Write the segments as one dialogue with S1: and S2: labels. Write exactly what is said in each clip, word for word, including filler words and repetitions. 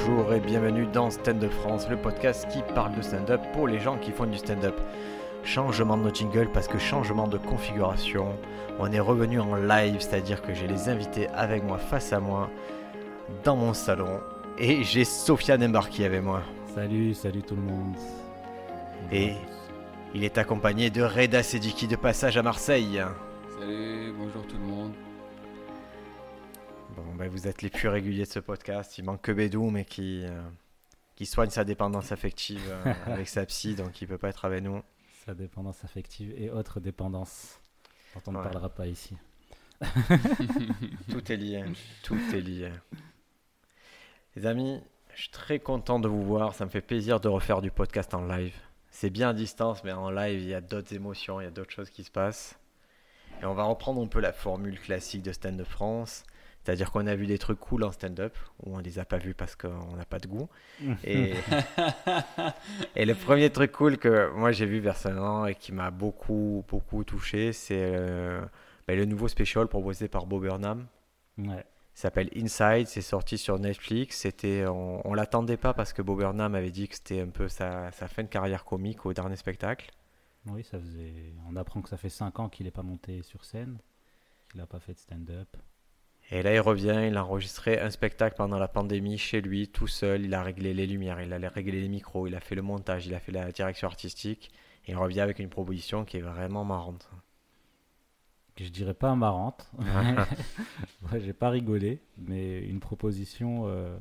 S1: Bonjour et bienvenue dans Stand Up France, le podcast qui parle de stand-up pour les gens qui font du stand-up. Changement de jingle parce que changement de configuration. On est revenu en live, c'est-à-dire que j'ai les invités avec moi, face à moi, dans mon salon. Et j'ai Sofiane embarqué avec moi.
S2: Salut, salut tout le monde.
S1: Et il est accompagné de Reda Sediki de passage à Marseille.
S3: Salut, bonjour tout le monde.
S1: Bon, ben vous êtes les plus réguliers de ce podcast. Il manque que Bédou, mais qui, euh, qui soigne sa dépendance affective euh, avec sa psy, donc il peut pas être avec nous.
S2: Sa dépendance affective et autres dépendances dont on
S1: Ouais.
S2: ne parlera pas ici.
S1: Tout est lié, tout est lié. Les amis, je suis très content de vous voir. Ça me fait plaisir de refaire du podcast en live. C'est bien à distance, mais en live, il y a d'autres émotions, il y a d'autres choses qui se passent. Et on va reprendre un peu la formule classique de Stand Up France. C'est-à-dire qu'on a vu des trucs cool en stand-up, ou on les a pas vus parce qu'on n'a pas de goût. Et, et le premier truc cool que moi j'ai vu personnellement et qui m'a beaucoup, beaucoup touché, c'est euh, ben, le nouveau special proposé par Bo Burnham.
S2: Ouais.
S1: Il s'appelle Inside, c'est sorti sur Netflix. C'était, on, on l'attendait pas parce que Bo Burnham avait dit que c'était un peu sa, sa fin de carrière comique au dernier spectacle.
S2: Oui, ça faisait. On apprend que ça fait cinq ans qu'il n'est pas monté sur scène, qu'il n'a pas fait de stand-up.
S1: Et là, il revient, il a enregistré un spectacle pendant la pandémie chez lui, tout seul. Il a réglé les lumières, il a réglé les micros, il a fait le montage, il a fait la direction artistique. Et il revient avec une proposition qui est vraiment marrante.
S2: Que je dirais pas marrante. Moi, j'ai pas rigolé, mais une proposition euh,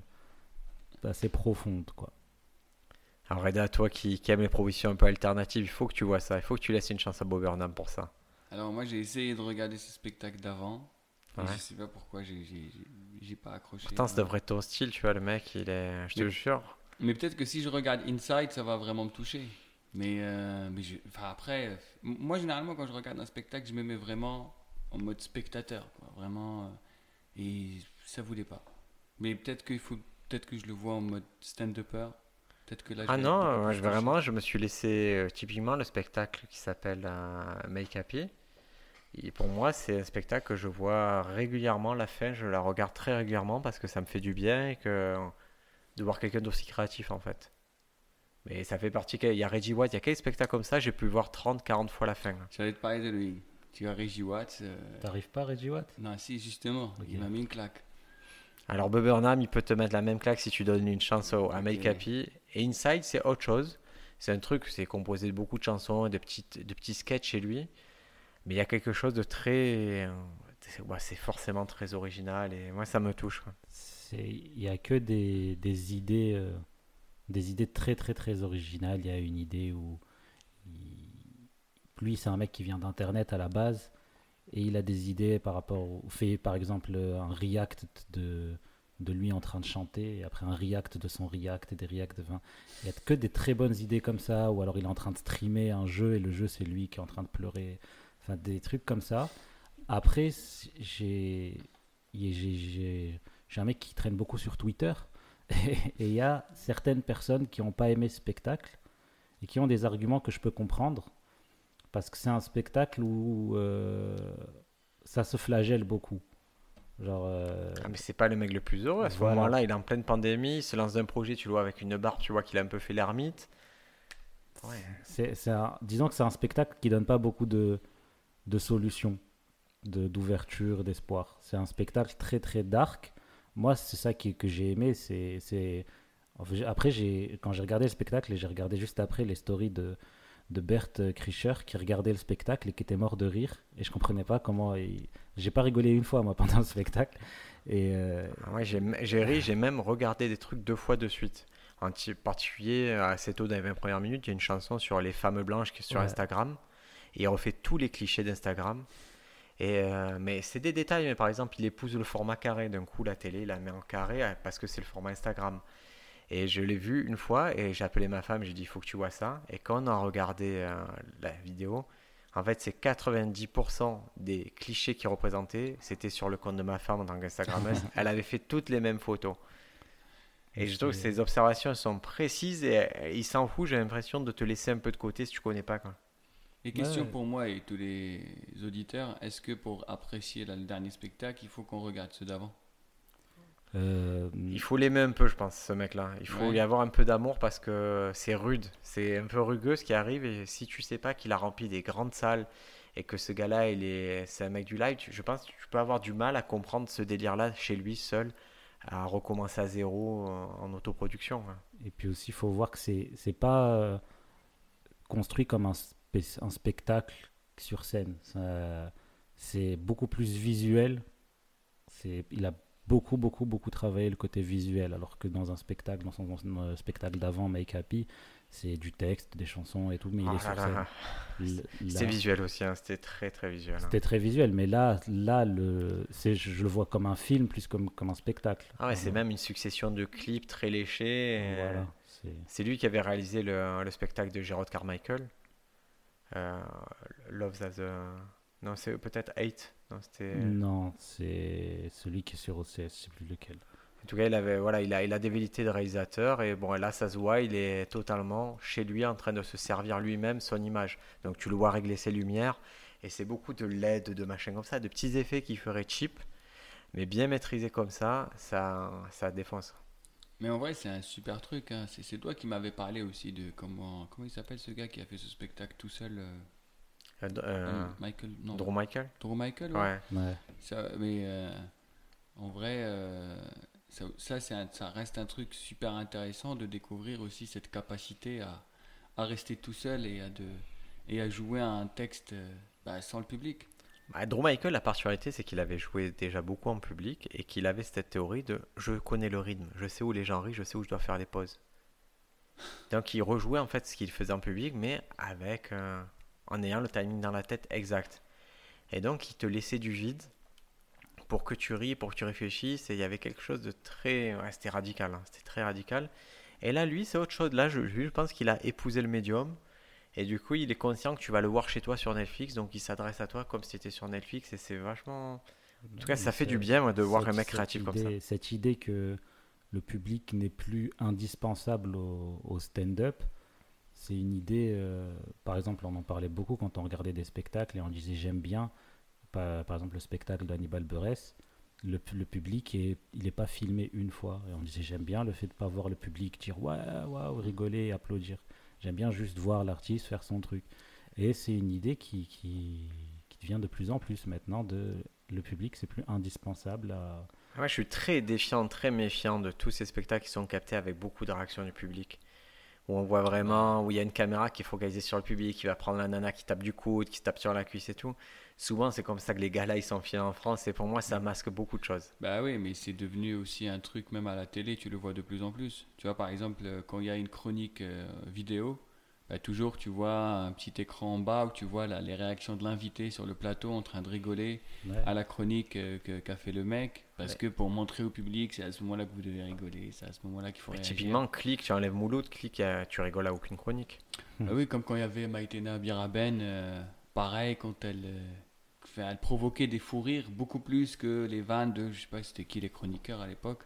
S2: assez profonde, quoi.
S1: Alors Reda, toi qui, qui aime les propositions un peu alternatives, il faut que tu vois ça. Il faut que tu laisses une chance à Bo Burnham pour ça.
S3: Alors moi j'ai essayé de regarder ce spectacle d'avant, mais
S1: Ouais.
S3: je sais pas pourquoi j'ai, j'ai, j'ai, j'ai pas accroché.
S1: Pourtant, ça devrait être ton style, tu vois, le mec, il est... Je te le jure.
S3: Mais peut-être que si je regarde Inside, ça va vraiment me toucher. Mais, euh, mais je, enfin après, euh, moi généralement quand je regarde un spectacle, je me mets vraiment en mode spectateur, quoi, vraiment. euh, et ça voulait pas. Mais peut-être qu'il faut, peut-être que je le vois en mode stand-upper. Peut-être que là. Je
S1: Ah
S3: vais
S1: non,
S3: être beaucoup
S1: moi,
S3: plus
S1: je,
S3: touché.
S1: vraiment, je me suis laissé euh, typiquement le spectacle qui s'appelle euh, Make Happy. Et pour moi, c'est un spectacle que je vois régulièrement. La fin, je la regarde très régulièrement parce que ça me fait du bien et que de voir quelqu'un d'aussi créatif en fait. Mais ça fait partie. Il y a Reggie White, il y a quelques spectacles comme ça, j'ai pu voir trente, quarante fois la fin.
S3: J'allais te parler de lui. Tu as Reggie Watts. euh,
S2: T'arrives pas, Reggie Watt?
S3: Non, si, justement,
S2: Ok.
S3: il m'a mis une claque.
S1: Alors, Bob Burnham, il peut te mettre la même claque si tu donnes une chance au- à
S3: Ok.
S1: Make Happy. Et Inside, c'est autre chose. C'est un truc, c'est composé de beaucoup de chansons et de, petites, de petits sketchs chez lui. Mais il y a quelque chose de très. euh, C'est ouais, c'est forcément très original et moi, ça me touche, quoi.
S2: C'est- Il y a que des, des idées, euh, des idées très très très originales. Il y a une idée où il- lui, c'est un mec qui vient d'internet à la base et il a des idées par rapport au fait, par exemple, un react de de lui en train de chanter et après un react de son react et des reacts de vin. Il y a que des très bonnes idées comme ça, ou alors il est en train de streamer un jeu et le jeu c'est lui qui est en train de pleurer. Enfin, des trucs comme ça. Après, c- j'ai j'ai j'ai- j'ai un mec qui traîne beaucoup sur Twitter et il y a certaines personnes qui n'ont pas aimé ce spectacle et qui ont des arguments que je peux comprendre parce que c'est un spectacle où euh, ça se flagelle beaucoup. Genre, euh,
S1: Ah, mais c'est pas le mec le plus heureux. À ce
S2: Voilà.
S1: moment-là, il est en pleine pandémie, il se lance d'un projet, tu le vois avec une barbe, tu vois qu'il a un peu fait l'ermite. Ouais.
S2: c'est, c'est un- disons que c'est un spectacle qui donne pas beaucoup de, de solutions, de, d'ouverture, d'espoir. C'est un spectacle très très dark. Moi, c'est ça qui, que j'ai aimé. C'est, c'est... en fait, j'ai- Après, j'ai, quand j'ai regardé le spectacle, et j'ai regardé juste après les stories de, de Bert Kreischer qui regardait le spectacle et qui était mort de rire. Et je comprenais pas comment. il- J'ai pas rigolé une fois, moi, pendant le spectacle. Et euh,
S1: Ah ouais, j'ai j'ai ri, j'ai même regardé des trucs deux fois de suite. En ti- particulier, assez tôt dans les vingt premières minutes, il y a une chanson sur les femmes blanches qui est sur
S2: Ouais.
S1: Instagram. Et il refait tous les clichés d'Instagram. Et euh, mais c'est des détails. Mais par exemple, il épouse le format carré. D'un coup, la télé, il la met en carré euh, parce que c'est le format Instagram. Et je l'ai vu une fois et j'ai appelé ma femme. J'ai dit, il faut que tu vois ça. Et quand on a regardé euh, la vidéo, en fait, c'est quatre-vingt-dix pour cent des clichés qui représentaient, c'était sur le compte de ma femme en tant qu'Instagrammeuse. Elle avait fait toutes les mêmes photos. Et je trouve que ces observations sont précises et, et il s'en fout, j'ai l'impression, de te laisser un peu de côté si tu connais pas, quoi.
S3: Et question
S2: Ouais.
S3: pour moi et tous les auditeurs, est-ce que pour apprécier là, le dernier spectacle, il faut qu'on regarde ceux d'avant?
S2: Euh,
S1: Il faut l'aimer un peu, je pense, ce mec-là. Il faut
S3: Ouais.
S1: y avoir un peu d'amour parce que c'est rude. C'est un peu rugueux ce qui arrive. Et si tu sais pas qu'il a rempli des grandes salles et que ce gars-là, il est, c'est un mec du live, tu- je pense que tu peux avoir du mal à comprendre ce délire-là chez lui seul, à recommencer à zéro en, en autoproduction, hein.
S2: et puis aussi, il faut voir que c'est c'est pas euh, construit comme un, spé- un spectacle sur scène. Ça- c'est beaucoup plus visuel. C'est, il a beaucoup, beaucoup, beaucoup travaillé le côté visuel, alors que dans un spectacle, dans son dans le spectacle d'avant, Make Happy, c'est du texte, des chansons et tout, mais il
S1: Oh
S2: est
S1: là
S2: sur scène.
S1: là.
S2: L-
S1: C'était
S2: là-
S1: visuel aussi, hein. C'était très très visuel, hein.
S2: C'était très visuel, mais là, là le, c'est, je, je le vois comme un film plus comme, comme un spectacle.
S1: Ah ouais, c'est
S2: Voilà.
S1: même une succession de clips très léchés. et, euh,
S2: Voilà, c'est-
S1: C'est lui qui avait réalisé le, le spectacle de Gerard Carmichael. Euh, Love as a... Non, c'est peut-être Eight. Non, c'était...
S2: Non, c'est celui qui est sur O C S, je sais plus lequel.
S1: En tout cas, il avait, voilà, il a, il a des vérités de réalisateur et bon, là, ça se voit, il est totalement chez lui en train de se servir lui-même son image. Donc, tu le vois régler ses lumières et c'est beaucoup de L E D, de machins comme ça, de petits effets qui feraient cheap, mais bien maîtrisés comme ça, ça, ça défonce.
S3: Mais en vrai, c'est un super truc, hein. C'est, c'est toi qui m'avais parlé aussi de comment, comment il s'appelle ce gars qui a fait ce spectacle tout seul. euh,
S1: Euh, d- euh,
S3: euh, Michael, non.
S1: Drew Michael?
S3: Drew Michael, ouais.
S1: Ouais.
S2: Ouais.
S3: Ça, mais euh, en vrai, euh, ça, ça, c'est un- ça reste un truc super intéressant de découvrir aussi cette capacité à, à rester tout seul et à, de, et à jouer un texte euh, bah, sans le public.
S1: Bah, Drew Michael, la particularité, c'est qu'il avait joué déjà beaucoup en public et qu'il avait cette théorie de je connais le rythme, je sais où les gens rient, je sais où je dois faire les pauses. Donc il rejouait en fait ce qu'il faisait en public, mais avec euh, en ayant le timing dans la tête exact. Et donc il te laissait du vide pour que tu ris, pour que tu réfléchisses. Et il y avait quelque chose de très, ouais, c'était radical, hein, c'était très radical. Et là, lui, c'est autre chose. Là, je, lui, je pense qu'il a épousé le médium. Et du coup, il est conscient que tu vas le voir chez toi sur Netflix, donc il s'adresse à toi comme si c'était sur Netflix. Et c'est vachement. En tout cas, ça fait du bien moi, de voir
S2: Cette-
S1: un mec
S2: cette
S1: créatif comme ça.
S2: idée- Cette idée que le public n'est plus indispensable au, au stand-up, c'est une idée, euh, par exemple, on en parlait beaucoup quand on regardait des spectacles et on disait j'aime bien, par, par exemple le spectacle d'Hannibal Buress, le, pu- le public, est, il n'est pas filmé une fois. Et on disait j'aime bien le fait de ne pas voir le public dire waouh, waouh, rigoler, applaudir. J'aime bien juste voir l'artiste faire son truc. Et c'est une idée qui, qui, qui devient de plus en plus maintenant de le public, c'est plus indispensable à.
S1: Moi, je suis très défiant, très méfiant de tous ces spectacles qui sont captés avec beaucoup de réactions du public. Où on voit vraiment, où il y a une caméra qui est focalisée sur le public, qui va prendre la nana qui tape du coude, qui tape sur la cuisse et tout. Souvent, c'est comme ça que les gars-là, ils s'enfilent en France. Et pour moi, ça masque beaucoup de choses.
S3: Bah oui, mais c'est devenu aussi un truc, même à la télé, tu le vois de plus en plus. Tu vois, par exemple, euh, quand il y a une chronique euh, vidéo, bah, toujours tu vois un petit écran en bas où tu vois là, les réactions de l'invité sur le plateau en train de rigoler
S2: Ouais.
S3: à la chronique euh, que- qu'a fait le mec. Parce
S1: Ouais.
S3: que pour montrer au public, c'est à ce moment-là que vous devez rigoler, c'est à ce moment-là qu'il faut
S1: Mais
S3: réagir.
S1: typiquement, clic, tu enlèves Mouloud, clic, euh, tu rigoles à aucune chronique.
S3: Ah oui, comme quand il y avait Maïtena Biraben, euh, pareil, quand elle, euh, fait- elle provoquait des fous rires beaucoup plus que les vannes de, je sais pas c'était qui les chroniqueurs à l'époque.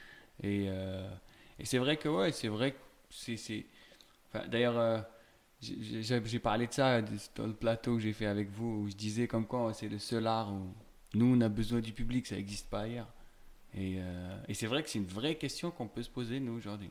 S3: Et, euh, et c'est vrai que, ouais, c'est vrai que c'est. c'est- enfin, d'ailleurs, euh, j'ai- j'ai j'ai parlé de ça de- dans le plateau que j'ai fait avec vous, où je disais comme quoi c'est le seul art où nous on a besoin du public, ça n'existe pas ailleurs. Et, euh, et c'est vrai que c'est une vraie question qu'on peut se poser nous aujourd'hui.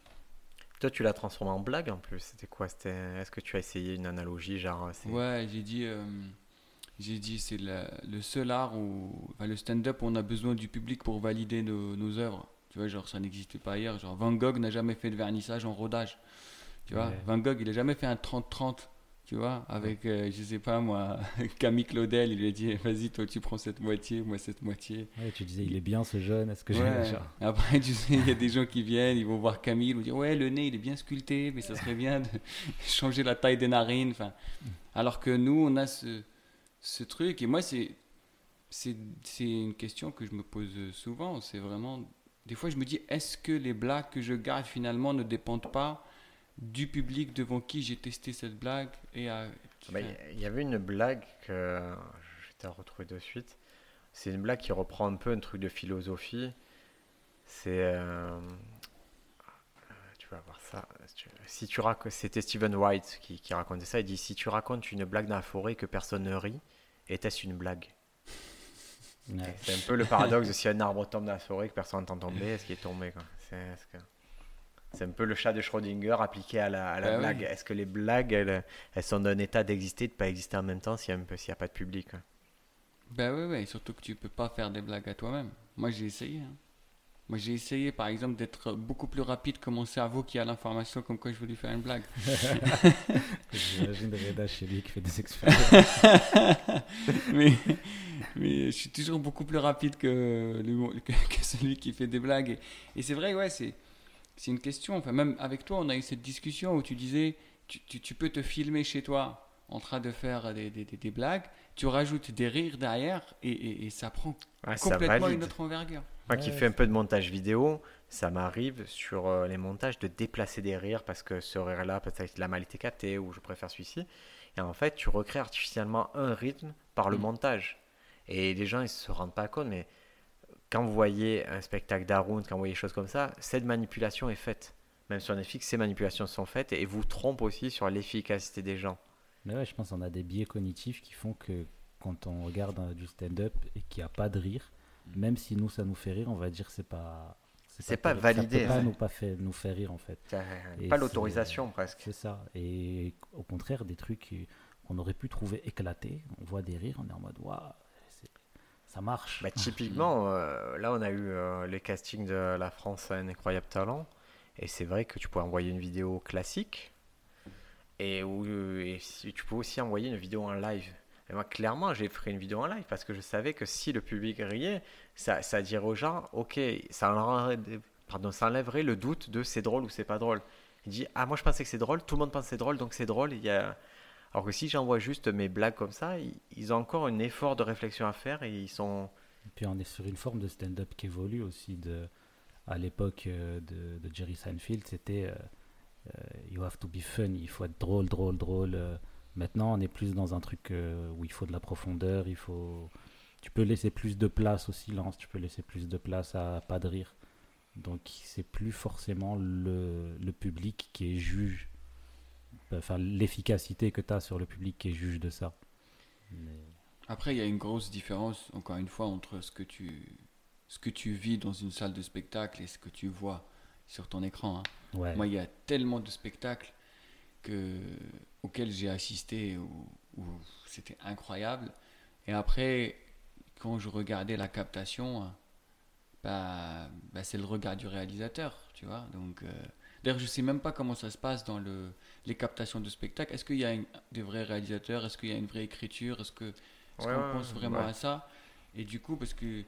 S1: Toi, tu l'as transformé en blague en plus. C'était quoi? C'était... Est-ce que tu as essayé une analogie genre c'est...
S3: Ouais, j'ai dit, euh, j'ai dit c'est la- le seul art où, enfin, le stand-up, où on a besoin du public pour valider nos, nos œuvres. Tu vois, genre ça n'existe pas ailleurs. Genre Van Gogh n'a jamais fait de vernissage en rodage. Tu vois,
S2: Ouais.
S3: Van Gogh, il a jamais fait un trente trente. Tu vois, avec, euh, je sais pas moi, Camille Claudel, il lui a dit, vas-y, toi tu prends cette moitié, moi cette moitié.
S2: Ouais, tu disais il est bien ce jeune, est-ce que
S3: Ouais.
S2: j'ai genre,
S3: Après, tu sais, il y a des gens qui viennent, ils vont voir Camille, ils vont dire ouais, le nez il est bien sculpté, mais ça serait bien de changer la taille des narines. Enfin, alors que nous, on a ce, ce truc, et moi, c'est, c'est, c'est une question que je me pose souvent. C'est vraiment, des fois, je me dis, est-ce que les blagues que je garde finalement ne dépendent pas du public devant qui j'ai testé cette blague et à,
S1: Bah, Il y avait une blague que je vais te la retrouver de suite. C'est une blague qui reprend un peu un truc de philosophie. C'est. euh, Tu vas voir ça. Si tu, si tu rac- C'était Stephen White qui, qui racontait ça. Il dit si tu racontes une blague dans la forêt et que personne ne rit, était-ce une blague?
S2: Ouais.
S1: C'est un peu le paradoxe de si un arbre tombe dans la forêt que personne n'entend tomber, est-ce qu'il est tombé quoi. C'est, est-ce que... c'est un peu le chat de Schrödinger appliqué à la, à la
S3: Bah
S1: blague.
S3: oui.
S1: Est-ce que les blagues, elles, elles sont d'un état d'exister, de ne pas exister en même temps s'il n'y a, s'il y a pas de public quoi.
S3: Ben oui, oui, surtout que tu peux pas faire des blagues à toi-même. Moi, j'ai essayé. hein. Moi, j'ai essayé, par exemple, d'être beaucoup plus rapide que mon cerveau qui a l'information comme quoi je veux lui faire une blague.
S2: J'imagine Reda chez lui qui fait des expériences.
S3: mais, mais je suis toujours beaucoup plus rapide que, le- que, que celui qui fait des blagues. Et, et c'est vrai, ouais, c'est, c'est une question. Enfin, même avec toi, on a eu cette discussion où tu disais, tu, tu, tu peux te filmer chez toi en train de faire des, des, des, des blagues, tu rajoutes des rires derrière et, et, et ça prend
S1: Ouais, ça
S3: complètement
S1: valide.
S3: une autre envergure.
S1: Moi qui
S2: Ouais.
S1: fais un peu de montage vidéo, ça m'arrive sur euh, les montages de déplacer des rires parce que ce rire-là, peut-être il a mal été capté ou je préfère celui-ci. Et en fait, tu recrées artificiellement un rythme par le
S3: Mm.
S1: montage. Et les gens, ils se rendent pas compte, mais quand vous voyez un spectacle d'Haroun, quand vous voyez des choses comme ça, cette manipulation est faite. Même sur Netflix, ces manipulations sont faites et vous trompent aussi sur l'efficacité des gens.
S2: Mais ouais, je pense qu'on a des biais cognitifs qui font que quand on regarde euh, du stand-up et qu'il n'y a pas de rire, même si nous ça nous fait rire, on va dire c'est pas
S1: C'est pas
S2: terrible.
S1: validé,
S2: Ça peut pas
S1: hein.
S2: nous pas fait, nous faire rire en fait.
S1: C'est
S2: Et
S1: pas
S2: c'est-
S1: l'autorisation presque.
S2: C'est ça. Et au contraire, des trucs qui- qu'on aurait pu trouver éclatés, on voit des rires, on est en mode waouh, c'est- ça marche.
S1: Bah, typiquement, euh, là on a eu euh, les castings de La France a un incroyable talent. Et c'est vrai que tu peux envoyer une vidéo classique. Et, où, et si- tu peux aussi envoyer une vidéo en live. Et moi, clairement, j'ai fait une vidéo en live parce que je savais que si le public riait, ça, ça dirait aux gens, ok, ça enlèverait, pardon, ça enlèverait le doute de c'est drôle ou c'est pas drôle. Il dit, ah, moi je pensais que c'est drôle, tout le monde pense que c'est drôle, donc c'est drôle. Il y a... Alors que si j'envoie juste mes blagues comme ça, ils, ils ont encore un effort de réflexion à faire et ils sont.
S2: Et puis on est sur une forme de stand-up qui évolue aussi. De, à l'époque euh, de, de Jerry Seinfeld, c'était euh, euh, you have to be fun, il faut être drôle, drôle, drôle. euh. Maintenant, on est plus dans un truc euh, où il faut de la profondeur, il faut. Tu peux laisser plus de place au silence, tu peux laisser plus de place à pas de rire. Donc c'est plus forcément le, le public qui est juge, enfin l'efficacité que tu as sur le public qui est juge de ça. Mais-
S3: Après, il y a une grosse différence, encore une fois, entre ce que tu, ce que tu vis dans une salle de spectacle et ce que tu vois sur ton écran. hein.
S2: Ouais.
S3: Moi, il y a tellement de spectacles que, auxquels j'ai assisté où, où c'était incroyable. Et après, quand je regardais la captation, bah, bah, c'est le regard du réalisateur, tu vois. Donc, euh, d'ailleurs, je sais même pas comment ça se passe dans le, les captations de spectacle. Est-ce qu'il y a une- des vrais réalisateurs? Est-ce qu'il y a une vraie écriture? Est-ce que est-ce
S1: Ouais,
S3: qu'on
S1: ouais,
S3: pense
S1: ouais,
S3: vraiment
S1: ouais.
S3: à ça? Et du coup, parce que euh,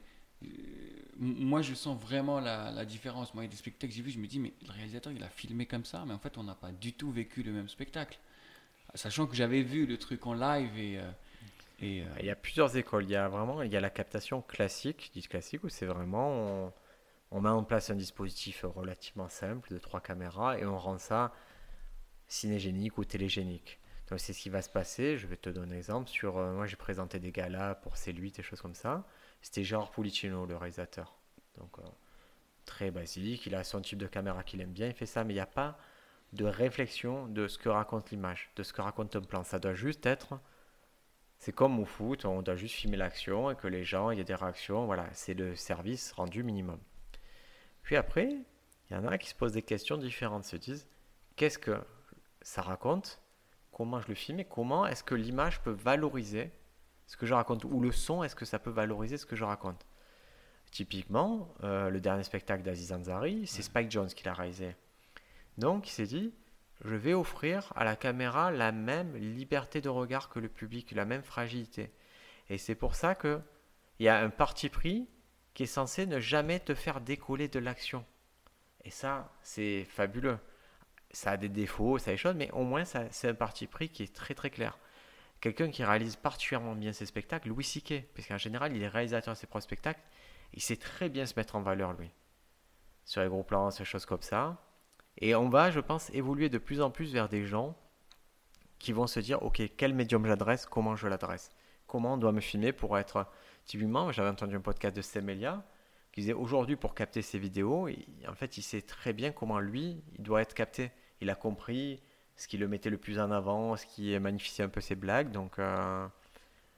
S3: m- moi, je sens vraiment la, la différence. Moi, il y a des spectacles que j'ai vus, je me dis, mais le réalisateur, il a filmé comme ça, mais en fait, on n'a pas du tout vécu le même spectacle. Sachant que j'avais vu le truc en live et. euh, et euh,
S1: Il y a plusieurs écoles. Il y a vraiment il y a la captation classique, dite classique, où c'est vraiment on, on met en place un dispositif relativement simple de trois caméras et on rend ça cinégénique ou télégénique. Donc c'est ce qui va se passer. Je vais te donner un exemple. Sur, euh, moi j'ai présenté des galas pour C huit, des choses comme ça. C'était Gérard Pulicino, le réalisateur. Donc euh, très basique. Il a son type de caméra qu'il aime bien. Il fait ça, mais il n'y a pas de réflexion de ce que raconte l'image, de ce que raconte un plan. Ça doit juste être. C'est comme au foot, on doit juste filmer l'action et que les gens, il y a des réactions. Voilà, c'est le service rendu minimum. Puis après, il y en a qui se posent des questions différentes, se disent qu'est-ce que ça raconte, comment je le filme et comment est-ce que l'image peut valoriser ce que je raconte, ou le son, est-ce que ça peut valoriser ce que je raconte. Typiquement, euh, le dernier spectacle d'Aziz Ansari, c'est Spike Jonze qui l'a réalisé. Donc il s'est dit, je vais offrir à la caméra la même liberté de regard que le public, la même fragilité. Et c'est pour ça qu'il y a un parti pris qui est censé ne jamais te faire décoller de l'action. Et ça, c'est fabuleux. Ça a des défauts, ça a des choses, mais au moins ça, c'est un parti pris qui est très très clair. Quelqu'un qui réalise particulièrement bien ses spectacles, Louis C K, parce qu'en général il est réalisateur de ses propres spectacles, il sait très bien se mettre en valeur lui, sur les gros plans, sur des choses comme ça. Et on va, je pense, évoluer de plus en plus vers des gens qui vont se dire, ok, quel médium j'adresse, comment je l'adresse, comment on doit me filmer pour être... Typiquement, j'avais entendu un podcast de Semelia qui disait, aujourd'hui, pour capter ses vidéos, il- en fait, il sait très bien comment lui, il doit être capté. Il a compris ce qui le mettait le plus en avant, ce qui magnifiait un peu ses blagues. Donc, euh,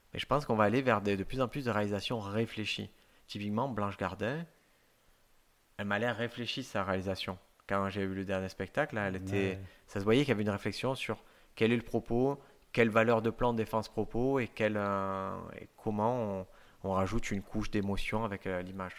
S1: Mais je pense qu'on va aller vers des- de plus en plus de réalisations réfléchies. Typiquement, Blanche Gardin, elle m'a l'air réfléchie sa réalisation. Quand j'ai vu le dernier spectacle, là, elle était,
S2: Ouais.
S1: ça se voyait qu'il y avait une réflexion sur quel est le propos, quelle valeur de plan défend ce propos et, quel, euh, et comment on, on rajoute une couche d'émotion avec euh, l'image.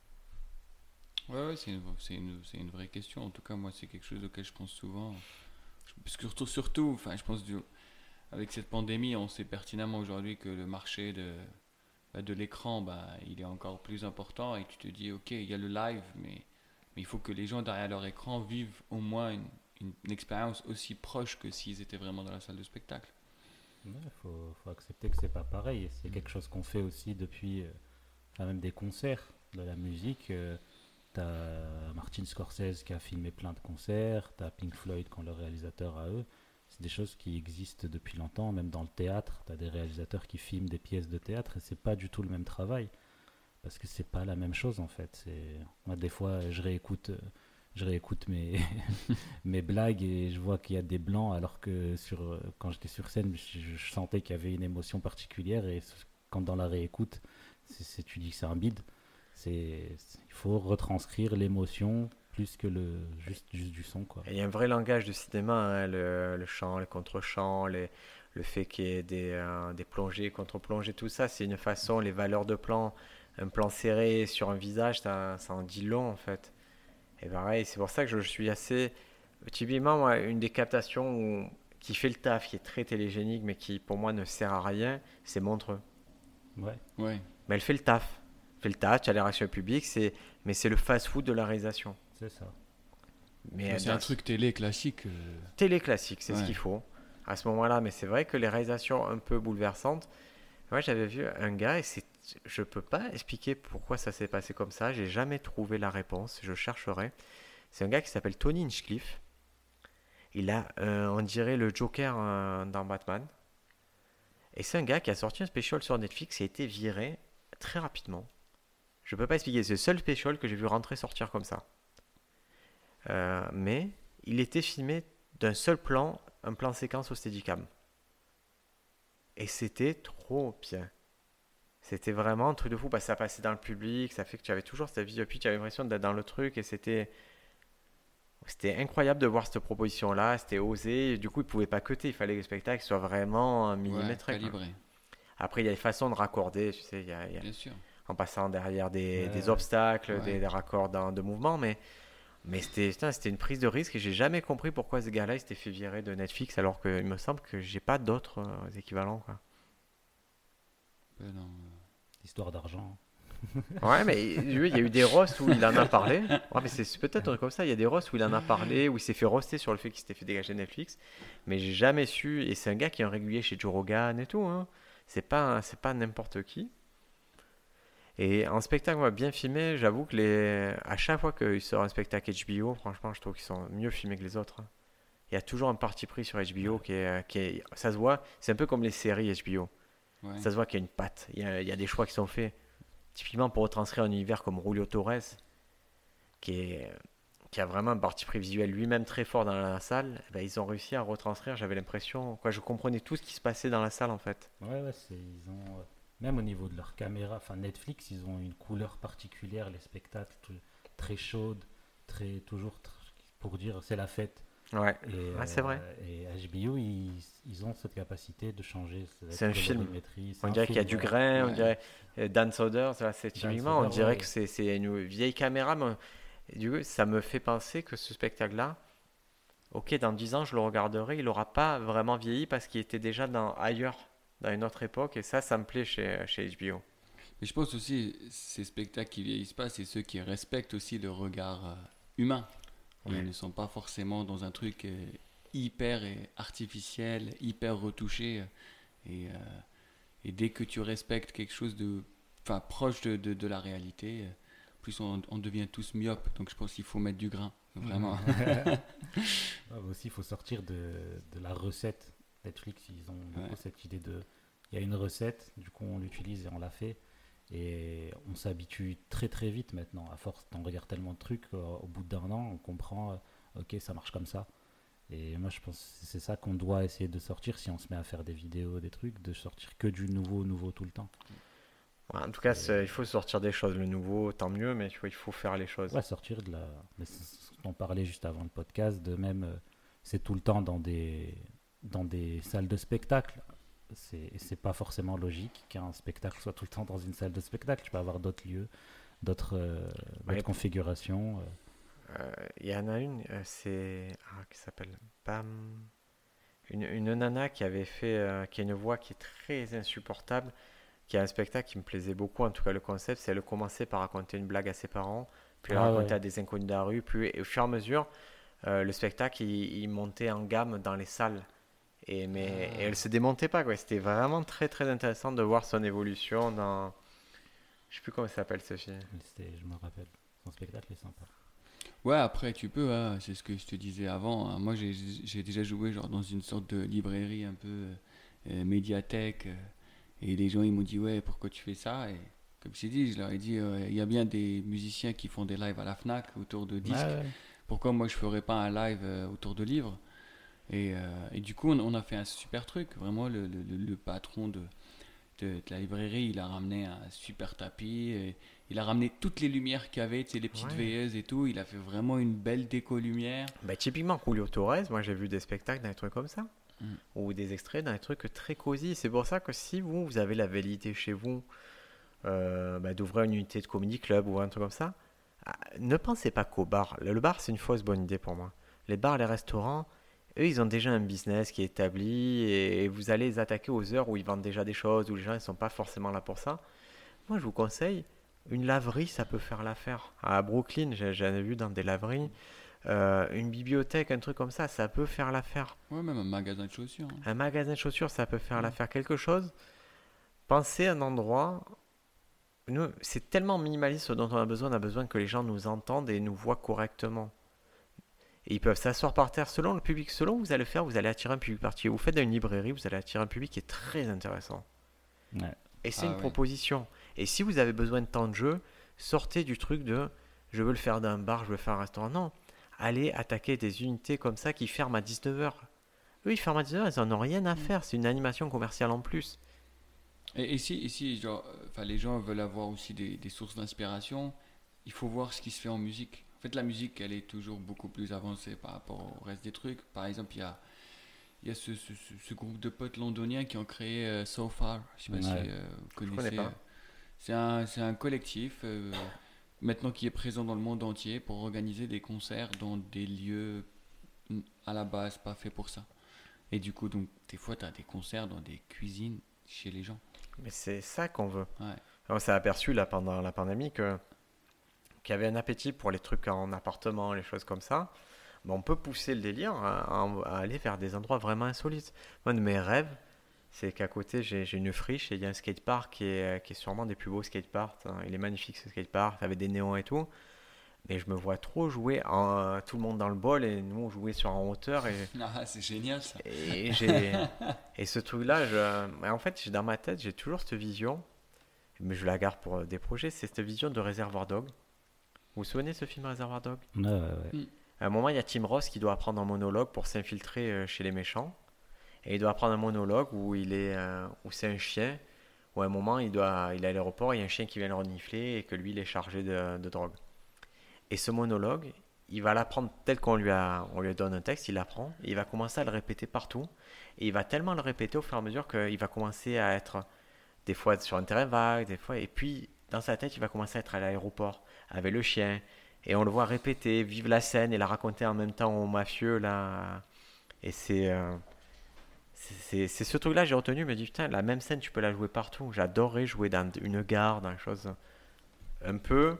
S3: Ouais, ouais, c'est une, c'est une, c'est une vraie question. En tout cas, moi, c'est quelque chose auquel je pense souvent. Je- Surtout, surtout, enfin, je pense du, avec cette pandémie, on sait pertinemment aujourd'hui que le marché de, bah, de l'écran, bah, il est encore plus important et tu te dis, ok, il y a le live, mais, mais il faut que les gens derrière leur écran vivent au moins une, une, une expérience aussi proche que s'ils étaient vraiment dans la salle de spectacle.
S2: Il faut, faut accepter que c'est pas pareil. C'est quelque chose qu'on fait aussi depuis, euh, enfin, même des concerts, de la musique. Euh, t'as Martin Scorsese qui a filmé plein de concerts, t'as Pink Floyd quand le réalisateur à eux. C'est des choses qui existent depuis longtemps, même dans le théâtre. T'as des réalisateurs qui filment des pièces de théâtre et c'est pas du tout le même travail parce que c'est pas la même chose en fait. C'est... Moi, des fois, je réécoute, euh, je réécoute mes, mes blagues et je vois qu'il y a des blancs alors que sur, euh, quand j'étais sur scène, je, je sentais qu'il y avait une émotion particulière et ce- quand dans la réécoute, c'est, c'est- tu dis que c'est un bide. C'est, c'est- il faut retranscrire l'émotion plus que le juste, juste du son quoi.
S1: Et il y a un vrai langage de cinéma, hein, le, le chant, le contre-chant, les- le fait qu'il y ait des, euh, des plongées, contre-plongées, tout ça, c'est une façon, les valeurs de plan, un plan serré sur un visage, ça, ça en dit long en fait. Et pareil, c'est pour ça que je suis assez. Typiquement, moi, une des captations où- qui fait le taf, qui est très télégénique, mais qui pour moi ne sert à rien, c'est Montreux.
S2: Ouais,
S3: Ouais,
S1: Mais elle fait le taf. Elle fait le taf, tu as les réactions publiques, c'est... mais c'est le fast-food de la réalisation.
S2: c'est ça.
S1: Mais
S3: bah,
S1: euh,
S3: c'est
S1: dans
S3: un truc télé classique. euh,
S1: télé classique, c'est ce
S3: Ouais.
S1: qu'il faut à ce moment-là. Mais c'est vrai que les réalisations un peu bouleversantes, moi j'avais vu un gars et c'est... je peux pas expliquer pourquoi ça s'est passé comme ça, j'ai jamais trouvé la réponse, je chercherai. C'est un gars qui s'appelle Tony Hinchcliffe. Il a, euh, on dirait, le Joker euh, dans Batman. Et c'est un gars qui a sorti un special sur Netflix et a été viré très rapidement. Je peux pas expliquer, c'est le seul special que j'ai vu rentrer sortir comme ça. Euh, mais il était filmé d'un seul plan, un plan séquence au Steadicam. Et c'était trop bien. C'était vraiment un truc de fou parce que ça passait dans le public, ça fait que tu avais toujours cette vision, puis tu avais l'impression d'être dans le truc et c'était c'était incroyable de voir cette proposition-là, c'était osé, et du coup ils pouvaient pas cutter, il fallait que le spectacle soit vraiment
S3: Ouais,
S1: millimétré. Quoi.
S3: calibré,
S1: Après il y a des façons de raccorder, tu sais, il y a, il y a-
S3: bien sûr.
S1: en passant derrière des,
S2: Ouais,
S1: des
S2: ouais.
S1: obstacles,
S3: Ouais.
S1: des, des raccords dans- de mouvement, mais Mais c'était, putain, c'était une prise de risque et j'ai jamais compris pourquoi ce gars-là il s'était fait virer de Netflix alors qu'il me semble que j'ai pas d'autres euh, équivalents. Quoi.
S3: Ouais, non,
S2: Histoire d'argent.
S1: Ouais, mais lui, il y a eu des roasts où il en a parlé. Ouais, mais c'est c'est peut-être comme ça. Il y a des roasts où il en a parlé, où il s'est fait roaster sur le fait qu'il s'était fait dégager de Netflix. Mais j'ai jamais su. Et c'est un gars qui est un régulier chez Joe Rogan et tout. Hein. C'est pas, c'est pas n'importe qui. Et en spectacle moi, bien filmé, j'avoue que les... à chaque fois qu'il sort un spectacle H B O, franchement, je trouve qu'ils sont mieux filmés que les autres. Hein. Il y a toujours un parti pris sur H B O qui est, qui est- ça se voit, c'est un peu comme les séries H B O.
S3: ouais.
S1: Ça se voit qu'il y a une patte, il y a, il y a des choix qui sont faits. Typiquement pour retranscrire un univers comme Julio Torres, qui, est, qui a vraiment un parti pris visuel lui-même très fort dans la salle, eh ben, ils ont réussi à retranscrire, j'avais l'impression, quoi, je comprenais tout ce qui se passait dans la salle en fait.
S2: Ouais, ouais, c'est, ils ont, euh, même au niveau de leur caméra, enfin Netflix, ils ont une couleur particulière, les spectacles tout- très chaudes, très, toujours, tr- pour dire c'est la fête.
S1: Ouais,
S2: Et,
S1: ouais c'est vrai.
S2: Et H B O, ils, ils ont cette capacité de changer. cette
S1: C'est un film.
S2: colorimétrie, c'est
S1: On
S2: un
S1: dirait qu'il y a
S2: film,
S1: du
S2: voilà.
S1: grain, on
S3: Ouais.
S1: dirait euh, Dan Soder, ça, c'est
S2: Dan
S1: typiquement, on
S2: Soder,
S1: dirait
S2: ouais.
S1: que c'est, c'est une vieille caméra, mais et du coup, ça me fait penser que ce spectacle-là, ok, dans dix ans, je le regarderai, il n'aura pas vraiment vieilli parce qu'il était déjà dans, ailleurs, dans une autre époque, et ça, ça me plaît chez, chez H B O.
S3: Mais je pense aussi, ces spectacles qui vieillissent pas, c'est ceux qui respectent aussi le regard euh, humain. Et
S1: Ouais.
S3: ils ne sont pas forcément dans un truc euh, hyper euh, artificiel, hyper retouché. euh, Et, euh, et dès que tu respectes quelque chose de, enfin, proche de, de, de la réalité, euh, plus on, on devient tous myopes. Donc je pense qu'il faut mettre du grain, vraiment.
S2: Ah, aussi, il faut sortir de, de la recette. Netflix, ils ont beaucoup
S3: Ouais.
S2: cette idée de. Il y a une recette, du coup, on l'utilise et on la fait. Et on s'habitue très très vite maintenant. À force d'en regarder tellement de trucs, euh, au bout d'un an, on comprend, euh, ok, ça marche comme ça. Et moi, je pense que c'est ça qu'on doit essayer de sortir si on se met à faire des vidéos, des trucs, de sortir que du nouveau, nouveau tout le temps.
S1: Ouais, en tout cas, c'est- il faut sortir des choses. Le nouveau, tant mieux, mais tu vois, il faut faire les choses.
S2: Ouais, sortir de la. Mais c'est ce qu'on parlait juste avant le podcast, de même, euh, c'est tout le temps dans des, dans des salles de spectacle. C'est, c'est pas forcément logique qu'un spectacle soit tout le temps dans une salle de spectacle. Tu peux avoir d'autres lieux, d'autres, euh,
S1: Ouais.
S2: d'autres configurations. euh.
S1: Euh, Il y en a une, euh, c'est. Ah, qui s'appelle Bam. Une, une nana qui avait fait. Euh, qui a une voix qui est très insupportable, qui a un spectacle qui me plaisait beaucoup, en tout cas le concept, c'est elle commençait par raconter une blague à ses parents, puis elle
S2: Ah
S1: racontait
S2: ouais.
S1: à des inconnus de la rue, puis et au fur et à mesure, euh, le spectacle il, il montait en gamme dans les salles. Et, mais, et elle se démontait pas, quoi. C'était vraiment très très intéressant de voir son évolution dans. Je sais plus comment ça s'appelle ce film.
S2: C'était- je me rappelle. Son spectacle est sympa.
S3: Ouais, après, tu peux, hein, c'est ce que je te disais avant, hein. Moi, j'ai j'ai déjà joué genre, dans une sorte de librairie un peu euh, euh, médiathèque. euh, et les gens, ils m'ont dit, ouais, pourquoi tu fais ça? Et comme je t'ai dit, je leur ai dit, euh, il y a bien des musiciens qui font des lives à la Fnac autour de disques.
S2: Ouais, ouais.
S3: Pourquoi moi, je ferais pas un live euh, autour de livres? Et, euh, et du coup, on, on a fait un super truc. Vraiment, le, le, le- le patron de, de, de la librairie, il a ramené un super tapis. Et il a ramené toutes les lumières qu'il y avait, tu sais, les petites
S1: Ouais.
S3: veilleuses et tout. Il a fait vraiment une belle déco lumière.
S1: Bah, typiquement, Julio Torres, moi j'ai vu des spectacles dans des trucs comme ça,
S3: Mm.
S1: ou des extraits dans des trucs très cosy. C'est pour ça que si vous, vous avez la validité chez vous euh, bah, d'ouvrir une unité de comedy club ou un truc comme ça, ah, ne pensez pas qu'au bar. Le le bar, c'est une fausse bonne idée pour moi. Les bars, les restaurants, eux, ils ont déjà un business qui est établi et vous allez les attaquer aux heures où ils vendent déjà des choses, où les gens ne sont pas forcément là pour ça. Moi, je vous conseille, une laverie, ça peut faire l'affaire. À Brooklyn, j'ai- j'en ai vu dans des laveries. Euh, une bibliothèque, un truc comme ça, ça peut faire l'affaire.
S3: Ouais, même un magasin de chaussures, hein.
S1: Un magasin de chaussures, ça peut faire
S3: Mm.
S1: l'affaire. Quelque chose, pensez à un endroit. Nous, c'est tellement minimaliste ce dont on a besoin. On a besoin que les gens nous entendent et nous voient correctement. Et ils peuvent s'asseoir par terre selon le public. Selon où vous allez faire, vous allez attirer un public particulier. Vous faites dans une librairie, vous allez attirer un public qui est très intéressant.
S2: Ouais.
S1: Et c'est
S3: Ah
S1: une
S3: ouais.
S1: proposition. Et si vous avez besoin de temps de jeu, sortez du truc de je veux le faire d'un bar, je veux le faire un restaurant. Non, allez attaquer des unités comme ça qui ferment à dix-neuf heures. Eux, ils ferment à dix-neuf heures, ils n'en ont rien à faire. C'est une animation commerciale en plus.
S3: Et, et si, et si genre, euh, 'fin, les gens veulent avoir aussi des, des sources d'inspiration, il faut voir ce qui se fait en musique. En fait, la musique, elle est toujours beaucoup plus avancée par rapport au reste des trucs. Par exemple, il y a, il y a ce, ce- ce- ce groupe de potes londoniens qui ont créé euh, So Far. Je sais pas
S2: Ouais.
S3: si euh, vous
S1: connais
S3: connaissez.
S1: pas.
S3: euh, C'est un, c'est un collectif euh, maintenant qui est présent dans le monde entier pour organiser des concerts dans des lieux mm, à la base pas faits pour ça. Et du coup, donc, des fois, tu as des concerts dans des cuisines chez les gens.
S1: Mais c'est ça qu'on veut.
S3: Ouais.
S1: On s'est aperçu là pendant la pandémie que qu'il y avait un appétit pour les trucs en appartement, les choses comme ça. Mais on peut pousser le délire à, à- à aller vers des endroits vraiment insolites. Moi, un de mes rêves, c'est qu'à côté, j'ai j'ai une friche et il y a un skatepark qui est, qui est sûrement des plus beaux skateparks, hein. Il est magnifique ce skatepark, avec des néons et tout. Mais je me vois trop jouer en, tout le monde dans le bol et nous on jouait sur en hauteur et,
S3: Ah, c'est génial ça.
S1: et j'ai et ce truc-là, je, en fait, j'ai- dans ma tête, j'ai toujours cette vision, mais je la garde pour euh, des projets, c'est cette vision de Réservoir Dog. Vous vous souvenez de ce film Réservoir Dog?
S2: Ouais, ouais, ouais.
S1: À un moment, il y a Tim Ross qui doit apprendre un monologue pour s'infiltrer euh, chez les méchants. Et il doit apprendre un monologue où il est, euh, où c'est un chien. Où à un moment, il doit, il est à l'aéroport, il y a un chien qui vient le renifler et que lui, il est chargé de, de drogue. Et ce monologue, il va l'apprendre tel qu'on lui a, on lui donne un texte, il l'apprend et il va commencer à le répéter partout. Et il va tellement le répéter au fur et à mesure qu'il va commencer à être des fois sur un terrain vague, des fois, et puis dans sa tête, il va commencer à être à l'aéroport avec le chien. Et on le voit répéter, vivre la scène et la raconter en même temps aux mafieux là. Et c'est euh, c'est c'est- c'est ce truc-là que j'ai retenu. Je me dis putain, la même scène, tu peux la jouer partout. J'adorerais jouer dans une gare, dans une chose un peu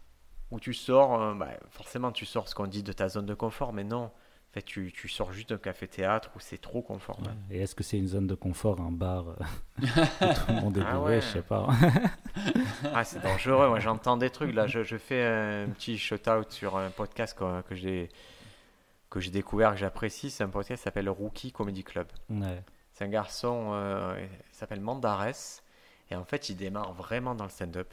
S1: où tu sors. euh, bah, forcément, tu sors ce qu'on dit de ta zone de confort, mais non. En fait, tu, tu sors juste d'un café-théâtre où c'est trop confort.
S2: Ouais. Et est-ce que c'est une zone de confort, un bar euh, où tout le monde est
S1: Ah
S2: bourré?
S1: ouais.
S2: Je sais pas.
S1: Ah, c'est dangereux. Moi, j'entends des trucs. Là, je, je fais un petit shout-out sur un podcast que, que j'ai que j'ai découvert, que j'apprécie. C'est un podcast qui s'appelle Rookie Comedy Club.
S2: Ouais.
S1: C'est un garçon, euh, il s'appelle Mandares. Et en fait, il démarre vraiment dans le stand-up.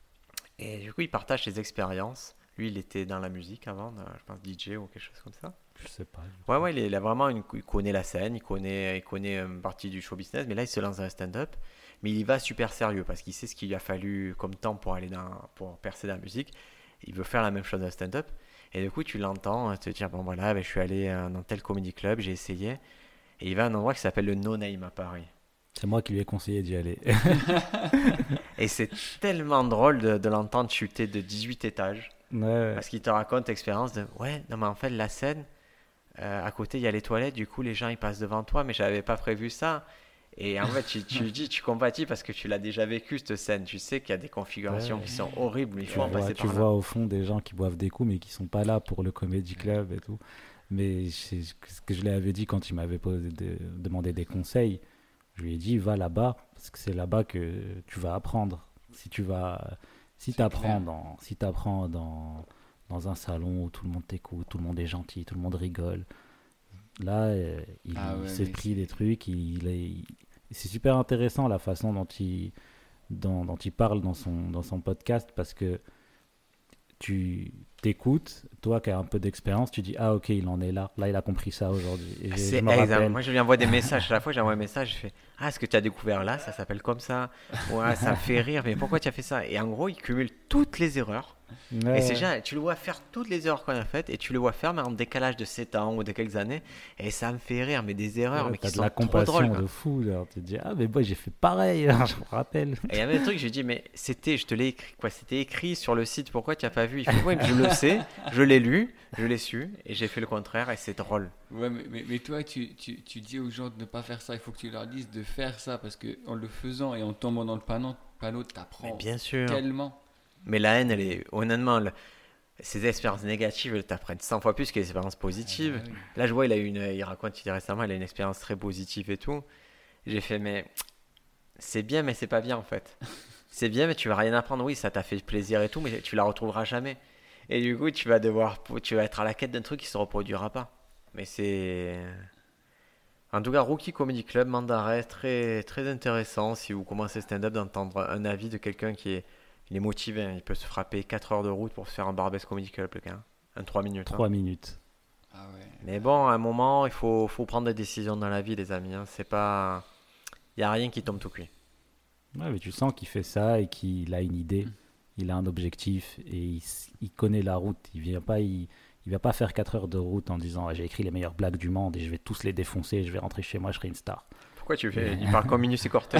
S1: Et du coup, il partage ses expériences. Lui, il était dans la musique avant, dans, je pense D J ou quelque chose comme ça.
S2: Je sais pas.
S1: Ouais, ouais, il, est- il a vraiment une, il connaît la scène, il connaît, il connaît une partie du show business, mais là, il se lance dans le stand-up. Mais il y va super sérieux parce qu'il sait ce qu'il lui a fallu comme temps pour aller dans, pour percer dans la musique. Il veut faire la même chose dans le stand-up. Et du coup, tu l'entends te dire, bon voilà, ben, je suis allé euh, dans tel comedy club, j'ai essayé. Et il va à un endroit qui s'appelle le No Name à Paris.
S2: C'est moi qui lui ai conseillé d'y aller.
S1: Et c'est tellement drôle de, de l'entendre chuter de dix-huit étages.
S2: Ouais,
S1: Parce qu'il te raconte l'expérience de, ouais, non mais en fait, la scène, euh, à côté, il y a les toilettes, du coup, les gens, ils passent devant toi, mais j'avais pas prévu ça. Et en fait, tu, tu dis, tu compatis parce que tu l'as déjà vécu, cette scène. Tu sais qu'il y a des configurations
S2: Ouais.
S1: qui sont horribles, mais il
S2: tu
S1: faut en
S2: vois,
S1: passer
S2: tu
S1: par
S2: vois
S1: là.
S2: au fond des gens qui boivent des coups mais qui sont pas là pour le comedy club et tout. Mais c'est ce que je lui avais dit quand il m'avait posé des- demandé des conseils. Je lui ai dit va là-bas parce que c'est là-bas que tu vas apprendre. Si tu vas, si
S3: C'est
S2: t'apprends
S3: clair.
S2: dans, si t'apprends dans dans un salon où tout le monde t'écoute, tout le monde est gentil, tout le monde rigole. Là, euh, il,
S3: Ah
S2: il
S3: ouais,
S2: s'est
S3: mais
S2: pris
S3: c'est-
S2: des trucs. Il, est, il- c'est super intéressant la façon dont il dont, dont il parle dans son dans son podcast parce que tu t'écoutes, toi qui as un peu d'expérience, tu dis ah ok il en est là, là il a compris ça aujourd'hui. Et je,
S1: C'est
S2: je me
S1: exact.
S2: rappelle,
S1: Moi, je lui envoie des messages. À la fois, j'envoie un message, je fais, ah, est-ce que tu as découvert là? Ça s'appelle comme ça. Ouais, ça me fait rire, mais pourquoi tu as fait ça? Et en gros, il cumule toutes les erreurs. Et c'est
S2: ouais,
S1: génial, tu le vois faire toutes les erreurs qu'on a faites et tu le vois faire mais en décalage de sept ans ou de quelques années et ça me fait rire, mais des erreurs
S2: ouais,
S1: mais qui
S2: t'as de
S1: sont
S2: la
S1: trop
S2: compassion
S1: drôles quoi.
S2: de fou, genre, tu te dis ah mais moi j'ai fait pareil, je me rappelle.
S1: Et il y avait un truc, je lui dis mais c'était, je te l'ai écrit quoi, c'était écrit sur le site, pourquoi tu n'as pas vu? Il fait ouais mais je le sais, je l'ai lu, je l'ai su et j'ai fait le contraire et c'est drôle.
S3: Ouais, mais, mais, mais toi, tu, tu, tu dis aux gens de ne pas faire ça. Il faut que tu leur dises de faire ça parce que en le faisant et en tombant dans le panneau, panneau
S1: Mais
S3: t'apprends
S1: bien sûr.
S3: tellement.
S1: Mais la haine, elle est honnêtement, le- ces expériences négatives, elles t'apprennent cent fois plus que les expériences positives.
S3: Ah, bah oui.
S1: Là, je vois, il a eu une, il raconte, il dit récemment, il a une expérience très positive et tout. J'ai fait, mais c'est bien, mais c'est pas bien en fait. C'est bien, mais tu vas rien apprendre. Oui, ça t'a fait plaisir et tout, mais tu la retrouveras jamais. Et du coup, tu vas devoir, tu vas être à la quête d'un truc qui se reproduira pas. Mais c'est, en tout cas, Rookie Comedy Club, Mandarin, très, très intéressant si vous commencez stand-up d'entendre un avis de quelqu'un qui est, il est motivé. Hein. Il peut se frapper quatre heures de route pour se faire un Barbès Comedy Club, le gars. Un trois minutes. hein.
S2: Trois minutes.
S3: Ah ouais.
S1: Mais bon, à un moment, il faut, faut prendre des décisions dans la vie, les amis. Hein. C'est pas, il y a rien qui tombe tout cuit.
S2: Ouais, mais tu sens qu'il fait ça et qu'il a une idée, il a un objectif et il, s- il connaît la route. Il vient pas, il, il va pas faire quatre heures de route en disant ah, j'ai écrit les meilleures blagues du monde et je vais tous les défoncer, je vais rentrer chez moi, je serai une star.
S1: Pourquoi tu fais Il parle comme Minus et Cortez.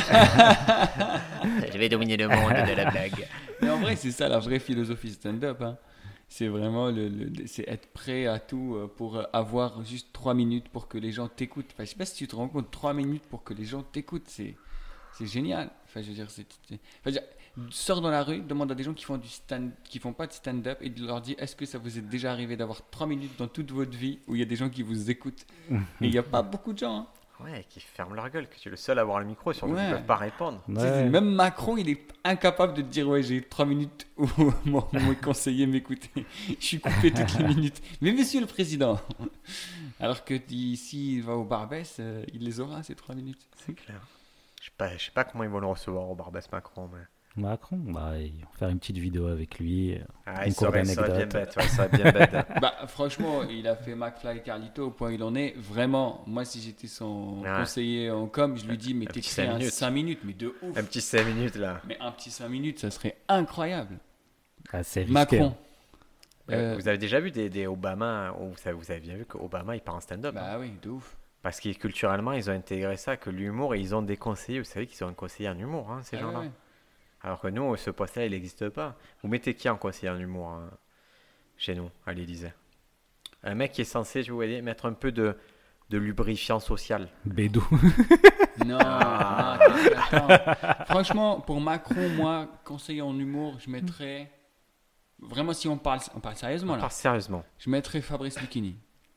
S1: Je vais dominer le monde de la blague.
S3: Mais en vrai, c'est ça la vraie philosophie stand-up. Hein. C'est vraiment le, le- c'est être prêt à tout euh, pour euh, avoir juste trois minutes pour que les gens t'écoutent. Enfin, je sais pas si tu te rends compte, trois minutes pour que les gens t'écoutent, c'est, c'est génial. Enfin, je veux dire, c'est, c'est- enfin, je veux dire, sors dans la rue, demande à des gens qui font du stand, qui font pas de stand-up et de leur dire est-ce que ça vous est déjà arrivé d'avoir trois minutes dans toute votre vie où il y a des gens qui vous écoutent. Et il n'y a pas beaucoup de gens. Hein.
S1: Ouais, qui ferment leur gueule, que tu es le seul à avoir le micro, surtout
S3: Ouais.
S1: qu'ils peuvent pas répondre.
S3: Tu sais,
S2: Ouais.
S3: Même Macron, il est incapable de te dire ouais, j'ai trois minutes où mon, mon conseiller m'écoutait. Je suis coupé toutes les minutes. Mais monsieur le président. Alors que ici, il va au Barbès, euh, il les aura ces trois minutes.
S1: C'est clair. Je sais pas, je sais pas comment ils vont le recevoir au Barbès Macron, mais.
S2: Macron, bah, ils vont faire une petite vidéo avec lui.
S1: Ah,
S2: Une
S1: il
S2: cour
S1: serait, il serait bien
S2: d'anecdotes.
S1: bête, ouais, il serait bien bête. hein.
S3: Bah, franchement, il a fait McFly et Carlito au point où il en est. Vraiment, moi, si j'étais son
S1: Ouais.
S3: conseiller en com, je lui dis mais
S1: Un petit
S3: t'écris
S1: cinq
S3: un
S1: minutes.
S3: cinq minutes, mais de ouf.
S1: Un petit cinq minutes là.
S3: Mais un petit cinq minutes, ça serait incroyable.
S2: Ah, c'est risqué.
S3: Macron.
S2: hein.
S3: Euh,
S1: Vous avez déjà vu des, des Obama, ou vous avez, vous avez bien vu qu'Obama il part en stand-up. hein.
S3: Bah oui, de ouf.
S1: Parce que culturellement, ils ont intégré ça, que l'humour, et ils ont des conseillers. Vous savez qu'ils ont un conseiller en humour, hein, ces
S3: Ah
S1: gens-là.
S3: ouais.
S1: Alors que nous, ce poste-là, il n'existe pas. Vous mettez qui en conseiller en humour hein, chez nous, à l'Élysée? Un mec qui est censé, je vous voyez, mettre un peu de, de lubrifiant social.
S2: Bédou.
S3: Non,
S1: Ah.
S3: non, attends. Franchement, pour Macron, moi, conseiller en humour, je mettrais. Vraiment, si on parle, on parle sérieusement
S1: On
S3: là,
S1: parle sérieusement.
S3: je mettrais Fabrice Lucchini.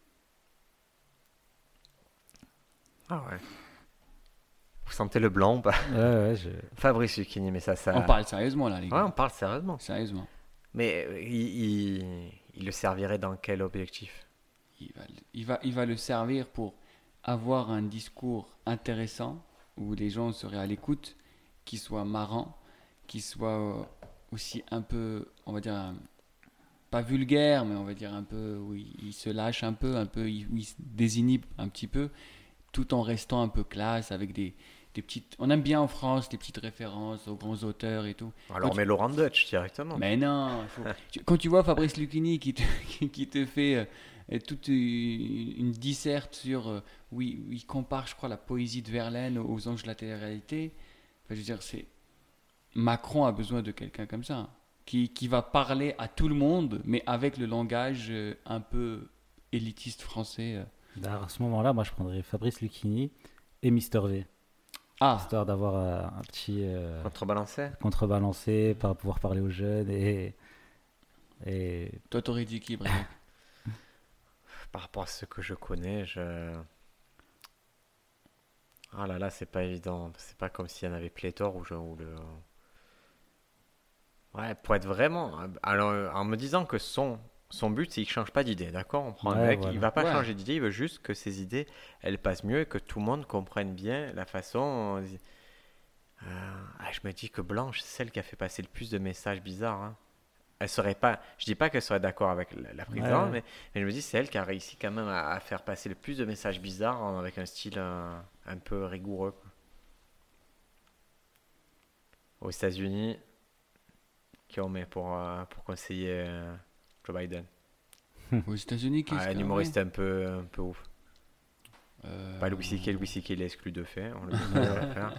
S1: Ah ouais. Vous sentez le blanc ou pas?
S2: Ouais, ouais, je...
S1: Fabrice Lucchini, mais ça, ça...
S3: On parle sérieusement là, les
S1: Ouais,
S3: gars.
S1: on parle sérieusement.
S3: Sérieusement.
S1: Mais euh, il, il, il le servirait dans quel objectif?
S3: Il va, il, va, il va le servir pour avoir un discours intéressant où les gens seraient à l'écoute, qui soit marrant, qui soit euh, aussi un peu, on va dire, euh, pas vulgaire, mais on va dire un peu où il, il se lâche un peu, un peu, il, où il se désinhibe un petit peu, tout en restant un peu classe avec des, des petites. On aime bien en France les petites références aux grands auteurs et tout.
S1: Alors, on met Laurent Deutsch directement.
S3: Mais non, il faut... tu- quand tu vois Fabrice Lucchini qui te, qui, qui te fait euh, toute une, une disserte sur euh, où, il, où il compare, je crois, la poésie de Verlaine aux anges de la télé-réalité. Enfin, je veux dire, c'est Macron a besoin de quelqu'un comme ça, hein, qui, qui va parler à tout le monde, mais avec le langage euh, un peu élitiste français. euh.
S2: Alors, à ce moment-là, moi, je prendrais Fabrice Lucchini et Mister V,
S3: Ah,
S2: histoire d'avoir euh, un petit euh,
S1: Contrebalancé.
S2: contrebalancé, pour pouvoir parler aux jeunes et, et
S3: toi, t'aurais dit qui, Briac?
S1: Par rapport à ce que je connais, je. Ah là là, c'est pas évident. C'est pas comme s'il y en avait pléthore ou, je, ou le. Ouais, pour être vraiment. Alors, euh, en me disant que son, son but, c'est qu'il change pas d'idée, d'accord? On prend un
S2: Ouais,
S1: mec,
S2: voilà.
S1: il va pas
S3: Ouais.
S1: changer d'idée, il veut juste que ses idées, elles passent mieux et que tout le monde comprenne bien la façon. Euh, ah, je me dis que Blanche, c'est celle qui a fait passer le plus de messages bizarres, hein. Elle serait pas. Je dis pas qu'elle serait d'accord avec la, la présidente,
S2: Ouais.
S1: mais, mais je me dis c'est elle qui a réussi quand même à, à faire passer le plus de messages bizarres en- avec un style euh, un peu rigoureux, quoi. Aux États-Unis, qui on met pour, euh, pour conseiller euh, Joe Biden.
S3: Aux États-Unis, qu'est-ce
S1: Ah,
S3: qu'il
S1: un
S3: y a,
S1: humoriste un peu, un peu ouf.
S3: ouais. Euh,
S1: Pas Louis C K, Louis C K il est exclu de fait. On le on le faire.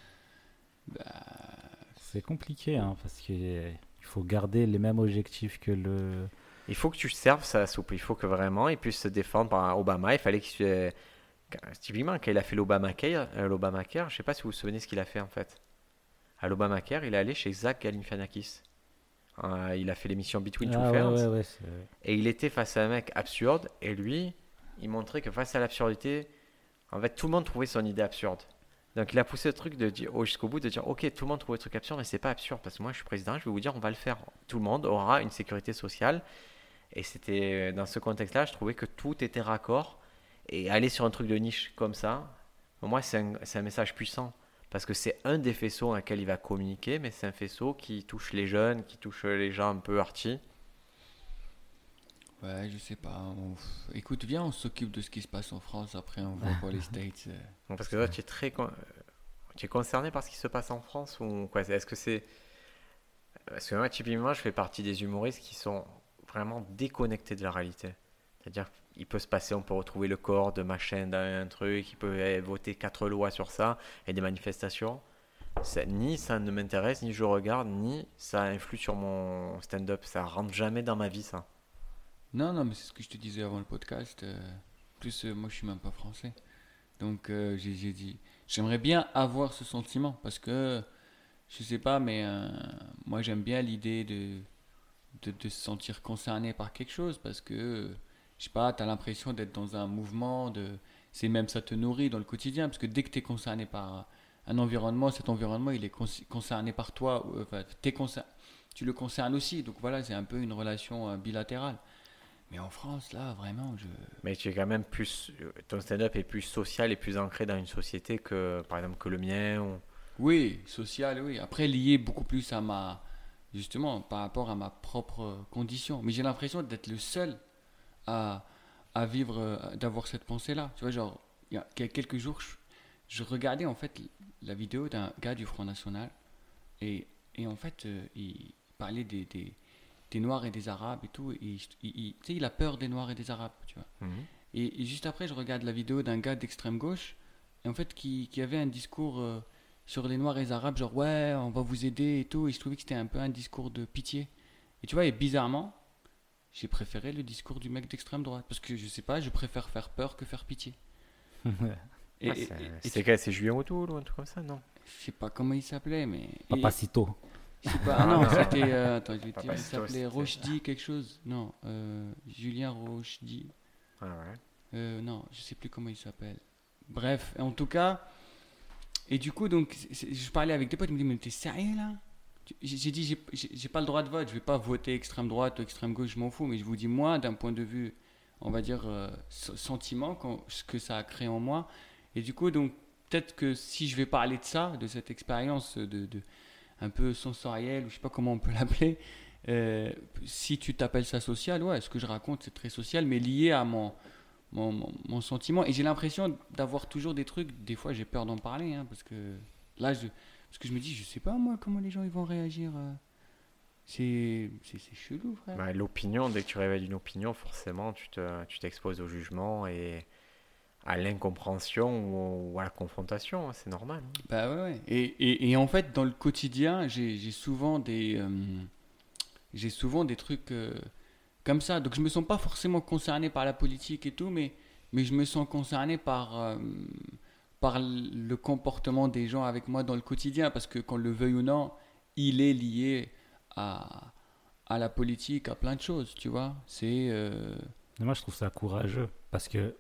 S2: c'est compliqué, hein, parce qu'il faut garder les mêmes objectifs que le.
S1: Il faut que tu serves sa soupe. Il faut que vraiment il puisse se défendre par Obama. Il fallait qu'il se- typiquement quand il a fait l'Obamacare, euh, l'Obamacare, je sais pas si vous vous souvenez ce qu'il a fait en fait. À l'Obamacare, il est allé chez Zach Galifianakis. Euh, il a fait l'émission Between Two
S2: Ah ouais,
S1: Ferns
S2: ouais, ouais, c'est-
S1: et il était face à un mec absurde et lui, il montrait que face à l'absurdité, en fait, tout le monde trouvait son idée absurde. Donc il a poussé le truc de dire, oh, jusqu'au bout de dire ok, tout le monde trouve le truc absurde mais c'est pas absurde parce que moi je suis président, je vais vous dire on va le faire. Tout le monde aura une sécurité sociale et c'était dans ce contexte-là, je trouvais que tout était raccord et aller sur un truc de niche comme ça, pour moi c'est un, c'est un message puissant parce que c'est un des faisceaux à laquelle il va communiquer, mais c'est un faisceau qui touche les jeunes, qui touche les gens un peu arty.
S3: Ouais, je sais pas. on- Écoute, viens, on s'occupe de ce qui se passe en France. Après, on voit pour les States. euh.
S1: Donc, parce que toi, tu es très con- tu es concerné par ce qui se passe en France ou quoi? Est-ce que c'est parce que moi, typiquement, je fais partie des humoristes qui sont vraiment déconnectés de la réalité. C'est-à-dire qu'il peut se passer, on peut retrouver le corps de machin dans un truc, il peut eh, voter quatre lois sur ça et des manifestations. Ça- ni ça ne m'intéresse, ni je regarde, ni ça influe sur mon stand-up. Ça rentre jamais dans ma vie, ça.
S3: Non, non, mais c'est ce que je te disais avant le podcast. euh, Plus, euh, moi, je suis même pas français. Donc, euh, j'ai j'ai dit, j'aimerais bien avoir ce sentiment parce que, je sais pas, mais euh, moi, j'aime bien l'idée de, de, de se sentir concerné par quelque chose parce que, euh, je sais pas, tu as l'impression d'être dans un mouvement, de, c'est même ça te nourrit dans le quotidien parce que dès que tu es concerné par un environnement, cet environnement, il est con- concerné par toi, ou, enfin, t'es concer- tu le concernes aussi. Donc voilà, c'est un peu une relation euh, bilatérale. Mais en France, là, vraiment, je.
S1: Mais tu es quand même plus. Ton stand-up est plus social et plus ancré dans une société que, par exemple, que le mien. Ou...
S3: Oui, social, oui. Après, lié beaucoup plus à ma. Justement, par rapport à ma propre condition. Mais j'ai l'impression d'être le seul à, à vivre, euh, d'avoir cette pensée-là. Tu vois, genre, il y a il y a quelques jours, je, je regardais en fait la vidéo d'un gars du Front National. Et, et en fait, euh, il parlait des, des, des Noirs et des Arabes et tout. Et il, il- tu sais, il a peur des Noirs et des Arabes, tu vois.
S1: Mhm.
S3: Et, et juste après, je regarde la vidéo d'un gars d'extrême gauche, et en fait, qui, qui avait un discours euh, sur les Noirs et les Arabes, genre ouais, on va vous aider et tout. Et je trouvais que c'était un peu un discours de pitié. Et tu vois, et bizarrement, j'ai préféré le discours du mec d'extrême droite. Parce que je sais pas, je préfère faire peur que faire pitié. Et,
S1: Ah,
S3: et-
S1: c'est
S3: et- et
S1: c'est quoi, c'est Julien O'Toole ou un truc comme ça, non?
S3: je sais pas comment il s'appelait, mais. et-
S2: Papacito.
S3: je sais pas, ah non, c'était. euh, attends, je vais te
S1: Papa
S3: dire, il
S1: Cito,
S3: s'appelait
S1: c'était-
S3: Rochdi quelque chose. Non, euh, Julien Rochdi.
S1: Ah ouais.
S3: Euh, non, je sais plus comment il s'appelle. Bref, en tout cas. Et du coup, donc, c'est- c'est- je parlais avec des potes, ils me disaient, mais t'es sérieux là? Tu- J'ai j'ai dit, j'ai- j'ai j'ai pas le droit de vote, je vais pas voter extrême droite ou extrême gauche, je m'en fous, mais je vous dis, moi, d'un point de vue, on va dire, euh, s- sentiment, quand- ce que ça a créé en moi. Et du coup, donc, peut-être que si je vais parler de ça, de cette expérience de, de- un peu sensorielle, ou je sais pas comment on peut l'appeler, Euh, si tu t'appelles ça social, ouais, ce que je raconte, c'est très social, mais lié à mon, mon, mon, mon sentiment. Et j'ai l'impression d'avoir toujours des trucs, des fois j'ai peur d'en parler, hein, parce que là, je, parce que je me dis, je sais pas moi comment les gens ils vont réagir. euh. C'est, c'est, c'est chelou, frère.
S1: Bah, l'opinion, dès que tu révèles une opinion, forcément, tu, te, tu t'exposes au jugement et à l'incompréhension ou, ou à la confrontation, hein, c'est normal. Hein.
S3: Bah ouais, ouais. Et, et, et en fait, dans le quotidien, j'ai, j'ai souvent des, euh, j'ai souvent des trucs euh, comme ça. Donc je me sens pas forcément concerné par la politique et tout, mais, mais je me sens concerné par, euh, par le comportement des gens avec moi dans le quotidien, parce que qu'on le veuille ou non, il est lié à, à la politique, à plein de choses, tu vois. C'est... euh,
S2: Mais moi, je trouve ça courageux parce que,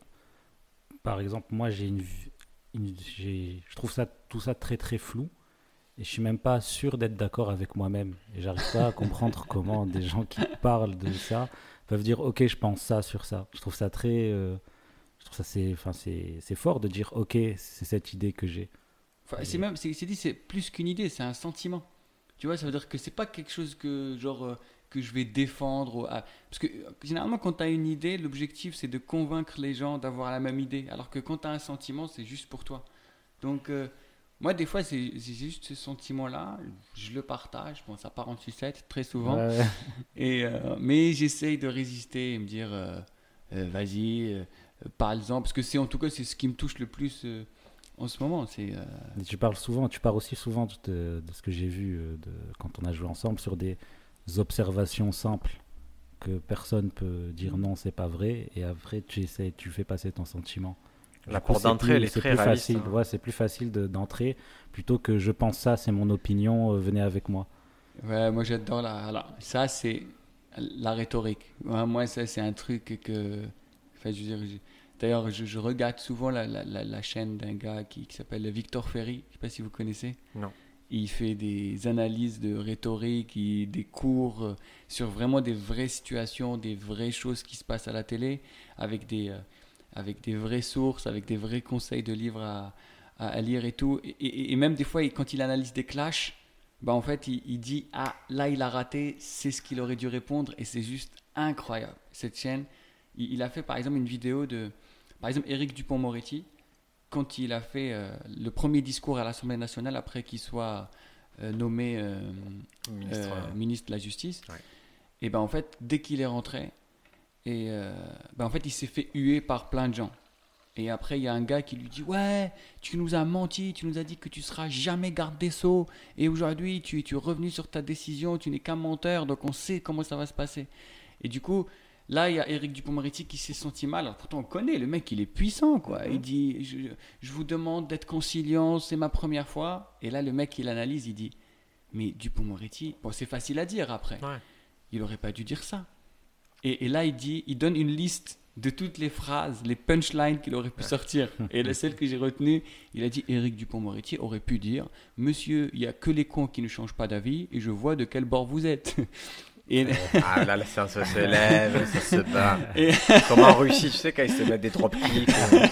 S2: par exemple, moi, j'ai une, vue- une- j'ai, je trouve ça, tout ça très très flou et je suis même pas sûr d'être d'accord avec moi-même. Et j'arrive pas à comprendre comment des gens qui parlent de ça peuvent dire, ok, je pense ça sur ça. Je trouve ça très, euh, je trouve ça c'est, enfin c'est, c'est fort de dire, ok, c'est cette idée que j'ai.
S3: Enfin,
S2: Et-
S3: c'est même, c'est, c'est dit, c'est plus qu'une idée, c'est un sentiment. Tu vois, ça veut dire que c'est pas quelque chose que, genre, euh, que je vais défendre. ou- ah, parce que euh, généralement, quand tu as une idée, l'objectif c'est de convaincre les gens d'avoir la même idée. Alors que quand tu as un sentiment, c'est juste pour toi. Donc, euh, moi, des fois, c'est, c'est juste ce sentiment-là, je le partage. Bon, ça part en sucette très souvent.
S2: Ouais,
S3: Et, euh, mais j'essaye de résister et me dire, euh, euh, vas-y, euh, parle-en. Parce que c'est en tout cas, c'est ce qui me touche le plus euh, en ce moment. C'est. euh,
S2: Et tu parles souvent, tu parles aussi souvent de, de ce que j'ai vu euh, de, quand on a joué ensemble sur des observations simples que personne peut dire non, c'est pas vrai, et après tu essaies, tu fais passer ton sentiment. Du
S1: La
S2: coup,
S1: porte
S2: c'est
S1: d'entrée,
S2: plus-
S1: elle est
S2: c'est
S1: très
S2: plus
S1: réaliste.
S2: facile,
S1: Hein.
S2: ouais, c'est plus facile de- d'entrer plutôt que je pense ça, c'est mon opinion, euh, venez avec moi.
S3: Ouais, moi j'adore la. Alors, ça, c'est la rhétorique. Ouais, moi, ça, c'est un truc que. Enfin, je veux dire, je- d'ailleurs, je, je regarde souvent la, la, la, la chaîne d'un gars qui, qui s'appelle Victor Ferry. Je sais pas si vous connaissez.
S1: Non.
S3: Il fait des analyses de rhétorique, il- des cours euh, sur vraiment des vraies situations, des vraies choses qui se passent à la télé, avec des, euh, avec des vraies sources, avec des vrais conseils de livres à, à, à lire et tout. Et, et- et même des fois, il- quand il analyse des clashs, bah en fait, il, il dit ah là il a raté, c'est ce qu'il aurait dû répondre et c'est juste incroyable. Cette chaîne, il, il a fait par exemple une vidéo de, par exemple Éric Dupond-Moretti, quand il a fait euh, le premier discours à l'Assemblée nationale après qu'il soit euh, nommé euh,
S1: Ministre,
S3: euh,
S1: euh,
S3: ministre de la Justice,
S1: Ouais.
S3: et ben en fait dès qu'il est rentré, et euh, ben en fait il s'est fait huer par plein de gens. Et après, il y a un gars qui lui dit ouais, tu nous as menti, tu nous as dit que tu seras jamais garde des Sceaux, et aujourd'hui tu, tu es revenu sur ta décision, tu n'es qu'un menteur, donc on sait comment ça va se passer. Et du coup, là, il y a Éric Dupond-Moretti qui s'est senti mal. Alors pourtant, on connaît, le mec, il est puissant, quoi.
S1: Mhm.
S3: Il dit je, je vous demande d'être conciliant, c'est ma première fois. Et là, le mec, il analyse, il dit mais Dupond-Moretti, bon, c'est facile à dire après,
S1: Ouais.
S3: il aurait pas dû dire ça. Et, et là, il dit, il donne une liste de toutes les phrases, les punchlines qu'il aurait pu sortir. Et la celle que j'ai retenue, il a dit Éric Dupond-Moretti aurait pu dire monsieur, il y a que les cons qui ne changent pas d'avis et je vois de quel bord vous êtes. Et,
S1: Ah là, la séance se lève, ça se bat.
S3: et,
S1: Comme en Russie, tu sais, quand ils se mettent des dropkicks. euh,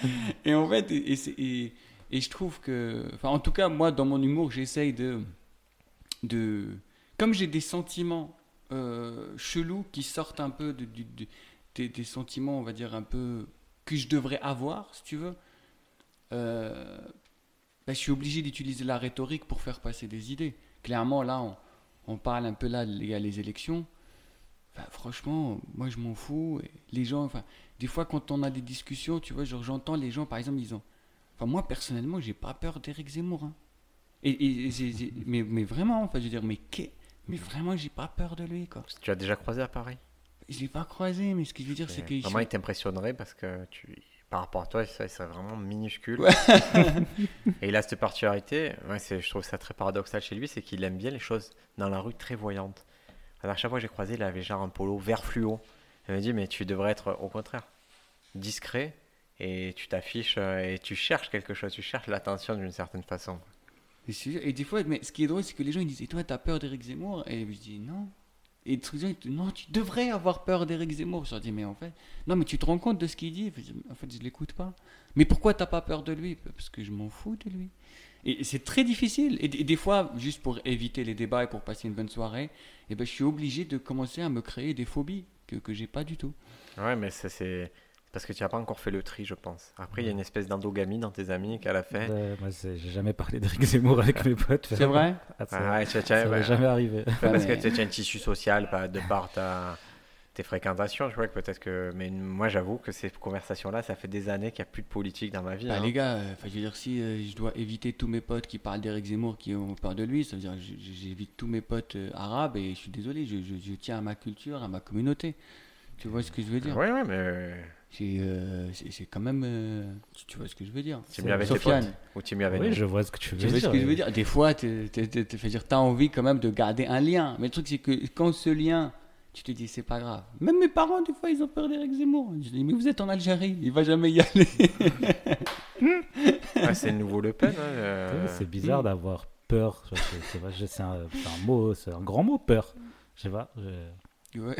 S3: et en fait, et, et c'est- et- et je trouve que, enfin, en tout cas, moi, dans mon humour, j'essaye de, de, comme j'ai des sentiments euh, chelous qui sortent un peu de, du- du- des, des sentiments, on va dire un peu que je devrais avoir, si tu veux. euh, ben, je suis obligé d'utiliser la rhétorique pour faire passer des idées. Clairement, là, on, on parle un peu là, il y a les élections. Enfin, franchement, moi je m'en fous. Et les gens, enfin, des fois quand on a des discussions, tu vois, genre j'entends les gens, par exemple, ils ont. Enfin, moi personnellement, j'ai pas peur d'Éric Zemmour. Hein. Et, et- et j'ai- j'ai- mais, mais vraiment, enfin, je veux dire, mais, qu'est- mais vraiment, j'ai pas peur de lui, quoi.
S1: Tu as déjà croisé à Paris?
S3: Je l'ai pas croisé, mais ce que je veux dire, c'est que.
S1: Et Vraiment, il t'impressionnerait parce que tu, par rapport à toi, ça il serait vraiment minuscule.
S3: Ouais.
S1: Et il a cette particularité, ouais, c'est, je trouve ça très paradoxal chez lui, c'est qu'il aime bien les choses dans la rue très voyantes. Alors, à chaque fois que j'ai croisé, il avait genre un polo vert fluo. Il me dit, mais tu devrais être au contraire discret et tu t'affiches euh, et tu cherches quelque chose, tu cherches l'attention d'une certaine façon.
S3: Et je te jure, et des fois, mais ce qui est drôle, c'est que les gens ils disent, et toi, t'as peur d'Éric Zemmour? Et je dis, non. Et les gens, ils disent, non, tu devrais avoir peur d'Éric Zemmour. Je leur dis, mais en fait, non, mais tu te rends compte de ce qu'il dit? En fait, je l'écoute pas. Mais pourquoi t'as pas peur de lui? Parce que je m'en fous de lui. Et c'est très difficile. Et, et des fois, juste pour éviter les débats et pour passer une bonne soirée, eh ben, je suis obligé de commencer à me créer des phobies que, que j'ai pas du tout.
S1: Ouais, mais ça, c'est parce que tu n'as pas encore fait le tri, je pense. Après, il y a une espèce d'endogamie dans tes amis qu'elle a fait.
S2: Euh, moi, c'est- j'ai jamais parlé d'Éric Zemmour avec mes potes.
S3: C'est vrai?
S2: Ah, ça
S1: Ah ouais, tu- tu-
S2: ça
S1: ouais,
S2: m'est jamais arrivé.
S1: parce
S3: mais-
S1: que tu as un tissu social pas de par ta, tes fréquentations. Je vois que peut-être que. Mais moi, j'avoue que ces conversations-là, ça fait des années qu'il n'y a plus de politique dans ma vie.
S3: Bah,
S1: hein.
S3: les gars, euh, 'fin, je veux dire, si euh, je dois éviter tous mes potes qui parlent d'Éric Zemmour, qui ont peur de lui, ça veut dire que j- j'évite tous mes potes euh, arabes et je suis désolé, je, je- je tiens à ma culture, à ma communauté. Tu vois ce que je veux dire?
S1: Ouais, ouais, mais.
S3: C'est euh, c'est- c'est quand même. euh, tu, tu vois ce que je veux dire?
S1: Tu es mieux avec tes
S3: Sofiane,
S1: potes ou tu es mieux avec
S2: Oui,
S1: nous
S2: je vois ce que tu veux
S3: tu vois
S2: dire.
S3: ce que je veux dire? Des fois, tu as envie quand même de garder un lien. Mais le truc, c'est que quand ce lien, tu te dis, c'est pas grave. Même mes parents, des fois, ils ont peur d'Éric Zemmour. Je dis, mais vous êtes en Algérie, il va jamais y aller.
S1: Ouais, c'est le nouveau Le Pen. hein, euh.
S2: Oui, c'est bizarre d'avoir peur. Je- C'est c'est vrai, je- c'est un, c'est un mot, c'est un grand mot, peur. Je sais pas. je-
S3: Ouais.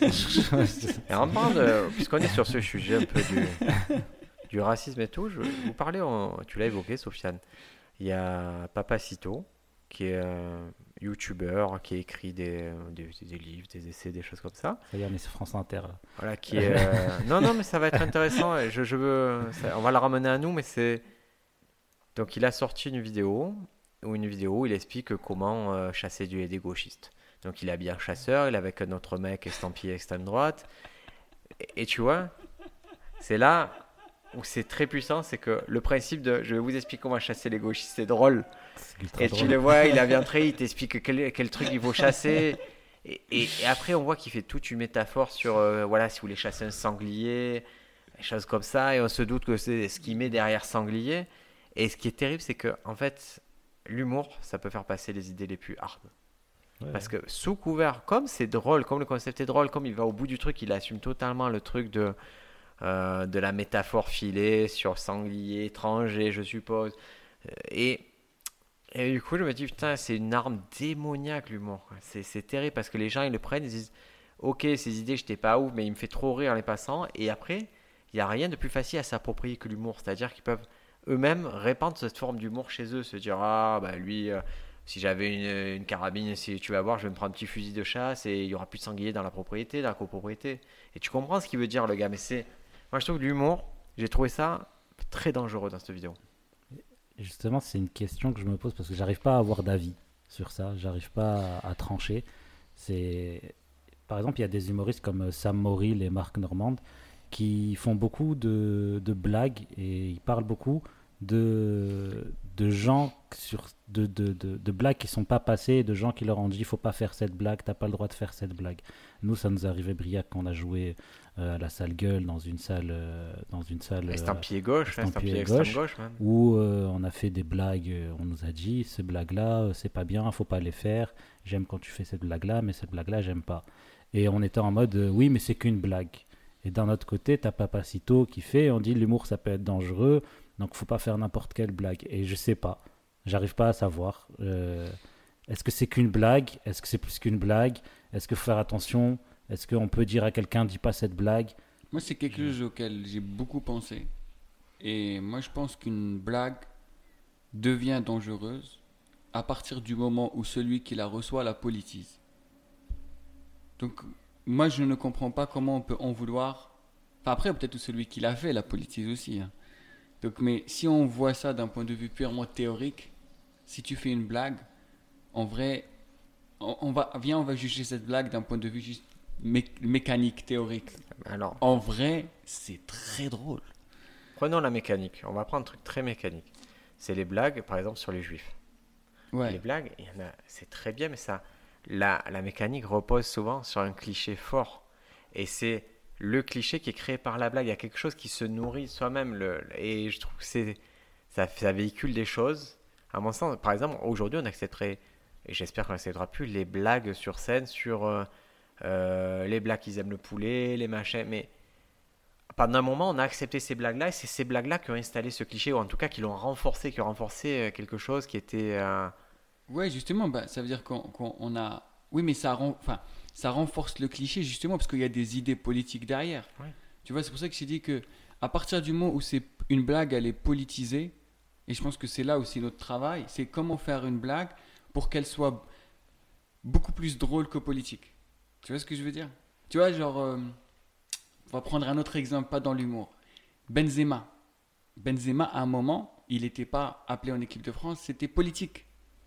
S1: Et en parlant de. Puisqu'on est sur ce sujet un peu du, du racisme et tout, je, vous parlez, en- tu l'as évoqué, Sofiane. Il y a Papacito, qui est un youtubeur, qui écrit des, des, des livres, des essais, des choses comme ça.
S2: Ça y est, on est sur France Inter. Là.
S1: Voilà, qui est. euh, Non, non, mais ça va être intéressant. et Je, je veux. ça- on va le ramener à nous, mais c'est. Donc, il a sorti une vidéo où une vidéo où il explique comment euh, chasser du, des gauchistes. Donc, il est habillé en chasseur, il est avec un autre mec estampillé extrême droite. Et, et tu vois, c'est là où c'est très puissant, c'est que le principe de je vais vous expliquer comment chasser les gauchistes, c'est drôle.
S2: C'est ultra
S1: Et tu
S2: drôle.
S1: le vois, il a bien entré, il t'explique quel, quel truc il faut chasser. Et, et- et après, on voit qu'il fait toute une métaphore sur, euh, voilà, si vous voulez chasser un sanglier, des choses comme ça, et on se doute que c'est ce qu'il met derrière sanglier. Et ce qui est terrible, c'est que, en fait, l'humour, ça peut faire passer les idées les plus hard.
S2: Ouais.
S1: Parce que sous couvert, comme c'est drôle, comme le concept est drôle, comme il va au bout du truc, il assume totalement le truc de, euh, de la métaphore filée sur sanglier étranger, je suppose. Euh, Et, et du coup, je me dis, putain, c'est une arme démoniaque, l'humour. quoi. C'est, c'est terrible parce que les gens, ils le prennent, ils disent, ok, ces idées, j'étais pas ouf, mais il me fait trop rire en les passant. Et après, il n'y a rien de plus facile à s'approprier que l'humour. C'est-à-dire qu'ils peuvent eux-mêmes répandre cette forme d'humour chez eux, se dire, ah, bah lui. euh, si j'avais une, une carabine, si tu vas voir, je vais me prendre un petit fusil de chasse et il y aura plus de sanglier dans la propriété, dans la copropriété. Et tu comprends ce qu'il veut dire, le gars. Mais c'est, moi, je trouve que l'humour, j'ai trouvé ça très dangereux dans cette vidéo.
S2: Justement, c'est une question que je me pose parce que j'arrive pas à avoir d'avis sur ça. J'arrive pas à, à trancher. C'est, par exemple, il y a des humoristes comme Sam Morrill et Marc Normand qui font beaucoup de, de blagues et ils parlent beaucoup de, de gens sur de, de, de, de blagues qui sont pas passées et de gens qui leur ont dit faut pas faire cette blague, t'as pas le droit de faire cette blague. Nous, ça nous arrivait Briac quand on a joué euh, à la salle gueule dans une salle euh, dans une salle euh,
S1: Estampillé gauche, hein,
S2: estampillé
S1: estampillé extrême
S2: gauche.
S1: gauche, même.
S2: où euh, on a fait des blagues, euh, on nous a dit ces blagues-là, euh, c'est pas bien, faut pas les faire. J'aime quand tu fais cette blague-là, mais cette blague-là, j'aime pas. Et on était en mode euh, oui, mais c'est qu'une blague. Et d'un autre côté, t'as Papacito qui fait, on dit l'humour ça peut être dangereux, donc faut pas faire n'importe quelle blague. Et je sais pas, j'arrive pas à savoir. Euh, est-ce que c'est qu'une blague? Est-ce que c'est plus qu'une blague? Est-ce qu'il faut faire attention? Est-ce qu'on peut dire à quelqu'un dis pas cette blague?
S3: Moi, c'est quelque chose auquel j'ai beaucoup pensé. Et moi, je pense qu'une blague devient dangereuse à partir du moment où celui qui la reçoit la politise. Donc, moi, je ne comprends pas comment on peut en vouloir. Enfin, après, peut-être celui qui l'a fait la politise aussi. hein. Donc, mais si on voit ça d'un point de vue purement théorique, si tu fais une blague, en vrai, on, on va, viens, on va juger cette blague d'un point de vue juste mé- mécanique, théorique.
S1: Alors,
S3: En vrai, c'est très drôle.
S1: prenons la mécanique. On va prendre un truc très mécanique. C'est les blagues, par exemple, sur les juifs.
S3: Ouais.
S1: Les blagues, il y en a, c'est très bien, mais ça, la, la mécanique repose souvent sur un cliché fort. Et c'est le cliché qui est créé par la blague. Il y a quelque chose qui se nourrit soi-même. Le, et je trouve que c'est, ça, ça véhicule des choses. À mon sens, par exemple, aujourd'hui, on accepterait, et j'espère qu'on n'acceptera plus, les blagues sur scène, sur euh, euh, les blagues qui aiment le poulet, les machins. Mais pendant un moment, on a accepté ces blagues-là, et c'est ces blagues-là qui ont installé ce cliché, ou en tout cas qui l'ont renforcé, qui ont renforcé euh, quelque chose qui était... euh,
S3: Ouais, justement, bah, ça veut dire qu'on qu'on- on a. Oui, mais ça, ren- enfin, ça renforce le cliché, justement, parce qu'il y a des idées politiques derrière.
S1: Ouais.
S3: Tu vois, c'est pour ça que j'ai dit que à partir du moment où c'est une blague, elle est politisée, Et je pense que c'est là aussi notre travail. C'est comment faire une blague pour qu'elle soit beaucoup plus drôle que politique. Tu vois ce que je veux dire? Tu vois, genre, euh, on va prendre un autre exemple, pas dans l'humour. Benzema. Benzema, à un moment, il n'était pas appelé en équipe de France, c'était politique.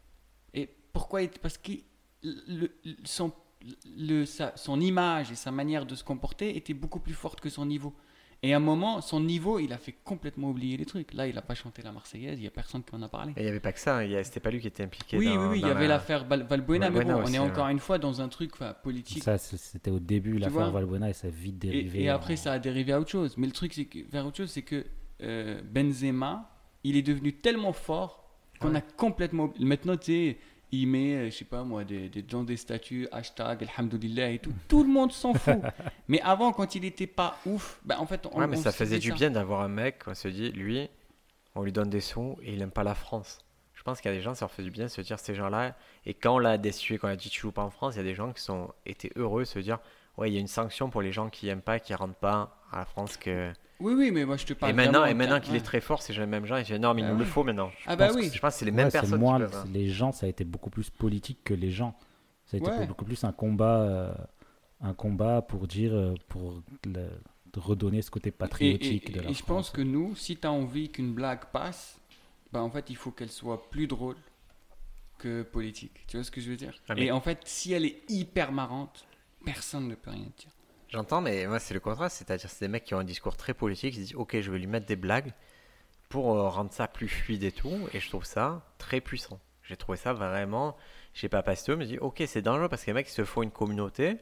S3: Et pourquoi? Parce que le, le, son, le, sa, son image et sa manière de se comporter étaient beaucoup plus fortes que son niveau. Et à un moment, son niveau, il a fait complètement oublier les trucs. Là, il n'a pas chanté la Marseillaise, il n'y a personne qui en a parlé.
S1: Et il n'y avait pas que ça, hein, c'était pas lui qui était impliqué.
S3: Oui,
S1: dans,
S3: oui, oui,
S1: dans
S3: il y avait
S1: la...
S3: l'affaire Val- Valbuena, mais bon,
S1: aussi,
S3: on est encore
S1: ouais.
S3: une fois dans un truc enfin, politique.
S2: Ça, c'était au début, l'affaire Valbuena, et ça a vite dérivé.
S3: Et, et
S2: en...
S3: après, ça a dérivé à autre chose. Mais le truc, c'est que, vers autre chose, c'est que euh, Benzema, il est devenu tellement fort qu'on
S1: ouais.
S3: a complètement... Maintenant, tu sais, il met, je sais pas moi, des, des, dans des statuts, hashtag, alhamdoulilah et tout. Tout le monde s'en fout. Mais avant, quand il n'était pas ouf, ben en fait, on
S1: Ouais, mais
S3: on
S1: ça faisait du
S3: ça.
S1: bien d'avoir un mec, on se dit, lui, on lui donne des sous et il n'aime pas la France. Je pense qu'il y a des gens, ça leur fait du bien de se dire, ces gens-là, et quand on l'a déçu, quand on a dit tu joues pas en France, il y a des gens qui sont étaient heureux de se dire, ouais, il y a une sanction pour les gens qui n'aiment pas, qui ne rentrent pas à la France. Que...
S3: Oui, oui, mais moi je te parle
S1: Et maintenant,
S3: vraiment
S1: et maintenant
S3: en
S1: qu'il
S3: ouais.
S1: est très fort, ces mêmes gens, ils disent, non, mais il
S3: Ah
S1: nous
S3: oui.
S1: le faut maintenant. Je
S3: Ah bah
S1: pense
S3: oui.
S1: que, je pense que c'est les mêmes
S2: Ouais, c'est
S1: personnes
S2: moins,
S1: qui peuvent...
S2: les gens, ça a été beaucoup plus politique que les gens. Ça a été
S3: Ouais.
S2: beaucoup plus un combat, euh, un combat pour dire, euh, pour le, de redonner ce côté patriotique
S3: et, et,
S2: de la
S3: et
S2: France.
S3: je pense que nous, si tu as envie qu'une blague passe, ben en fait, il faut qu'elle soit plus drôle que politique. Tu vois ce que je veux dire?
S1: Ah, mais-
S3: Et en fait, si elle est hyper marrante, personne ne peut rien dire.
S1: J'entends, mais moi, c'est le contraire. C'est-à-dire, c'est des mecs qui ont un discours très politique. Ils se disent, ok, je vais lui mettre des blagues pour euh, rendre ça plus fluide et tout. Et je trouve ça très puissant. J'ai trouvé ça vraiment... Je sais pas, parce que je me dis, ok, c'est dangereux parce que les mecs, ils se font une communauté.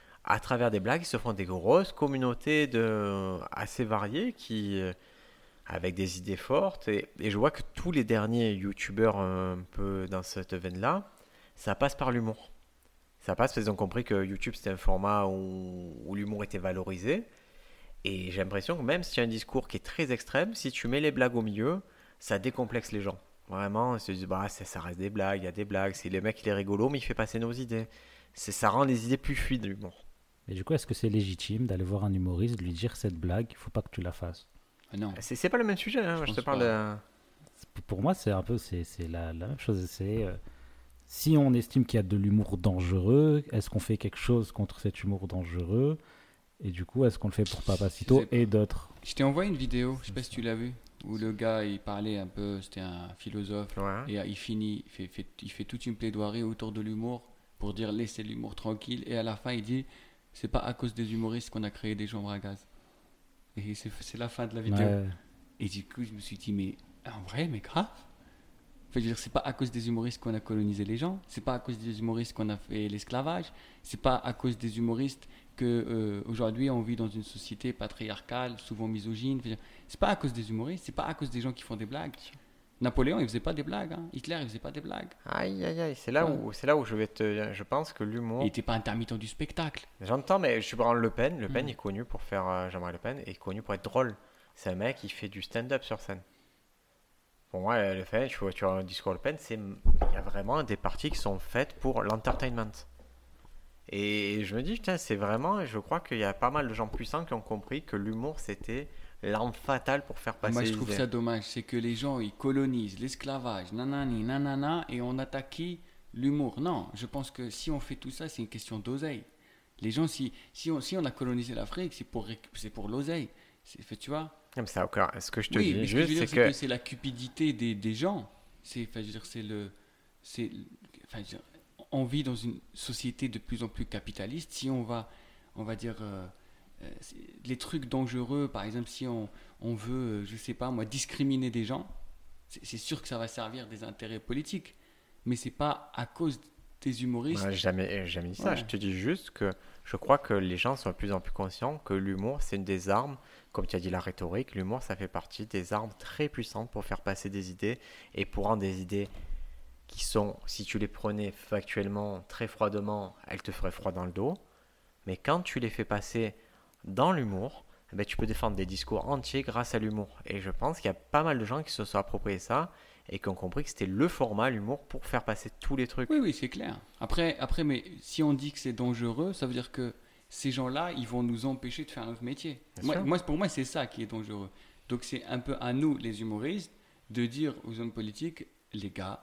S1: À travers des blagues, ils se font des grosses communautés de... assez variées qui... euh, avec des idées fortes. Et, et je vois que tous les derniers youtubeurs un peu dans cette veine-là, ça passe par l'humour. Ça passe parce qu'ils ont compris que YouTube, c'était un format où, où l'humour était valorisé. Et j'ai l'impression que même si tu as un discours qui est très extrême, si tu mets les blagues au milieu, ça décomplexe les gens. Vraiment, ils se disent, bah, ça, ça reste des blagues, il y a des blagues. C'est le mec, il est rigolo, mais il fait passer nos idées. C'est, ça rend les idées plus fluides, l'humour.
S2: Et du coup, est-ce que c'est légitime d'aller voir un humoriste, lui dire cette blague, il faut pas que tu la fasses?
S3: Ah non.
S1: C'est, c'est pas le même sujet, hein.
S3: Je
S1: Je te
S3: pense
S1: parle
S3: pas.
S1: de...
S2: C'est- Pour moi, c'est un peu c'est, c'est la, la même chose. C'est, euh, si on estime qu'il y a de l'humour dangereux, est-ce qu'on fait quelque chose contre cet humour dangereux? Et du coup, est-ce qu'on le fait pour Papacito
S3: Je sais pas.
S2: et d'autres?
S3: Je t'ai envoyé une vidéo, je sais pas si tu l'as vue, où le gars, il parlait un peu, c'était un philosophe,
S1: Ouais.
S3: et euh, il finit, il fait, fait- il fait toute une plaidoirie autour de l'humour pour dire laissez l'humour tranquille, et à la fin, il dit c'est pas à cause des humoristes qu'on a créé des chambres à gaz. Et c'est, c'est la fin de la vidéo.
S2: Ouais.
S3: Et du coup, je me suis dit, mais en vrai, mais grave. Enfin, je veux dire, c'est pas à cause des humoristes qu'on a colonisé les gens, c'est pas à cause des humoristes qu'on a fait l'esclavage, c'est pas à cause des humoristes que euh, aujourd'hui on vit dans une société patriarcale, souvent misogyne. Enfin, c'est pas à cause des humoristes, c'est pas à cause des gens qui font des blagues. Napoléon, il faisait pas des blagues. Hein. Hitler, il faisait pas des blagues.
S1: Aïe, aïe, aïe. C'est là,
S3: Ouais.
S1: où, c'est là où je vais te... Je pense que l'humour...
S3: Il était pas intermittent du spectacle.
S1: J'entends, mais je suis prendre Le Pen. Le Pen
S3: Mm.
S1: est connu pour faire... Euh, Jean-Marie Le Pen est connu pour être drôle. C'est un mec qui fait du stand-up sur scène. Pour moi, euh, Le Pen, tu vois, tu as un discours Le Pen, c'est... Il y a vraiment des parties qui sont faites pour l'entertainment. Et je me dis, putain, c'est vraiment... Je crois qu'il y a pas mal de gens puissants qui ont compris que l'humour, c'était l'arme fatale pour faire passer
S3: Moi, je
S1: les
S3: trouve
S1: idées.
S3: ça dommage. C'est que les gens, ils colonisent l'esclavage, nanani, nanana, et on attaque qui l'humour. Non, je pense que si on fait tout ça, c'est une question d'oseille. Les gens, si, si, on, si on a colonisé l'Afrique, c'est pour, réc- c'est pour l'oseille. C'est fait, tu vois.
S1: Non, mais ça a aucun... Ce que je te
S3: Oui,
S1: dis
S3: mais ce que je
S1: juste,
S3: veux dire,
S1: c'est
S3: c'est
S1: que...
S3: que c'est la cupidité des, des gens. C'est, enfin, je veux dire, c'est le, c'est, enfin, je veux dire, on vit dans une société de plus en plus capitaliste. Si on va, on va dire, euh, euh, c'est- les trucs dangereux, par exemple, si on, on veut, euh, je sais pas moi, discriminer des gens, c'est, c'est sûr que ça va servir des intérêts politiques. Mais c'est pas à cause des humoristes.
S1: Ouais, j'ai jamais, j'ai jamais dit ça.
S3: Ouais.
S1: Je te dis juste que je crois que les gens sont de plus en plus conscients que l'humour, c'est une des armes. Comme tu as dit, la rhétorique, l'humour, ça fait partie des armes très puissantes pour faire passer des idées et pour rendre des idées qui sont, si tu les prenais factuellement, très froidement, elles te feraient froid dans le dos. Mais quand tu les fais passer dans l'humour, eh ben, tu peux défendre des discours entiers grâce à l'humour. Et je pense qu'il y a pas mal de gens qui se sont appropriés ça et qui ont compris que c'était le format, l'humour, pour faire passer tous les trucs.
S3: Oui, oui, c'est clair. Après, après, mais si on dit que c'est dangereux, ça veut dire que ces gens-là, ils vont nous empêcher de faire notre métier.
S1: Bien
S3: Moi,
S1: sûr.
S3: moi, pour moi, c'est ça qui est dangereux. Donc, c'est un peu à nous, les humoristes, de dire aux hommes politiques, les gars,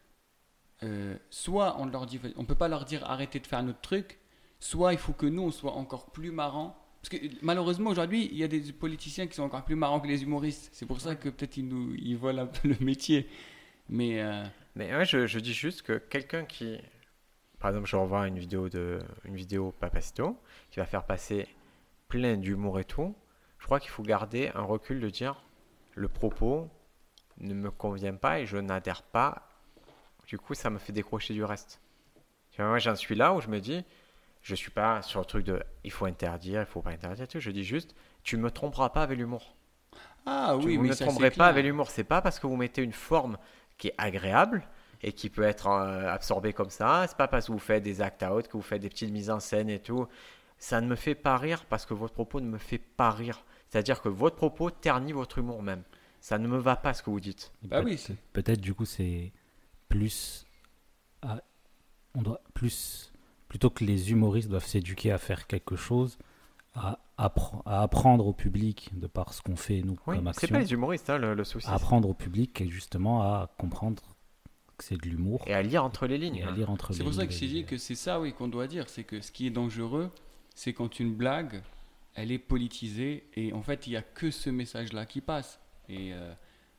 S3: euh, soit on leur dit, on peut pas leur dire arrêtez de faire notre truc, soit il faut que nous on soit encore plus marrants. Parce que malheureusement aujourd'hui il y a des politiciens qui sont encore plus marrants que les humoristes. C'est pour ça que peut-être ils nous ils volent un peu le métier. Mais euh...
S1: mais ouais, je, je dis juste que quelqu'un qui, par exemple, je revois une vidéo de une vidéo Papacito qui va faire passer plein d'humour et tout. Je crois qu'il faut garder un recul de dire le propos ne me convient pas et je n'adhère pas. Du coup, ça me fait décrocher du reste. Tu vois, moi, j'en suis là où je me dis, je suis pas sur le truc de il faut interdire, il faut pas interdire. Tout. Je dis juste, tu me tromperas pas avec l'humour.
S3: ah
S1: Tu,
S3: oui,
S1: vous
S3: mais
S1: ne
S3: ça
S1: tromperez
S3: c'est
S1: pas
S3: clair.
S1: avec l'humour. C'est pas parce que vous mettez une forme qui est agréable et qui peut être euh, absorbée comme ça. C'est pas parce que vous faites des act out, que vous faites des petites mises en scène et tout. Ça ne me fait pas rire parce que votre propos ne me fait pas rire. C'est-à-dire que votre propos ternit votre humour même. Ça ne me va pas ce que vous dites.
S3: Bah
S2: Peut-
S3: oui, c'est-
S2: Peut-être du coup c'est plus, à- on doit plus, plutôt que les humoristes doivent s'éduquer à faire quelque chose, à, appre- à apprendre au public de par ce qu'on fait nous
S1: Oui,
S2: comme
S1: c'est
S2: action,
S1: pas les humoristes hein, le, le souci.
S2: à apprendre au public et justement à comprendre que c'est de l'humour
S1: Et à lire entre les lignes.
S2: et à
S1: hein.
S2: lire entre
S3: C'est
S2: les
S3: pour ça
S2: lignes
S3: que j'ai
S2: et-
S3: dit que c'est ça, oui, qu'on doit dire. C'est que ce qui est dangereux, c'est quand une blague, elle est politisée et en fait, il n'y a que ce message-là qui passe. Et, euh,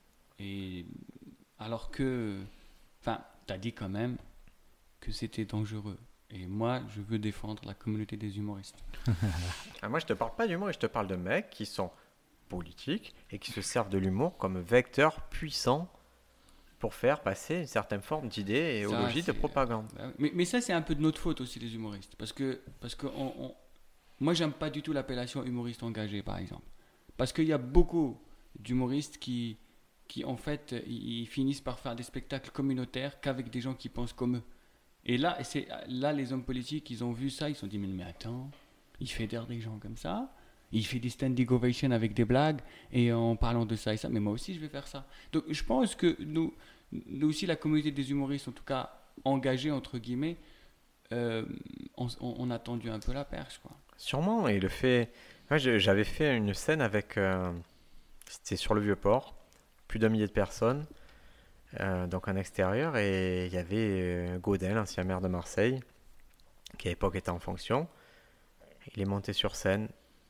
S3: et alors que, enfin, tu as dit quand même que c'était dangereux. Et moi, je veux défendre la communauté des humoristes.
S1: Ah, moi, je te parle pas d'humour, je te parle de mecs qui sont politiques et qui se servent de l'humour comme vecteur puissant pour faire passer une certaine forme d'idée et
S3: Ça,
S1: idéologie de
S3: c'est-
S1: propagande.
S3: Bah oui. Mais, mais ça, c'est un peu de notre faute aussi, les humoristes. Parce que, parce que on, on- moi, j'aime pas du tout l'appellation humoriste engagé, par exemple. Parce qu'il y a beaucoup d'humoristes qui, qui, en fait, ils, ils finissent par faire des spectacles communautaires qu'avec des gens qui pensent comme eux. Et là, c'est, là, les hommes politiques, ils ont vu ça, ils se sont dit, mais, mais attends, il fédère des gens comme ça, il fait des standing ovations avec des blagues, et en parlant de ça et ça, mais moi aussi, je vais faire ça. Donc, je pense que nous, nous aussi, la communauté des humoristes, en tout cas engagés, entre guillemets, euh, on, on- on a tendu un peu la perche, quoi.
S1: Sûrement, et le fait... Moi, je- j'avais fait une scène avec... euh, C'était sur le Vieux-Port, plus d'un millier de personnes, euh, donc en extérieur, et il y avait euh, Gaudin, l'ancien maire de Marseille, qui à l'époque était en fonction. Il est monté sur scène,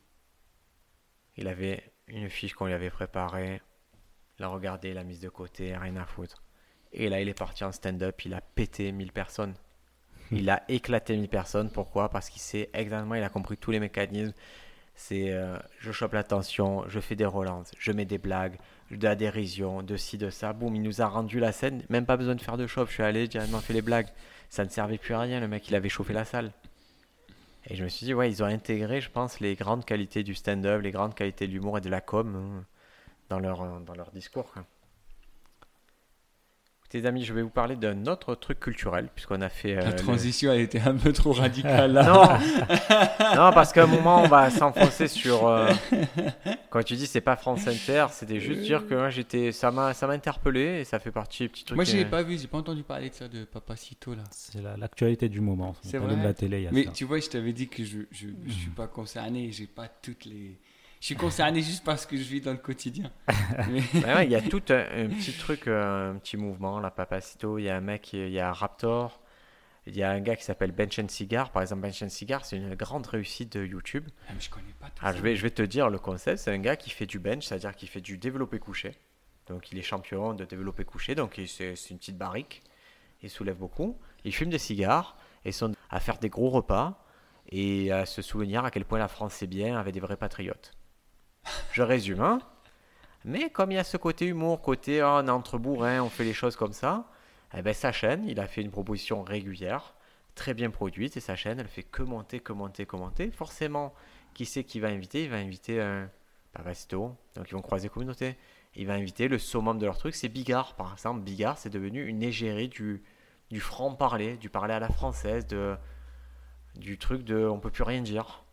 S1: il avait une fiche qu'on lui avait préparée, il a regardé, il a mise de côté, rien à foutre. Et là, il est parti en stand-up, il a pété mille personnes. Il a éclaté mille personnes. Pourquoi ? Parce qu'il sait exactement, il a compris tous les mécanismes. C'est euh, je chope l'attention, je fais des relances, je mets des blagues, de la dérision, de ci, de ça. Boum, il nous a rendu la scène. Même pas besoin de faire de chope. Je suis allé directement fait les blagues. Ça ne servait plus à rien. Le mec, il avait chauffé la salle. Et je me suis dit, ouais, ils ont intégré, je pense, les grandes qualités du stand-up, les grandes qualités de l'humour et de la com hein, dans, leur, euh, dans leur discours. Quoi. Écoutez, les amis, je vais vous parler d'un autre truc culturel, puisqu'on a fait... euh,
S3: La
S1: le-
S3: transition, elle était un peu trop radicale, là.
S1: Non, non, parce qu'à un moment, on va s'enfoncer sur... euh, Quand tu dis c'est pas France Inter, c'était juste dire que moi, j'étais, ça m'a, ça m'a interpellé et ça fait partie des petits trucs...
S3: Moi, je
S1: euh,
S3: l'ai pas vu, j'ai pas entendu parler de ça, de Papacito, là.
S2: C'est la- l'actualité du moment.
S3: C'est
S2: On allume
S3: vrai.
S2: la télé, il y a
S3: Mais
S2: ça.
S3: tu vois, je t'avais dit que je, je, je suis pas concerné, j'ai pas toutes les... Je suis concerné juste parce que je vis dans le quotidien. Mais-
S1: Ouais, ouais, il y a tout un, un petit truc, euh, un petit mouvement, la Papacito, il y a un mec, il y a Raptor, il y a un gars qui s'appelle Bench and Cigar, par exemple Bench and Cigar, c'est une grande réussite de YouTube.
S3: Ah, mais je connais pas tout
S1: Ah,
S3: ça.
S1: je, vais, je vais te dire le concept, c'est un gars qui fait du bench, c'est-à-dire qu'il fait du développé couché, donc il est champion de développé couché, donc il- c'est, c'est une petite barrique, il soulève beaucoup, il fume des cigares, et ils sont à faire des gros repas, et à se souvenir à quel point la France est bien avec des vrais patriotes. Je résume, hein. Mais comme il y a ce côté humour, côté oh, on est entre bourrins, on fait les choses comme ça, eh ben, sa chaîne, il a fait une proposition régulière, très bien produite, et sa chaîne, elle fait que monter, que monter, que monter. Forcément, qui c'est qu'il va inviter ? Il va inviter un Papacito, donc ils vont croiser communauté. Il va inviter le summum de leur truc, c'est Bigard, par exemple. Bigard, c'est devenu une égérie du, du franc-parler, du parler à la française, de, du truc de on peut plus rien dire.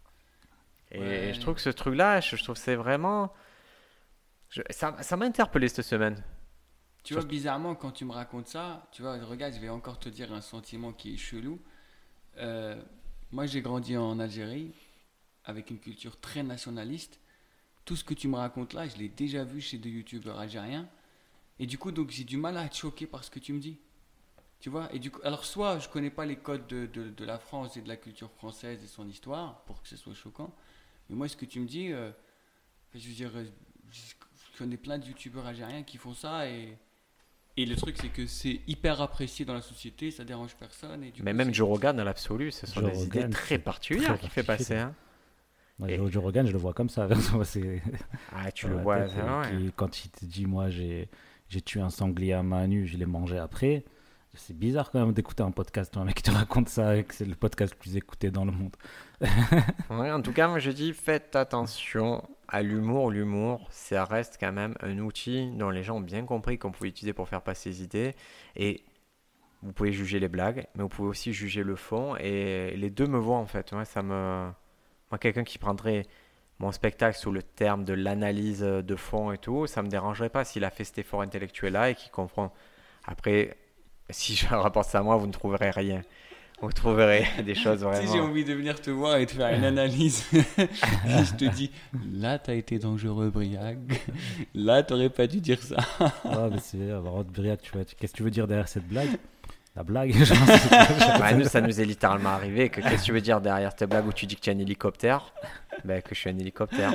S1: Et
S3: Ouais.
S1: je trouve que ce truc-là, je, je trouve que c'est vraiment... je- ça, ça m'a interpellé cette semaine.
S3: Tu vois, bizarrement, quand tu me racontes ça, tu vois, regarde, je vais encore te dire un sentiment qui est chelou. Euh, moi, j'ai grandi en Algérie avec une culture très nationaliste. Tout ce que tu me racontes là, je l'ai déjà vu chez des youtubeurs algériens. Et du coup, donc, j'ai du mal à être choqué par ce que tu me dis. Tu vois? Et du coup, alors, soit je connais pas les codes de, de, de la France et de la culture française et son histoire pour que ce soit choquant. Mais moi, ce que tu me dis, euh, je veux dire, euh, je connais plein de youtubeurs algériens qui font ça et, et le truc, c'est que c'est hyper apprécié dans la société, ça dérange personne. Et du
S1: Mais
S3: coup,
S1: même
S3: c'est-
S1: Joe Rogan, à l'absolu, ce sont
S2: Joe
S1: des
S2: Rogan,
S1: idées très
S2: c'est
S1: particulières
S2: très
S1: qu'il fait
S2: particulier.
S1: passer. Hein.
S2: Moi,
S1: Et-
S2: Joe, Joe Rogan, je le vois comme ça. Moi, c'est
S1: Ah, tu
S2: dans
S1: le
S2: ma
S1: vois,
S2: tête,
S1: ça,
S2: et
S1: ouais.
S2: qui- quand il te dit, moi, j'ai j'ai tué un sanglier à main nue, je l'ai mangé après. C'est bizarre quand même d'écouter un podcast, un mec qui te raconte ça, et que c'est le podcast le plus écouté dans le monde.
S1: Ouais, en tout cas, moi je dis faites attention à l'humour. L'humour, ça reste quand même un outil dont les gens ont bien compris qu'on pouvait utiliser pour faire passer des idées. Et vous pouvez juger les blagues, mais vous pouvez aussi juger le fond. Et les deux me voient en fait. Ouais, ça me... Moi, quelqu'un qui prendrait mon spectacle sous le terme de l'analyse de fond et tout, ça me dérangerait pas s'il a fait cet effort intellectuel-là et qu'il comprend. Après, si je rapporte ça à moi, vous ne trouverez rien. Vous trouverez des choses
S3: Tu sais, j'ai
S1: vraiment.
S3: envie de venir te voir et de faire une analyse. Et je te dis, là, t'as été dangereux, Briag. Là, t'aurais pas dû dire ça.
S2: Ouais, mais c'est avoir Briac, tu vois. Qu'est-ce que tu veux dire derrière cette blague? La blague, genre, c'est-
S1: Bah, nous, ça nous est littéralement arrivé. Que, qu'est-ce que tu veux dire derrière tes blagues où tu dis que tu es un hélicoptère? Ben, que je suis un hélicoptère.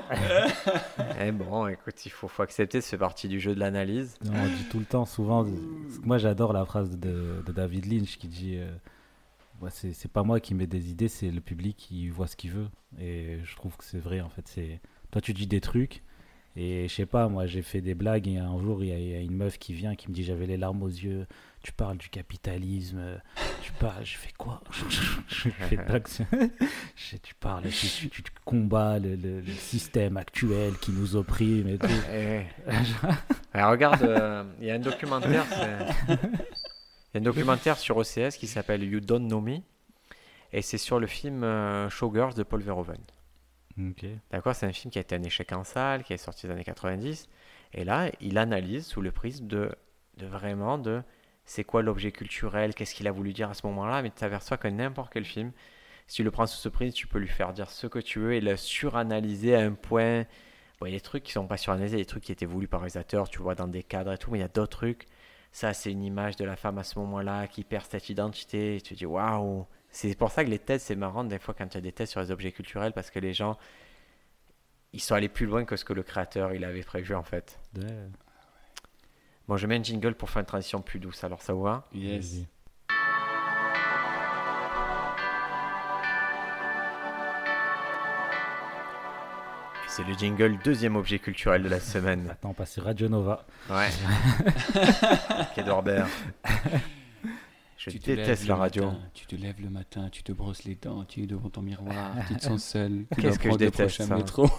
S1: Et bon, écoute, il faut, faut accepter, ça fait partie du jeu de l'analyse.
S2: Non, on dit tout le temps, souvent. Parce que moi, j'adore la phrase de, de David Lynch qui dit euh, ouais, c'est, c'est pas moi qui mets des idées, c'est le public qui voit ce qu'il veut. Et je trouve que c'est vrai, en fait. C'est... Toi, tu dis des trucs. Et je sais pas, moi, j'ai fait des blagues. Et un jour, il y, a- il y a une meuf qui vient qui me dit j'avais les larmes aux yeux. Tu parles du capitalisme. euh, Tu parles. Je fais quoi? Je fais une blague. sur- Je sais, tu parles. Tu, tu, tu combats le, le- le système actuel qui nous opprime et tout.
S1: Et... Alors, regarde, euh, il y a un documentaire. c'est- Il y a un documentaire sur O C S qui s'appelle You Don't Know Me. Et c'est sur le film euh, Showgirls de Paul Verhoeven.
S2: Ok.
S1: D'accord, c'est un film qui a été un échec en salle, qui est sorti dans les années quatre-vingt-dix. Et là, il analyse sous le prisme de, de vraiment de c'est quoi l'objet culturel, qu'est-ce qu'il a voulu dire à ce moment-là. Mais tu t'aperçois que n'importe quel film, si tu le prends sous ce prisme, tu peux lui faire dire ce que tu veux et le suranalyser à un point. Bon, il y a des trucs qui sont pas suranalysés, il y a des trucs qui étaient voulus par le réalisateur, tu vois, dans des cadres et tout, mais il y a d'autres trucs. Ça, c'est une image de la femme à ce moment-là qui perd cette identité. Et tu te dis waouh! C'est pour ça que les thèses, c'est marrant des fois quand tu as des thèses sur les objets culturels parce que les gens, ils sont allés plus loin que ce que le créateur il avait prévu en fait.
S2: Ouais.
S1: Bon, je mets un jingle pour faire une transition plus douce, alors ça vous va?
S3: Yes.
S2: Vas-y.
S1: Et c'est le jingle deuxième objet culturel de la semaine.
S2: Maintenant, on passe sur Radio Nova.
S1: Ouais. Quai d'Orbert. Je
S3: Tu te lèves
S1: déteste
S3: le
S1: la radio.
S3: matin, tu te lèves le matin, tu te brosses les dents, tu es devant ton miroir, tu te sens seul. Tu
S1: Qu'est-ce
S3: dois
S1: que je
S3: prendre le
S1: déteste,
S3: prochain
S1: ça.
S3: métro.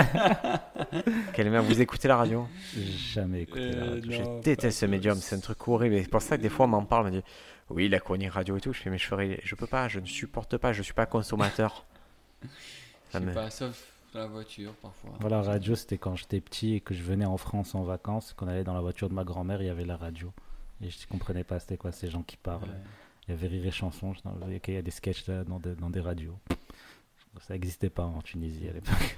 S1: Quelle merde, vous écoutez la radio?
S2: J'ai jamais écouté la
S3: Euh,
S2: radio.
S1: Je
S3: non,
S1: déteste ce
S3: pas
S1: médium,
S3: tous.
S1: c'est un truc horrible. Et c'est pour ça que des fois on m'en parle, on me dit oui, la chronique radio et tout. Je fais mais je ferai, je peux pas, je ne supporte pas, je suis pas consommateur.
S3: Je
S1: Ça
S3: sais
S1: me-
S3: pas, sauf dans la voiture parfois.
S2: Voilà, la radio, c'était quand j'étais petit et que je venais en France en vacances, qu'on allait dans la voiture de ma grand-mère, il y avait la radio. Et je comprenais pas c'était quoi ces gens qui parlent.
S3: Ouais.
S2: Il y avait Rire et Chanson, je- il y a des sketchs là, dans, des, dans des radios. Ça n'existait pas en Tunisie à l'époque.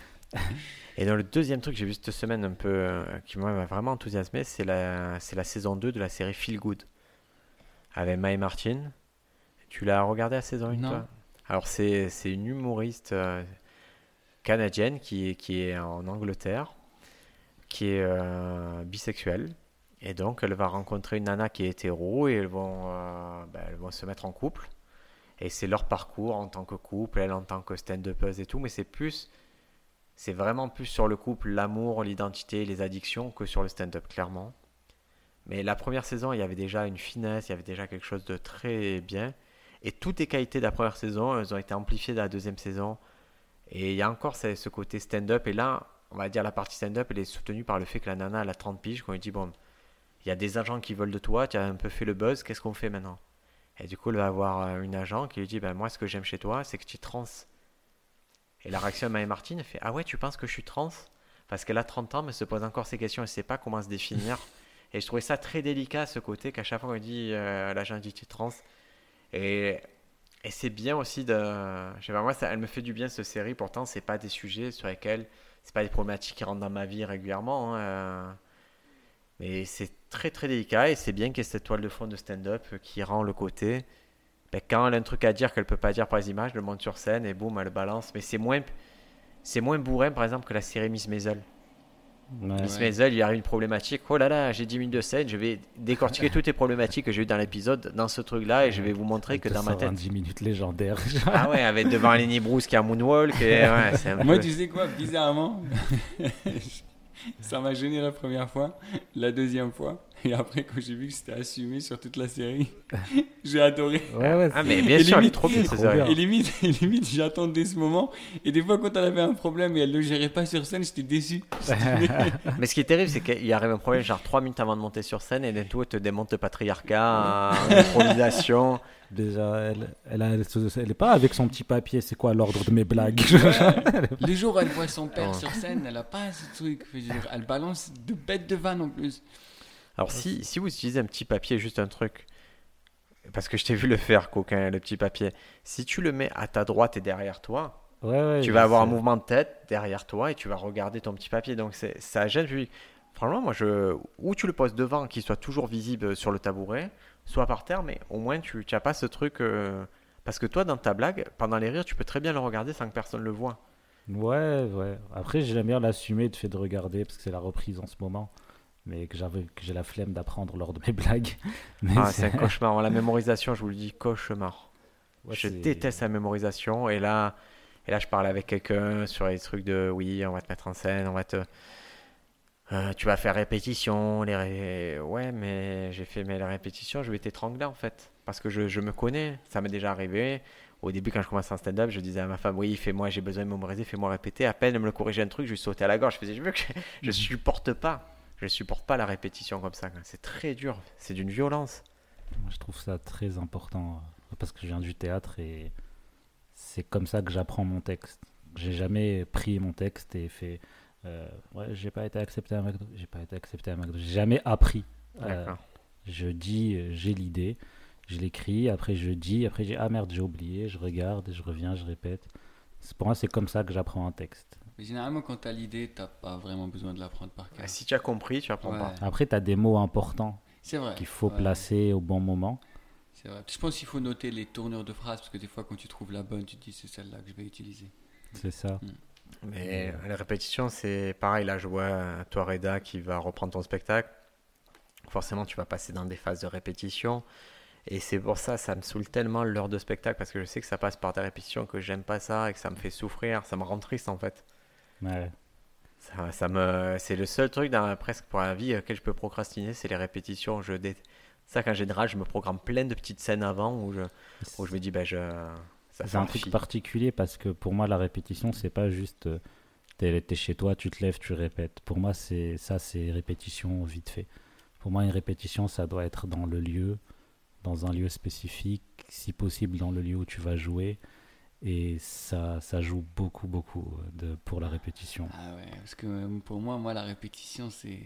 S1: Et dans le deuxième truc que j'ai vu cette semaine un peu euh, qui moi, m'a vraiment enthousiasmé, c'est la, c'est la saison deux de la série Feel Good avec Mae Martin. Tu l'as regardé la saison un
S3: Non.
S1: toi? Alors c'est, c'est une humoriste euh, canadienne qui est, qui est en Angleterre, qui est euh, bisexuelle. Et donc elle va rencontrer une nana qui est hétéro et elles vont, euh, ben, elles vont se mettre en couple. Et c'est leur parcours en tant que couple, elle en tant que stand-upeuse et tout, mais c'est plus... C'est vraiment plus sur le couple, l'amour, l'identité, les addictions que sur le stand-up, clairement. Mais la première saison, il y avait déjà une finesse, il y avait déjà quelque chose de très bien. Et toutes les qualités de la première saison, elles ont été amplifiées dans la deuxième saison. Et il y a encore ce, ce côté stand-up. Et là, on va dire la partie stand-up, elle est soutenue par le fait que la nana, elle a trente piges, qu'on lui dit, bon, il y a des agents qui veulent de toi, tu as un peu fait le buzz, qu'est-ce qu'on fait maintenant? Et du coup, elle va avoir euh, une agent qui lui dit, ben, moi, ce que j'aime chez toi, c'est que tu es trans. Et la réaction de Mae Martin, elle fait, ah ouais, tu penses que je suis trans? Parce qu'elle a trente ans, mais elle se pose encore ces questions, elle ne sait pas comment se définir. Et je trouvais ça très délicat, ce côté qu'à chaque fois on dit, euh, l'agent dit, tu es trans. Et, et c'est bien aussi de... Je sais pas, moi, ça, elle me fait du bien, cette série. Pourtant, c'est pas des sujets sur lesquels... C'est pas des problématiques qui rentrent dans ma vie régulièrement. Hein, euh, mais c'est très très délicat et c'est bien qu'il y ait cette toile de fond de stand-up qui rend le côté. Ben, quand elle a un truc à dire qu'elle peut pas dire par les images, elle le monte sur scène et boum, elle le balance. Mais c'est moins, c'est moins bourrin par exemple que la série Miss Maisel.
S2: Ouais.
S1: Miss Maisel, il y a une problématique. Oh là là, j'ai dix minutes de scène, je vais décortiquer toutes les problématiques que j'ai eues dans l'épisode dans ce truc-là et je vais vous montrer que
S2: Ça
S1: dans ma
S2: sort
S1: tête.
S2: un dix minutes légendaire.
S1: Ah ouais, avec devant Lenny Bruce qui a Moonwalk. Et ouais, c'est un
S3: Moi,
S1: peu-
S3: tu sais quoi, bizarrement, ça m'a gêné la première fois, la deuxième fois, et après, quand j'ai vu que c'était assumé sur toute la série, j'ai adoré.
S2: Ouais, ouais,
S1: Ah
S2: c'est-
S1: mais bien
S3: Et
S1: sûr, elle est
S3: limite-
S1: trop bien
S2: trop
S1: cette série.
S2: bien.
S3: Et limite, et limite j'attendais ce moment, et des fois, quand elle avait un problème et elle ne le gérait pas sur scène, j'étais déçu.
S1: Mais ce qui est terrible, c'est qu'il arrive un problème genre trois minutes avant de monter sur scène et d'un coup, elle te démonte le patriarcat, euh, l'improvisation.
S2: Déjà, elle, elle, a- elle, se- elle est pas avec son petit papier, c'est quoi l'ordre de mes blagues?
S3: Le jour où elle voit son père
S1: Oh.
S3: sur scène, elle a pas ce truc. Je veux dire, elle balance de bêtes de vannes en plus.
S1: Alors si, si vous utilisez un petit papier, juste un truc, parce que je t'ai vu le faire, coquin, le petit papier, si tu le mets à ta droite et derrière toi,
S2: Ouais, ouais,
S1: tu
S2: je
S1: vas avoir un
S2: sais.
S1: mouvement de tête derrière toi et tu vas regarder ton petit papier. Donc c'est, ça gêne. Puis, franchement, moi, je, ou tu le poses devant, qu'il soit toujours visible sur le tabouret, soit par terre, mais au moins tu n'as pas ce truc. euh, Parce que toi, dans ta blague, pendant les rires, tu peux très bien le regarder sans que personne le voit.
S2: Ouais, ouais. Après, j'aime bien l'assumer de fait de regarder parce que c'est la reprise en ce moment. Mais que, j'avais, que j'ai la flemme d'apprendre lors de mes blagues. Mais
S1: Ah, c'est un cauchemar. La mémorisation, je vous le dis, cauchemar.
S2: ouais,
S1: je
S2: c'est-
S1: déteste la mémorisation. Et là, et là, je parle avec quelqu'un sur les trucs de oui, on va te mettre en scène, on va te. euh, tu vas faire répétition. Les ré- Ouais, mais j'ai fait mes répétitions, je vais t'étrangler en fait. Parce que je, je me connais, ça m'est déjà arrivé. Au début, quand je commençais en stand-up, je disais à ma femme, oui, fais-moi, j'ai besoin de mémoriser, fais-moi répéter. À peine elle me le corrigeait un truc, je lui sautais à la gorge. Je faisais, je veux que je, je supporte pas. Je supporte pas la répétition comme ça. C'est très dur, c'est d'une violence.
S2: Moi, je trouve ça très important euh, parce que je viens du théâtre et c'est comme ça que j'apprends mon texte. J'ai jamais pris mon texte et fait euh, ouais, j'ai pas été accepté à McDo, j'ai pas été accepté à McDo. J'ai jamais appris. Euh,
S1: D'accord.
S2: je dis, euh, j'ai l'idée, je l'écris, après je dis, après j'ai ah merde, j'ai oublié, je regarde, je reviens, je répète. C'est- Pour moi, c'est comme ça que j'apprends un texte.
S3: Mais généralement, quand t'as l'idée, t'as pas vraiment besoin de l'apprendre par cœur.
S1: Ah, si tu as compris, tu apprends
S3: Ouais.
S1: pas.
S2: Après, tu as des mots importants
S3: C'est vrai.
S2: qu'il faut
S3: Ouais,
S2: placer au bon moment.
S3: C'est vrai. Je pense qu'il faut noter les tournures de phrases parce que des fois, quand tu trouves la bonne, tu te dis c'est celle-là que je vais utiliser.
S2: C'est ça.
S1: Mais euh, la répétition, c'est pareil. Là, je vois euh, toi, Reda, qui va reprendre ton spectacle. Forcément, tu vas passer dans des phases de répétition. Et c'est pour ça, ça me saoule tellement l'heure de spectacle parce que je sais que ça passe par des répétitions, que j'aime pas ça et que ça me fait souffrir. Ça me rend triste en fait.
S2: Ouais.
S1: Ça, ça me, c'est le seul truc dans, presque pour la vie auquel je peux procrastiner, c'est les répétitions. Je dé... Ça, quand j'ai de rage, je me programme plein de petites scènes avant où je, où je me dis, ben, je. Ça
S2: C'est un truc
S1: s'enfuit.
S2: particulier parce que pour moi, la répétition, c'est pas juste euh, t'es, t'es chez toi, tu te lèves, tu répètes. Pour moi, c'est ça, c'est répétition vite fait. Pour moi, une répétition, ça doit être dans le lieu, dans un lieu spécifique, si possible dans le lieu où tu vas jouer. Et ça, ça joue beaucoup, beaucoup de, pour la répétition.
S3: Ah ouais, parce que euh, pour moi, moi, la répétition, c'est.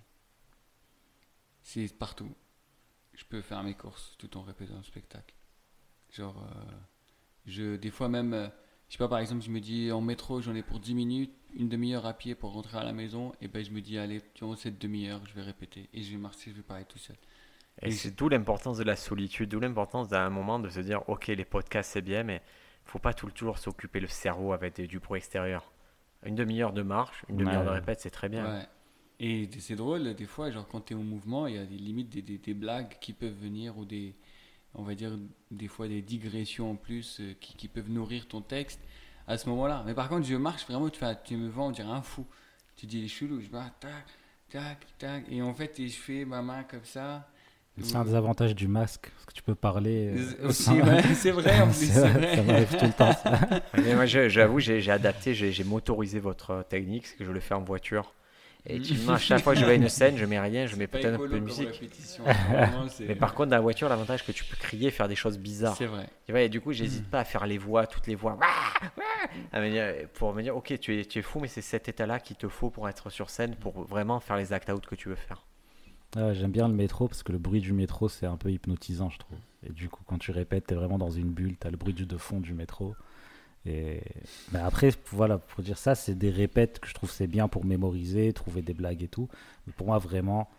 S3: C'est partout. Je peux faire mes courses tout en répétant le spectacle. Genre, euh, je, des fois même, euh, je sais pas, par exemple, je me dis en métro, j'en ai pour dix minutes, une demi-heure à pied pour rentrer à la maison, et ben je me dis, allez, durant cette demi-heure, je vais répéter. Et je vais marcher, je vais parler tout seul.
S1: Et
S3: Et
S1: c'est d'où l'importance de la solitude, d'où l'importance d'un moment de se dire, ok, les podcasts c'est bien, mais faut pas tout, toujours s'occuper le cerveau avec des- du bruit extérieur. Une demi-heure de marche, une demi-heure
S2: Ouais.
S1: de répète, c'est très bien.
S3: Ouais. Et c'est drôle, des fois, genre quand tu es au mouvement, il y a des limites, des, des, des blagues qui peuvent venir, ou des, on va dire, des fois des digressions en plus euh, qui, qui peuvent nourrir ton texte à ce moment-là. Mais par contre, je marche vraiment, tu, fais, tu me vois, on dirait un fou. Tu dis, il est chelou, je vais, ah, tac, tac, tac. Et en fait, et je fais ma main comme ça.
S2: C'est un des avantages du masque, parce que tu peux parler. euh,
S3: Aussi,
S2: sans-
S3: ouais, c'est vrai, en plus,
S2: C'est
S3: c'est
S2: vrai,
S3: vrai.
S2: ça m'arrive tout le temps. ça.
S1: Mais moi, je- j'avoue, j'ai j'ai adapté, j'ai j'ai motorisé votre euh, technique, c'est que je le fais en voiture. Et typiquement, à chaque fois que je vais à une scène, je mets rien, je mets
S3: Pas
S1: peut-être un peu
S3: écolo
S1: de
S3: comme
S1: musique.
S3: répétition, vraiment, c'est-
S1: Mais par contre, dans la voiture, l'avantage, c'est que tu peux crier, faire des choses bizarres.
S3: c'est vrai.
S1: Tu vois, et du coup, j'hésite pas à faire les voix, toutes les voix, Wah Wah à me dire- pour me dire, ok, tu es, tu es fou, mais c'est cet état-là qu'il te faut pour être sur scène, pour vraiment faire les act-out que tu veux faire.
S2: Ah ouais, j'aime bien le métro parce que le bruit du métro c'est un peu hypnotisant, je trouve. Et du coup, quand tu répètes, t'es vraiment dans une bulle, t'as le bruit du de fond du métro. Et mais après, voilà, pour dire ça, c'est des répètes que je trouve c'est bien pour mémoriser, trouver des blagues et tout. Mais pour moi, vraiment,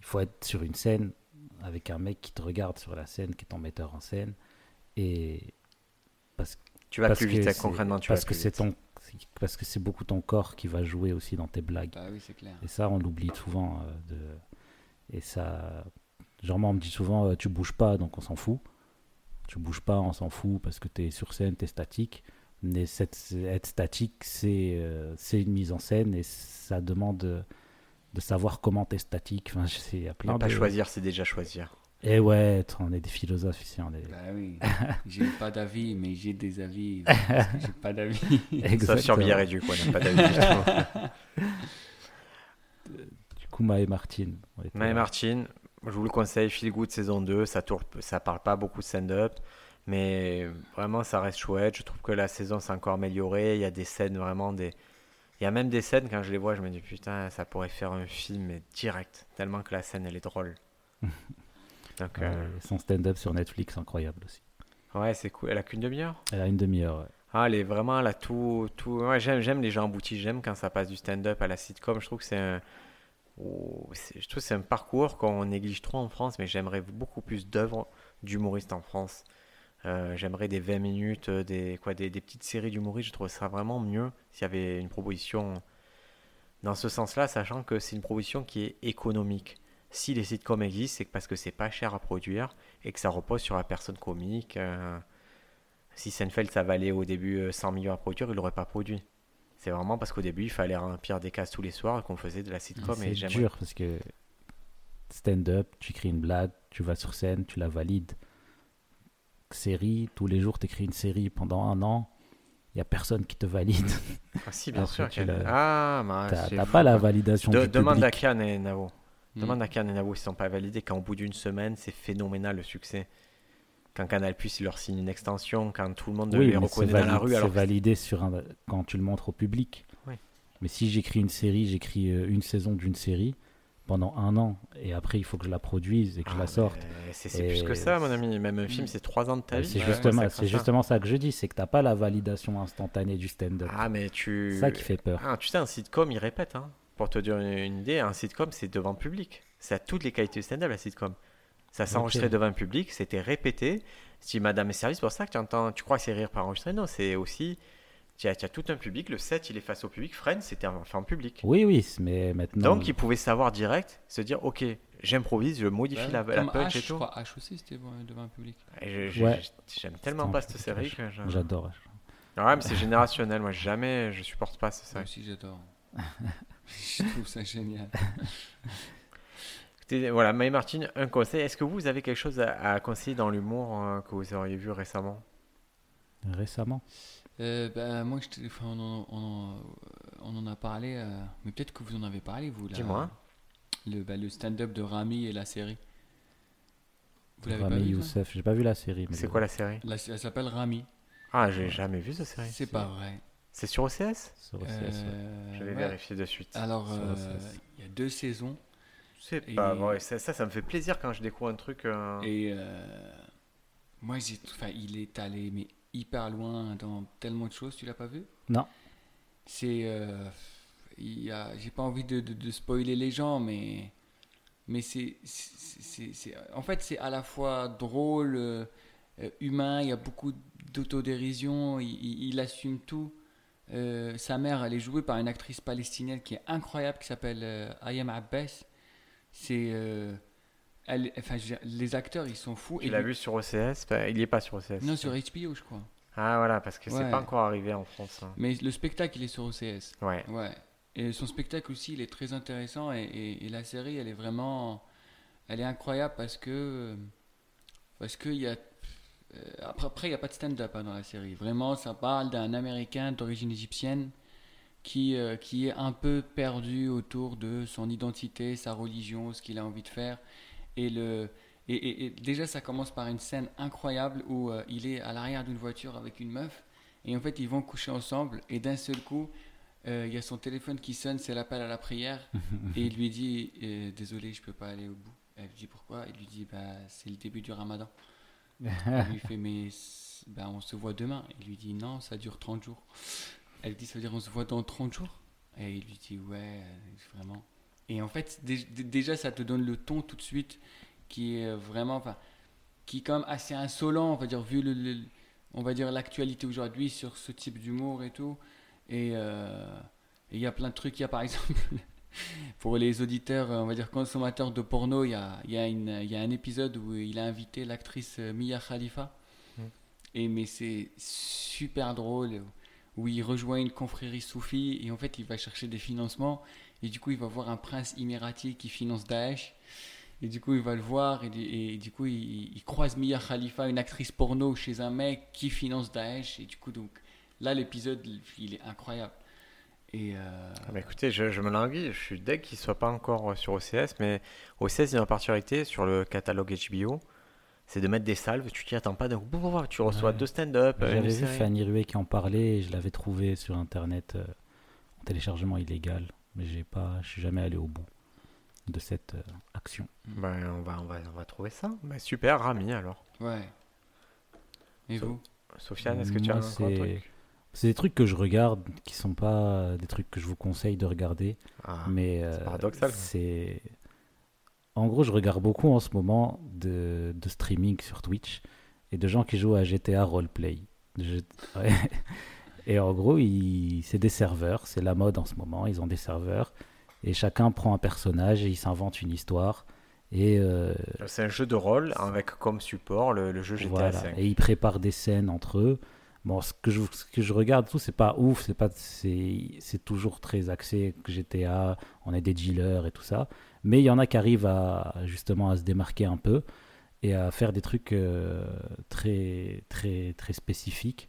S2: il faut être sur une scène avec un mec qui te regarde sur la scène, qui est ton metteur en scène. Et parce,
S1: Tu vas
S2: parce
S1: plus vite,
S2: que
S1: hein,
S2: c'est-
S1: concrètement, tu
S2: parce
S1: vas
S2: que
S1: plus
S2: c'est
S1: vite.
S2: ton, c'est- parce que c'est beaucoup ton corps qui va jouer aussi dans tes blagues.
S3: Bah oui, c'est clair.
S2: Et ça, on l'oublie souvent. euh, de, et ça, genre moi, on me dit souvent, euh, tu bouges pas, donc on s'en fout. Tu bouges pas, on s'en fout parce que tu es sur scène, tu es statique. Mais cette- être statique, c'est euh, c'est une mise en scène et ça demande de, de savoir comment tu es statique. Enfin, je sais, il y a
S1: Ne
S2: plein
S1: pas
S2: de...
S1: choisir, c'est déjà choisir.
S2: Et ouais, on est des philosophes ici. On est...
S3: Bah oui, j'ai pas d'avis, mais j'ai des avis. Parce que j'ai pas d'avis.
S1: Sauf sur billet
S2: Exactement.
S1: réduit, quoi. On n'a pas d'avis du tout.
S2: Du coup, Maë Martine. on était
S1: Mae
S2: là.
S1: Martin, je vous le conseille, Feel Good saison deux, ça tourne, ça parle pas beaucoup de stand-up, mais vraiment ça reste chouette. Je trouve que la saison s'est encore améliorée. Il y a des scènes vraiment des. Il y a même des scènes, quand je les vois, je me dis putain, ça pourrait faire un film mais direct, tellement que la scène elle est drôle. Donc,
S2: Ouais,
S1: euh,
S2: son stand-up sur Netflix, incroyable aussi.
S1: ouais, c'est cool. Elle a qu'une demi-heure.
S2: Elle a une demi-heure. Ouais.
S1: Ah, elle est vraiment là, tout. tout... Ouais, j'aime, j'aime les gens emboutis, j'aime quand ça passe du stand-up à la sitcom. Je trouve que c'est un. Oh, c'est- je trouve que c'est un parcours qu'on néglige trop en France, mais j'aimerais beaucoup plus d'œuvres d'humoristes en France. Euh, j'aimerais des vingt minutes, euh, des, quoi, des, des petites séries d'humoristes. Je trouve ça vraiment mieux s'il y avait une proposition dans ce sens-là, sachant que c'est une proposition qui est économique. Si les sitcoms existent, c'est parce que c'est pas cher à produire et que ça repose sur la personne comique. euh, Si Seinfeld ça valait au début euh, cent millions à produire, il l'aurait pas produit. C'est vraiment parce qu'au début il fallait remplir des cases tous les soirs et qu'on faisait de la sitcom.
S2: C'est
S1: Et j'aimerais.
S2: dur parce que stand-up, tu écris une blague, tu vas sur scène, tu la valides. Série, tous les jours, tu écris une série pendant un an, il n'y a personne qui te valide.
S1: Ah si, bien
S2: Après,
S1: sûr.
S2: tu
S1: qu'elle-
S2: l'as-
S1: Ah, mais
S2: T'as
S1: c'est
S2: t'as
S1: fou,
S2: pas la
S1: quoi.
S2: validation
S1: De-
S2: du
S1: demande à
S2: public.
S1: Kian et Navo.
S3: Mm.
S1: Demande à Kian et Navo s'ils sont pas validés, qu'en bout d'une semaine, c'est phénoménal le succès. Quand Canal Plus il leur signe une extension, quand tout le monde
S2: Oui,
S1: les
S2: mais c'est
S1: reconnaît dans la
S2: valide-
S1: rue,
S2: c'est
S1: alors que-
S2: validé sur un, quand tu le montres au public.
S1: Oui.
S2: Mais si j'écris une série, j'écris euh, une saison d'une série pendant un an et après il faut que je la produise et que je
S1: Ah,
S2: la sorte.
S1: mais C'est c'est
S2: Et
S1: plus que ça, mon ami. Même un
S3: Mm.
S1: film, c'est trois ans de ta
S2: Ouais,
S1: vie.
S2: c'est
S1: tu
S2: justement,
S1: consacres à
S2: c'est
S1: ça.
S2: justement ça que je dis, c'est que t'as pas la validation instantanée du stand-up.
S1: Ah, mais tu.
S2: C'est ça qui fait peur.
S1: Ah, tu sais, un sitcom, il répète. Hein. Pour te dire une, une idée, un sitcom, c'est devant le public. Ça a toutes les qualités du stand-up, la sitcom. Ça s'enregistrait
S2: Ok.
S1: devant le public, c'était répété. Si Madame est service, c'est pour ça que tu entends, tu crois que c'est rire par enregistré. Non, c'est aussi. Tu as, tu as tout un public, le set, il est face au public. Friends, c'était en, fait en public.
S2: Oui, oui, mais maintenant.
S1: Donc, il pouvait savoir direct, se dire, ok, j'improvise, je modifie la, la
S3: Comme
S1: punch
S3: H,
S1: et
S3: je
S1: tout.
S3: crois. H aussi, c'était devant devant un public.
S1: Et je- je-
S2: Ouais.
S1: je- J'aime tellement
S2: C'était
S1: pas
S2: un
S1: cette
S2: public,
S1: série
S2: ouais.
S1: que je...
S2: J'adore.
S1: Ouais, mais c'est générationnel. Moi, jamais, je supporte pas cette
S3: Moi
S1: série.
S3: aussi, j'adore. Je trouve ça génial.
S1: Écoutez, voilà, Mae Martin, un conseil. Est-ce que vous avez quelque chose à, à conseiller dans l'humour euh, que vous auriez vu récemment?
S2: Récemment.
S3: Euh, bah, moi, je te- enfin, on, en, on, en, on en a parlé, euh, mais peut-être que vous en avez parlé, vous. Là,
S1: Dis-moi.
S3: Le, bah, le stand-up de Rami et la série. Vous l'avez pas
S2: Rami
S3: vu, toi
S2: Youssef, j'ai pas vu la série. mais
S1: C'est
S2: le-
S1: quoi la série?
S3: La- Elle s'appelle Rami.
S1: Ah, j'ai jamais vu cette série.
S3: C'est pas vrai.
S1: C'est sur O C S?
S2: sur O C S, ouais.
S3: Euh,
S1: Je vais
S3: ouais.
S1: vérifier de suite.
S3: Alors,
S2: Sur
S3: euh,
S2: O C S.
S3: il y a deux saisons.
S1: C'est
S3: et-
S1: pas vrai. Ça, ça, ça me fait plaisir quand je découvre un truc. euh,
S3: Et euh, moi, j'ai, enfin, il est allé mais hyper loin dans tellement de choses. Tu l'as pas vu?
S2: Non.
S3: C'est, euh, il y a, j'ai pas envie de, de, de spoiler les gens, mais mais c'est, c'est, c'est- c'est- en fait, c'est à la fois drôle, euh, euh, humain. Il y a beaucoup d'autodérision. Il, il, il assume tout. Euh, sa mère, elle est jouée par une actrice palestinienne qui est incroyable, qui s'appelle euh, Ayam Abbas. C'est euh, elle, enfin, je veux dire, les acteurs, ils sont fous.
S1: Tu
S3: Et
S1: l'as
S3: lui-
S1: vu sur O C S? Enfin, il y est pas sur O C S.
S3: Non, sur H B O, je crois.
S1: Ah, voilà, parce que c'est
S3: Ouais.
S1: pas encore arrivé en France. hein.
S3: Mais le spectacle, il est sur O C S.
S1: Ouais.
S3: Ouais. Et son spectacle aussi, il est très intéressant. Et, et- et la série, elle est vraiment, elle est incroyable parce que, parce que il y a, euh, après, après, il y a pas de stand-up hein, dans la série. Vraiment, ça parle d'un Américain d'origine égyptienne qui, euh, qui est un peu perdu autour de son identité, sa religion, ce qu'il a envie de faire. Et, le, et, et- et déjà, ça commence par une scène incroyable où euh, il est à l'arrière d'une voiture avec une meuf. Et en fait, ils vont coucher ensemble. Et d'un seul coup, euh, il y a son téléphone qui sonne, c'est l'appel à la prière. Et il lui dit euh, désolé, je peux pas aller au bout. Elle lui dit pourquoi? Il lui dit bah, c'est le début du ramadan. Elle lui fait mais c'est- bah, on se voit demain. Il lui dit non, ça dure trente jours. Elle dit ça veut dire on se voit dans trente jours? Et il lui dit ouais, euh, vraiment. et en fait, dé- dé- déjà, ça te donne le ton tout de suite qui est vraiment, enfin, qui est quand même assez insolent, on va dire, vu le, le- on va dire l'actualité aujourd'hui sur ce type d'humour et tout. Et euh, et il y a plein de trucs. Il y a par exemple, pour les auditeurs, on va dire consommateurs de porno, il y a, il y a, une, il y a un épisode où il a invité l'actrice euh, Mia Khalifa.
S1: Mm.
S3: Et mais c'est super drôle, où il rejoint une confrérie soufie et en fait il va chercher des financements et du coup il va voir un prince émirati qui finance Daesh et du coup il va le voir et, et, et du coup il, il croise Mia Khalifa, une actrice porno chez un mec qui finance Daesh et du coup donc là l'épisode il est incroyable. Et euh...
S1: Ah bah écoutez, je, je me languis, je suis deg qu'il soit pas encore euh, sur O C S, mais O C S, il y a une particularité sur le catalogue H B O, c'est de mettre des salves, tu t'y attends pas, donc boum, boum, boum, tu reçois
S2: Ouais.
S1: deux stand-up, euh, une
S2: J'avais vu
S1: série.
S2: Fanny Rué qui en parlait et je l'avais trouvé sur internet euh, en téléchargement illégal, mais j'ai pas, je suis jamais allé au bout de cette euh, action.
S1: Ben, on va, on va, on va trouver ça. Ben, super, Rami alors.
S3: ouais. Et
S1: So-
S3: vous?
S1: Sofiane, est-ce que tu as
S2: Moi,
S1: encore un
S2: c'est
S1: truc?
S2: c'est des trucs que je regarde qui sont pas euh, des trucs que je vous conseille de regarder,
S1: Ah,
S2: mais euh,
S1: paradoxal.
S2: c'est en gros je regarde beaucoup en ce moment de, de streaming sur Twitch et de gens qui jouent à G T A Roleplay. Je- ouais. Et en gros, ils- c'est des serveurs, c'est la mode en ce moment, ils ont des serveurs et chacun prend un personnage et il s'invente une histoire et euh,
S1: c'est un jeu de rôle avec comme support le, le jeu G T A
S2: voilà,
S1: cinq.
S2: et ils préparent des scènes entre eux. Bon, ce que je, ce que je regarde, tout, c'est pas ouf, c'est pas, c'est, c'est toujours très axé G T A, on est des dealers et tout ça. Mais il y en a qui arrivent à justement à se démarquer un peu et à faire des trucs euh, très, très, très spécifiques.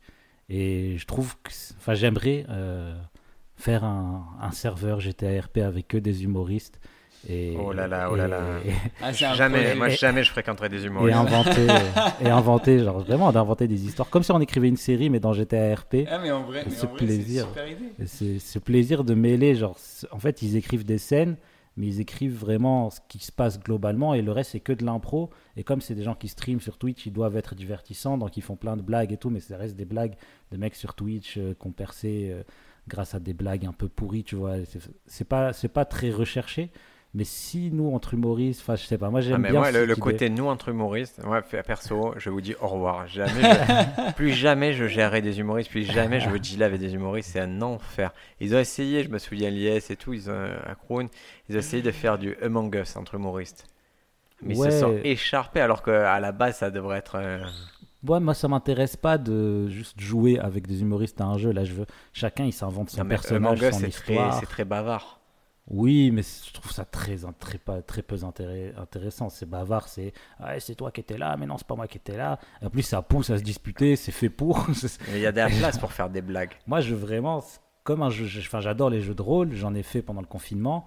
S2: Et je trouve que, c'est- enfin, j'aimerais euh, faire un, un serveur G T A R P avec que des humoristes. Et,
S1: Oh là là, oh là
S2: et-
S1: là.
S3: Ah, c'est un
S1: Jamais,
S3: projet.
S1: moi
S2: Et-
S1: jamais je fréquenterai des
S2: et
S1: humoristes.
S2: inventer, et inventer, genre vraiment d'inventer des histoires, comme si on écrivait une série mais dans G T A R P.
S3: Ah mais en vrai,
S2: Et
S3: mais
S2: ce
S3: en vrai, c'est une
S2: plaisir.
S3: super idée.
S2: Et c'est ce plaisir de mêler, genre, c- en fait, ils écrivent des scènes, mais ils écrivent vraiment ce qui se passe globalement, et le reste, c'est que de l'impro. Et comme c'est des gens qui streament sur Twitch, ils doivent être divertissants, donc ils font plein de blagues et tout, mais ça reste des blagues de mecs sur Twitch euh, qui ont percé euh, grâce à des blagues un peu pourries, tu vois. C'est c'est pas, c'est pas très recherché, mais si nous, entre humoristes, enfin, je sais pas, moi j'aime
S1: Ah, mais
S2: bien
S1: moi, le,
S2: cette
S1: le
S2: idée.
S1: côté nous entre humoristes, moi fait- perso, je vous dis au revoir. Jamais je- plus jamais je gérerai des humoristes, plus jamais je veux dealer avec des humoristes, c'est un enfer. Ils ont essayé, je me souviens, l'I S et tout, ils ont, à Croon, ils ont essayé de faire du Among Us entre humoristes. Mais ils se sont
S2: Ouais.
S1: écharpés alors qu'à la base ça devrait être. euh,
S2: Ouais, moi, ça m'intéresse pas de juste jouer avec des humoristes à un jeu. Là, je veux chacun, il s'invente son
S1: Non, mais
S2: personnage,
S1: Among Us,
S2: son
S1: c'est très,
S2: histoire.
S1: c'est très bavard.
S2: Oui, mais je trouve ça très, très, pas, très peu intéré- intéressant. C'est bavard, c'est ah, c'est toi qui étais là, mais non, c'est pas moi qui étais là. En plus, ça pousse à se disputer, c'est fait pour.
S1: Mais il y a de la place pour faire des blagues.
S2: Moi, je veux vraiment, c'est comme un jeu, je- enfin, j'adore les jeux de rôle, j'en ai fait pendant le confinement.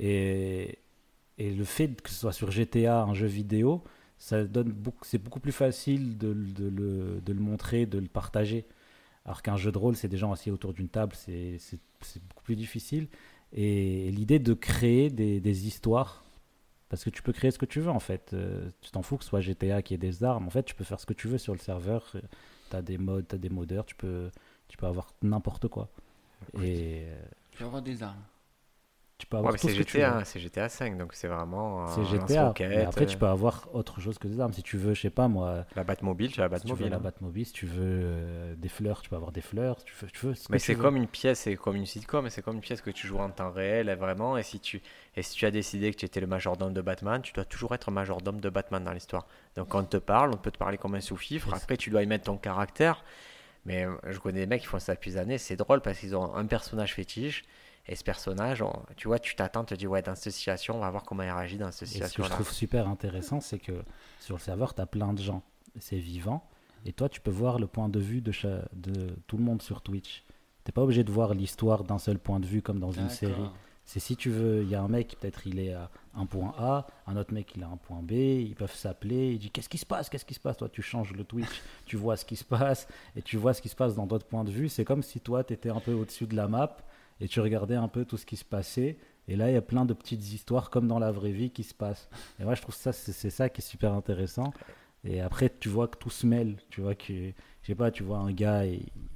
S2: Et, et le fait que ce soit sur G T A, un jeu vidéo, ça donne beaucoup, c'est beaucoup plus facile de, de le, de le montrer, de le partager. Alors qu'un jeu de rôle, c'est des gens assis autour d'une table, c'est c'est- c'est beaucoup plus difficile. Et l'idée de créer des, des histoires, parce que tu peux créer ce que tu veux en fait. Euh, tu t'en fous que ce soit G T A qui ait des armes. En fait, tu peux faire ce que tu veux sur le serveur. Tu as des modes, tu as des modeurs, tu peux, tu peux avoir n'importe quoi. Et euh,
S3: Tu vas avoir des armes.
S2: tu peux
S1: Ouais,
S2: avoir
S1: mais
S2: tout
S1: c'est
S2: ce que tu veux.
S1: G T A, c'est G T A cinq, donc c'est vraiment.
S2: C'est
S1: un
S2: G T A.
S1: lance-roquette,
S2: Mais après, tu
S1: euh,
S2: peux avoir autre chose que des armes. Si tu veux, je sais pas moi,
S1: La Batmobile, tu as la
S2: si tu veux
S1: Batmobile.
S2: la
S1: hein.
S2: Batmobile, si tu veux euh, des fleurs, tu peux avoir des fleurs. Si tu veux, tu veux ce
S1: Mais
S2: que
S1: c'est
S2: tu veux.
S1: comme une pièce, c'est comme une sitcom, c'est comme une pièce que tu joues en temps réel, et vraiment. Et si tu, et si tu as décidé que tu étais le majordome de Batman, tu dois toujours être majordome de Batman dans l'histoire. Donc quand on te parle, on peut te parler comme un sous-fifre.
S2: Et
S1: Après, tu dois y mettre ton caractère. Mais euh, je connais des mecs qui font ça depuis des années. C'est drôle parce qu'ils ont un personnage fétiche. Et ce personnage, on- tu vois, tu t'attends, tu te dis, ouais, dans cette situation, on va voir comment il réagit dans cette
S2: Et ce que je
S1: situation-là.
S2: trouve super intéressant, c'est que sur le serveur, tu as plein de gens. C'est vivant. Et toi, tu peux voir le point de vue de, cha- de tout le monde sur Twitch. Tu n'es pas obligé de voir l'histoire d'un seul point de vue comme dans une série.
S3: D'accord.
S2: C'est si tu veux, il y a un mec, peut-être il est à un point A, un autre mec il a un point B, ils peuvent s'appeler, il dit qu'est-ce qui se passe, qu'est-ce qui se passe, toi tu changes le Twitch, tu vois ce qui se passe, et tu vois ce qui se passe dans d'autres points de vue, c'est comme si toi tu étais un peu au-dessus de la map, et tu regardais un peu tout ce qui se passait, et là il y a plein de petites histoires comme dans la vraie vie qui se passent. Et moi je trouve ça, c'est, c'est ça qui est super intéressant, et après tu vois que tout se mêle, tu vois que, je sais pas, tu vois un gars, et,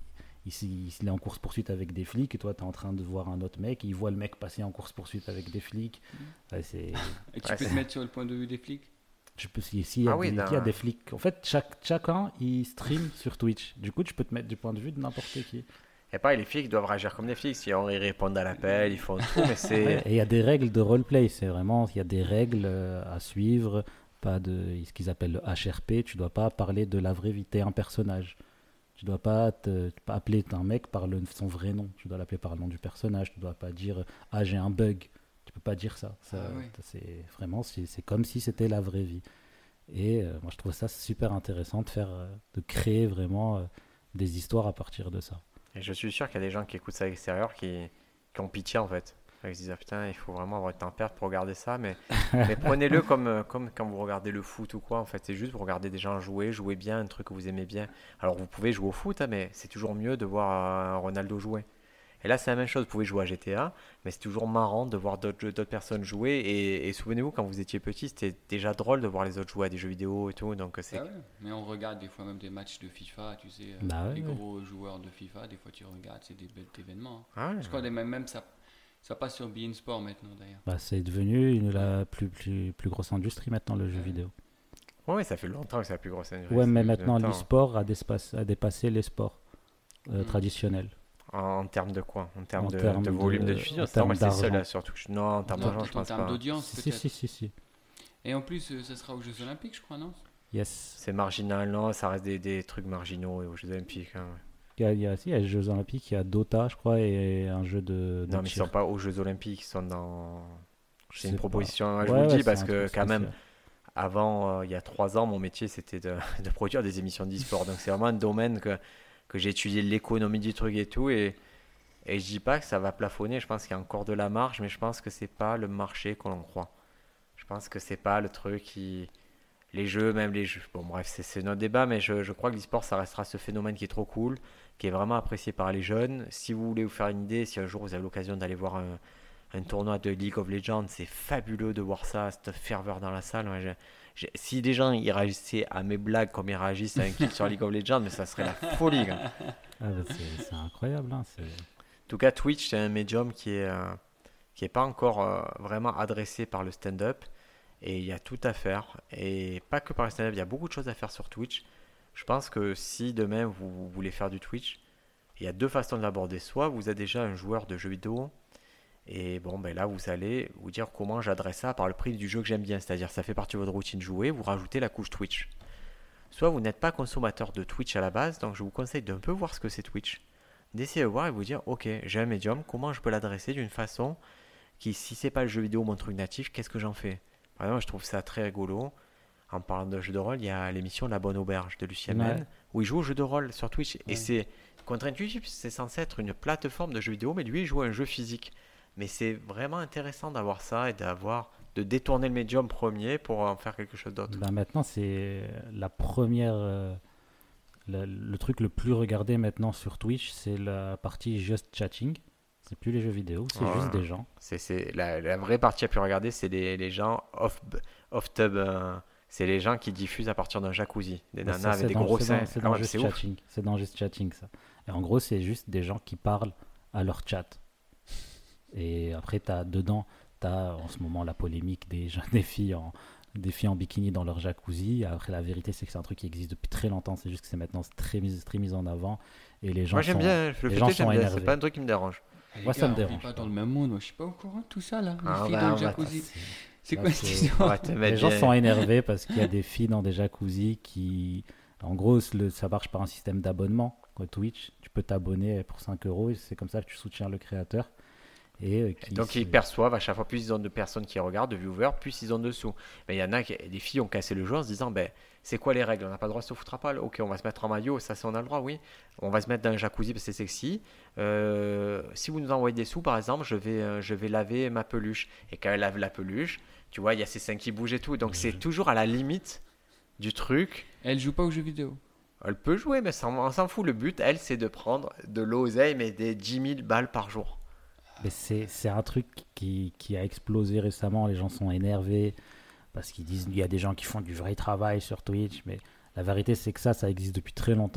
S2: il, il, il est en course-poursuite avec des flics et toi, tu es en train de voir un autre mec, il voit le mec passer en course-poursuite avec des flics. Ouais, c'est...
S3: Et tu
S1: Ouais,
S3: peux
S1: c'est-
S3: te mettre sur le point de vue des flics.
S2: Je peux, si, si, il y a,
S1: Ah oui,
S2: des,
S1: dans-
S2: il y a des flics. En fait, chaque, chacun, il stream sur Twitch. Du coup, tu peux te mettre du point de vue de n'importe qui.
S1: Et pareil, les flics doivent réagir comme des flics. Si on ils répondent à l'appel, ils font tout, mais c'est.
S2: Ouais, et il y a des règles de roleplay. C'est vraiment, il y a des règles euh, à suivre. Pas de ce qu'ils appellent le H R P. Tu dois pas parler de la vraie vie. T'es un personnage. Tu dois pas, te, pas appeler un mec par le, son vrai nom. Tu dois l'appeler par le nom du personnage. Tu dois pas dire ah j'ai un bug. Tu peux pas dire ça. Ça,
S3: Ah ouais.
S2: c'est vraiment, c'est, c'est comme si c'était la vraie vie. Et euh, moi, je trouve ça super intéressant de faire, euh, de créer vraiment euh, des histoires à partir de ça.
S1: Et je suis sûr qu'il y a des gens qui écoutent ça à l'extérieur qui, qui ont pitié en fait. Ils se disent ah, putain, il faut vraiment avoir une tempête pour regarder ça. Mais, mais prenez-le comme, euh, comme quand vous regardez le foot ou quoi. En fait, c'est juste vous regardez des gens jouer, jouer bien, un truc que vous aimez bien. Alors vous pouvez jouer au foot, hein, mais c'est toujours mieux de voir un Ronaldo jouer. Et là, c'est la même chose. Vous pouvez jouer à G T A, mais c'est toujours marrant de voir d'autres, jeux- d'autres personnes jouer. Et, et souvenez-vous, quand vous étiez petit, c'était déjà drôle de voir les autres jouer à des jeux vidéo et tout. Donc c'est
S3: Ah ouais. Mais on regarde des fois même des matchs de FIFA, tu sais, euh,
S2: Bah ouais,
S3: les
S2: ouais.
S3: gros joueurs de FIFA, des fois tu regardes, c'est des belles événements. hein.
S1: Ah ouais.
S3: Je crois que même, même ça, ça passe sur beIN Sport maintenant d'ailleurs.
S2: Bah, c'est devenu une, la plus, plus, plus grosse industrie maintenant, le jeu
S3: Ouais.
S2: vidéo.
S1: Ouais, ça fait longtemps que c'est la plus grosse industrie.
S2: Ouais, mais
S1: Ça fait
S2: maintenant,
S1: longtemps.
S2: l'e-sport a, despace- a dépassé les sports euh,
S3: Mm.
S2: traditionnels.
S1: En, en termes de quoi? En termes
S2: En
S1: de,
S2: termes
S1: de volume de,
S2: de-
S1: diffusion?
S2: en
S1: C'est normal,
S2: termes
S1: c'est seul
S2: d'argent.
S1: là, surtout. que je- Non, en termes
S3: Non,
S1: d'argent, je
S3: peut-être en
S1: pense
S3: termes
S1: pas.
S3: d'audience
S2: Si,
S3: peut-être.
S2: si, si, si.
S3: Et en plus, euh, ça sera aux Jeux Olympiques, je crois, non?
S2: Yes.
S1: C'est marginal, non, ça reste des, des trucs marginaux et aux Jeux Olympiques. hein.
S2: Il y a, il y a, si, il y a les Jeux Olympiques, il y a Dota, je crois, et un jeu de. de
S1: Non, mais ils
S2: tir.
S1: sont pas aux Jeux Olympiques, ils sont dans.
S2: Je
S1: C'est
S2: sais
S1: une
S2: pas.
S1: proposition, je
S2: Ouais,
S1: vous le
S2: ouais,
S1: dis, parce
S2: c'est un
S1: que
S2: truc
S1: quand même,
S2: spécial.
S1: avant, euh, il y a trois ans, mon métier c'était de, de produire des émissions d'e-sport. Donc c'est vraiment un domaine que, que j'ai étudié l'économie du truc et tout. Et, et je dis pas que ça va plafonner, je pense qu'il y a encore de la marge, mais je pense que c'est pas le marché qu'on en croit. Je pense que c'est pas le truc qui. Les jeux, même les jeux. Bon, bref, c'est, c'est notre débat, mais je, je crois que l'e-sport, ça restera ce phénomène qui est trop cool, qui est vraiment apprécié par les jeunes. Si vous voulez vous faire une idée, si un jour vous avez l'occasion d'aller voir un, un tournoi de League of Legends, c'est fabuleux de voir ça, cette ferveur dans la salle. Ouais, j'ai- j'ai- si des gens ils réagissaient à mes blagues comme ils réagissent à un kick sur League of Legends, mais ça serait la folie. Gars.
S2: Ah, bah, c'est, c'est incroyable. Hein, c'est...
S1: En tout cas, Twitch, c'est un médium qui est, euh, qui est pas encore euh, vraiment adressé par le stand-up. Et il y a tout à faire. Et pas que par le stand-up, il y a beaucoup de choses à faire sur Twitch. Je pense que si demain vous, vous voulez faire du Twitch, il y a deux façons de l'aborder. Soit vous êtes déjà un joueur de jeux vidéo, et bon, ben là, vous allez vous dire comment j'adresse ça par le prix du jeu que j'aime bien. C'est-à-dire, ça fait partie de votre routine jouer, vous rajoutez la couche Twitch. Soit vous n'êtes pas consommateur de Twitch à la base, donc je vous conseille d'un peu voir ce que c'est Twitch. D'essayer de voir et vous dire, ok, j'ai un médium, comment je peux l'adresser d'une façon qui, si c'est pas le jeu vidéo, mon truc natif, qu'est-ce que j'en fais? Par exemple, je trouve ça très rigolo. En parlant de jeu de rôle, il y a l'émission La Bonne Auberge de Lucien
S2: Ouais.
S1: Men, où il joue au jeu de rôle sur Twitch.
S3: Ouais.
S1: Et c'est contre-intuitif, c'est censé être une plateforme de jeux vidéo, mais lui, il joue à un jeu physique. Mais c'est vraiment intéressant d'avoir ça et d'avoir de détourner le médium premier pour en faire quelque chose d'autre.
S2: Bah, maintenant, c'est la première. euh, le, le truc le plus regardé maintenant sur Twitch, c'est la partie just chatting. C'est plus les jeux vidéo, c'est
S1: Ouais.
S2: juste des gens.
S1: C'est, c'est la, la vraie partie à plus regarder, c'est les, les gens off, off tub. euh, c'est les gens qui diffusent à partir d'un jacuzzi. Des
S2: Bah,
S1: nanas
S2: ça,
S1: avec
S2: c'est
S1: des
S2: dans-
S1: gros
S2: c'est
S1: seins.
S2: dans- C'est
S1: Ah
S2: dans
S1: ouais,
S2: Just
S1: c'est ouf.
S2: Chatting. C'est dans Just Chatting, ça. Et en gros, c'est juste des gens qui parlent à leur chat. Et après, t'as, dedans, tu as en ce moment la polémique des, gens- des, filles en, des filles en bikini dans leur jacuzzi. Après, la vérité, c'est que c'est un truc qui existe depuis très longtemps. C'est juste que c'est maintenant très mis, très mis en avant. Et les gens
S1: Moi j'aime
S2: sont-
S1: bien, le
S2: les
S1: fait
S2: gens
S1: est, j'aime
S2: sont
S1: bien,
S2: énervés.
S1: c'est pas un truc qui me dérange.
S3: Eh, les
S2: Moi, ça me
S3: gars, on vit
S2: dérange
S3: pas
S2: pas.
S3: dans le même monde, moi je suis pas au courant de tout ça là. Les
S1: Ah,
S3: filles
S1: bah,
S3: dans
S1: on
S3: le
S1: va-
S3: jacuzzi.
S2: c'est-
S3: C'est
S2: là,
S3: quoi
S2: c'est-
S3: cette
S1: On
S3: histoire?
S1: va te
S2: Les
S1: mettre
S2: gens
S1: bien.
S2: sont énervés parce qu'il y a des filles dans des jacuzzis qui... En gros, le- ça marche par un système d'abonnement. Quoi, Twitch, tu peux t'abonner pour cinq euros et c'est comme ça que tu soutiens le créateur. Et, euh, qui
S1: Donc
S2: se-
S1: ils perçoivent à chaque fois plus ils ont de personnes qui regardent, de viewers, plus ils ont de sous. Mais il y en a qui, des filles ont cassé le jeu en se disant ben c'est quoi les règles? On n'a pas le droit de se foutre à poil. Ok, on va se mettre en maillot, ça c'est on a le droit, oui. On va se mettre dans un jacuzzi parce que c'est sexy. Euh, si vous nous envoyez des sous, par exemple, je vais, euh, je vais laver ma peluche. Et quand elle lave la peluche, tu vois, il y a ses seins qui bougent et tout. Donc c'est toujours à la limite du truc.
S3: Elle joue pas aux jeux vidéo.
S1: Elle peut jouer, mais ça, on s'en fout. Le but, elle, c'est de prendre de l'oseille, mais des dix mille balles par jour.
S2: Mais c'est, c'est un truc qui, qui a explosé récemment. Les gens sont énervés parce qu'ils disent qu'il y a des gens qui font du vrai travail sur Twitch. Mais la vérité, c'est que ça, ça existe depuis très longtemps.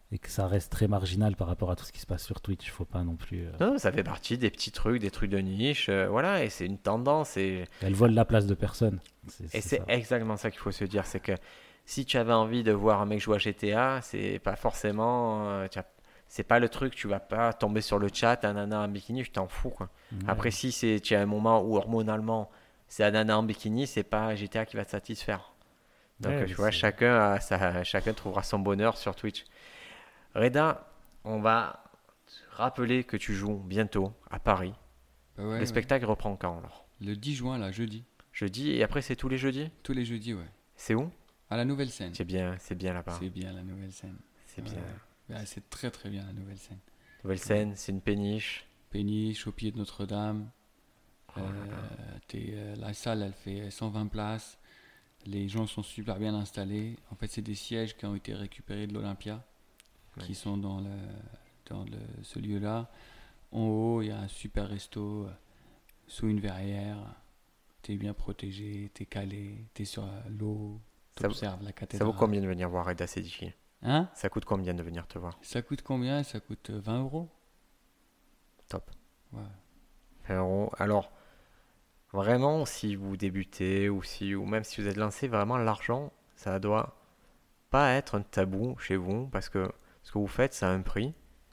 S2: et que ça reste très marginal par rapport à tout ce qui se passe sur Twitch. Il faut pas non plus. euh,
S1: Non, ça fait partie des petits trucs, des trucs de niche, euh, voilà, et c'est une tendance. Et,
S2: Elle vole la place de personne. C'est,
S1: et
S2: c'est
S1: c'est
S2: ça.
S1: exactement ça qu'il faut se dire, c'est que si tu avais envie de voir un mec jouer à G T A, c'est pas forcément, euh, tu as- c'est pas le truc, tu vas pas tomber sur le chat, un nana en bikini, je t'en fous, quoi.
S2: Ouais.
S1: Après, si c'est, tu as un moment où hormonalement, c'est un nana en bikini, c'est pas G T A qui va te satisfaire. Donc,
S2: Ouais,
S1: tu vois,
S2: c'est-
S1: chacun, a sa- chacun trouvera son bonheur sur Twitch. Reda, on va te rappeler que tu joues bientôt à Paris.
S3: Bah ouais,
S1: Le
S3: ouais.
S1: spectacle reprend quand alors?
S3: Le dix juin, là, jeudi.
S1: Jeudi, et après c'est tous les jeudis?
S3: Tous les jeudis, ouais.
S1: C'est où?
S3: À la nouvelle scène.
S1: C'est bien, c'est bien là-bas.
S3: C'est bien la nouvelle scène.
S1: C'est
S3: Ouais.
S1: bien.
S3: Ouais, c'est très très bien la nouvelle scène.
S1: Nouvelle scène, c'est une péniche.
S3: Péniche au pied de Notre-Dame.
S1: Oh là
S3: Euh,
S1: là.
S3: t'es, euh, la salle, elle fait cent vingt places. Les gens sont super bien installés. En fait, c'est des sièges qui ont été récupérés de l'Olympia,
S1: Ouais.
S3: qui sont dans, le, dans le, ce lieu-là. En haut, il y a un super resto euh, sous une verrière. T'es bien protégé, t'es calé, t'es sur euh, l'eau,
S1: Ça vaut-
S3: t'observes la
S1: Ça
S3: cathédrale.
S1: vaut combien de venir voir Reda Sediki?
S3: Hein?
S1: Ça coûte combien de venir te voir?
S3: Ça coûte combien? Ça coûte euh, vingt euros.
S1: Top.
S3: Ouais.
S1: Alors, alors, vraiment, si vous débutez ou, si, ou même si vous êtes lancé, vraiment l'argent, ça doit pas être un tabou chez vous parce que ce que vous faites, ça a un prix.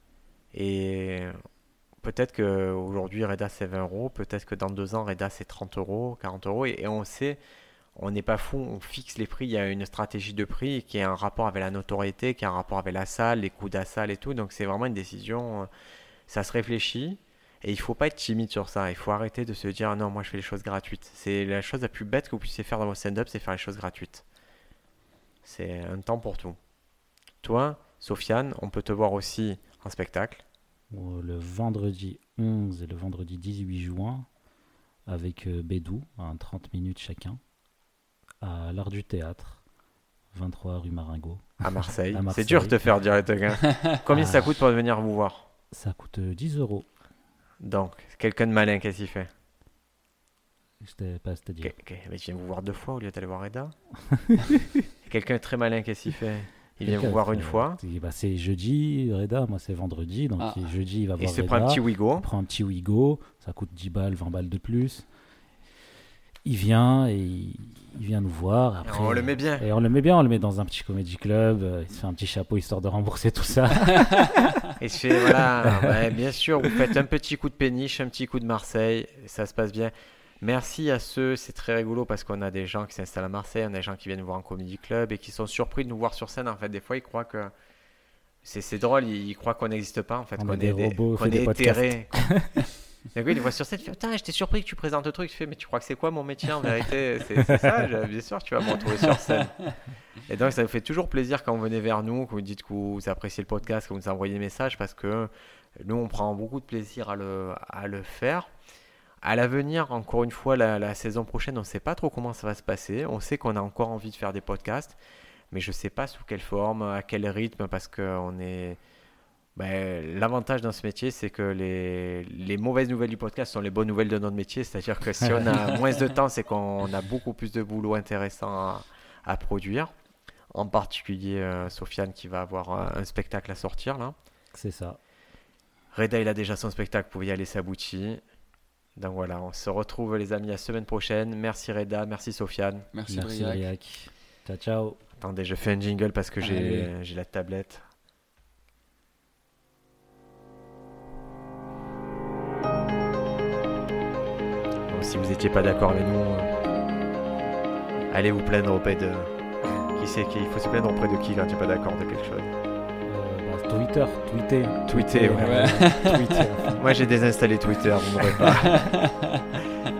S1: Et peut-être qu'aujourd'hui, Reda, c'est vingt euros. Peut-être que dans deux ans, Reda, c'est trente euros, quarante euros. Et, et on sait, on n'est pas fou, on fixe les prix. Il y a une stratégie de prix qui a un rapport avec la notoriété, qui a un rapport avec la salle, les coûts de la salle et tout. Donc, c'est vraiment une décision, euh, ça se réfléchit. Et il faut pas être timide sur ça. Il faut arrêter de se dire, ah non, moi, je fais les choses gratuites. C'est la chose la plus bête que vous puissiez faire dans vos stand-up, c'est faire les choses gratuites. C'est un temps pour tout. Toi, Sofiane, on peut te voir aussi en spectacle.
S2: Euh, Le vendredi onze et le vendredi dix-huit juin, avec euh, Bédou, à trente minutes chacun, à l'Art du Théâtre, vingt-trois rue Maringot.
S1: À Marseille.
S2: À
S1: C'est
S2: Marseille.
S1: dur de te faire dire les trucs, hein. Combien
S2: Ah.
S1: ça coûte pour venir vous voir?
S2: Ça coûte euh, dix euros.
S1: Donc, quelqu'un de malin, qu'est-ce qu'il fait?
S2: Je t'ai pas, c'est-à-dire.
S1: Que- que- Mais tu viens vous voir deux fois au lieu d'aller voir Reda. Quelqu'un de très malin, qu'est-ce qu'il fait? Il vient vous
S2: Quelqu'un,
S1: voir une
S2: euh,
S1: fois.
S2: c'est- bah, c'est jeudi, Reda, moi c'est vendredi, donc
S3: Ah.
S2: il- jeudi il va
S1: Il
S2: voir
S1: se
S2: Reda.
S1: prend un petit Wigo.
S2: Il prend un petit Wigo, ça coûte dix balles, vingt balles de plus. Il vient et il, il vient nous voir.
S1: Et
S2: Après,
S1: on le met bien.
S2: Et on le met bien, on le met dans un petit comedy club, euh, il se fait un petit chapeau histoire de rembourser tout ça.
S1: Et je fais, voilà, ouais, bien sûr, vous faites un petit coup de péniche, un petit coup de Marseille, ça se passe bien. Merci à ceux, c'est très rigolo parce qu'on a des gens qui s'installent à Marseille, on a des gens qui viennent voir en comedy club et qui sont surpris de nous voir sur scène. En fait, des fois, ils croient que c'est c'est drôle, ils, ils croient qu'on n'existe pas, en fait,
S2: On
S1: qu'on
S2: est des robots,
S1: qu'on
S2: fait des
S1: est
S2: podcasts.
S1: éthéré. D'un coup, ils les voient sur scène, ils font, putain, j'étais surpris que tu présentes le truc. Je fais, mais tu crois que c'est quoi mon métier en vérité? C'est c'est ça, je- bien sûr, tu vas me retrouver sur scène. Et donc, ça nous fait toujours plaisir quand vous venez vers nous, que vous dites que vous appréciez le podcast, que vous nous envoyez des messages parce que nous, on prend beaucoup de plaisir à le, à le faire. À l'avenir, encore une fois, la, la saison prochaine, on ne sait pas trop comment ça va se passer. On sait qu'on a encore envie de faire des podcasts, mais je ne sais pas sous quelle forme, à quel rythme, parce qu'on est... Ben, l'avantage dans ce métier, c'est que les, les mauvaises nouvelles du podcast sont les bonnes nouvelles de notre métier. C'est-à-dire que si on a moins de temps, c'est qu'on a beaucoup plus de boulot intéressant à, à produire. En particulier, euh, Sofiane qui va avoir euh, un spectacle à sortir là.
S2: C'est ça.
S1: Reda, il a déjà son spectacle, vous pouvez y aller, c'est abouti. Donc voilà, on se retrouve les amis la semaine prochaine. Merci Reda, merci Sofiane.
S3: Merci,
S2: Merci
S3: Briac.
S2: Briac. Ciao, ciao.
S1: Attendez, je fais un jingle parce que j'ai
S3: Allez.
S1: j'ai la tablette. Bon, si vous n'étiez pas d'accord avec nous, euh, allez vous plaindre auprès de... Qui c'est qui... Il faut se plaindre auprès de qui quand tu n'es pas d'accord de quelque chose?
S2: Euh, bah, Twitter, tweeter.
S1: Tweeter, ouais.
S2: euh, tweeter.
S1: Moi j'ai désinstallé Twitter, vous m'aurez pas.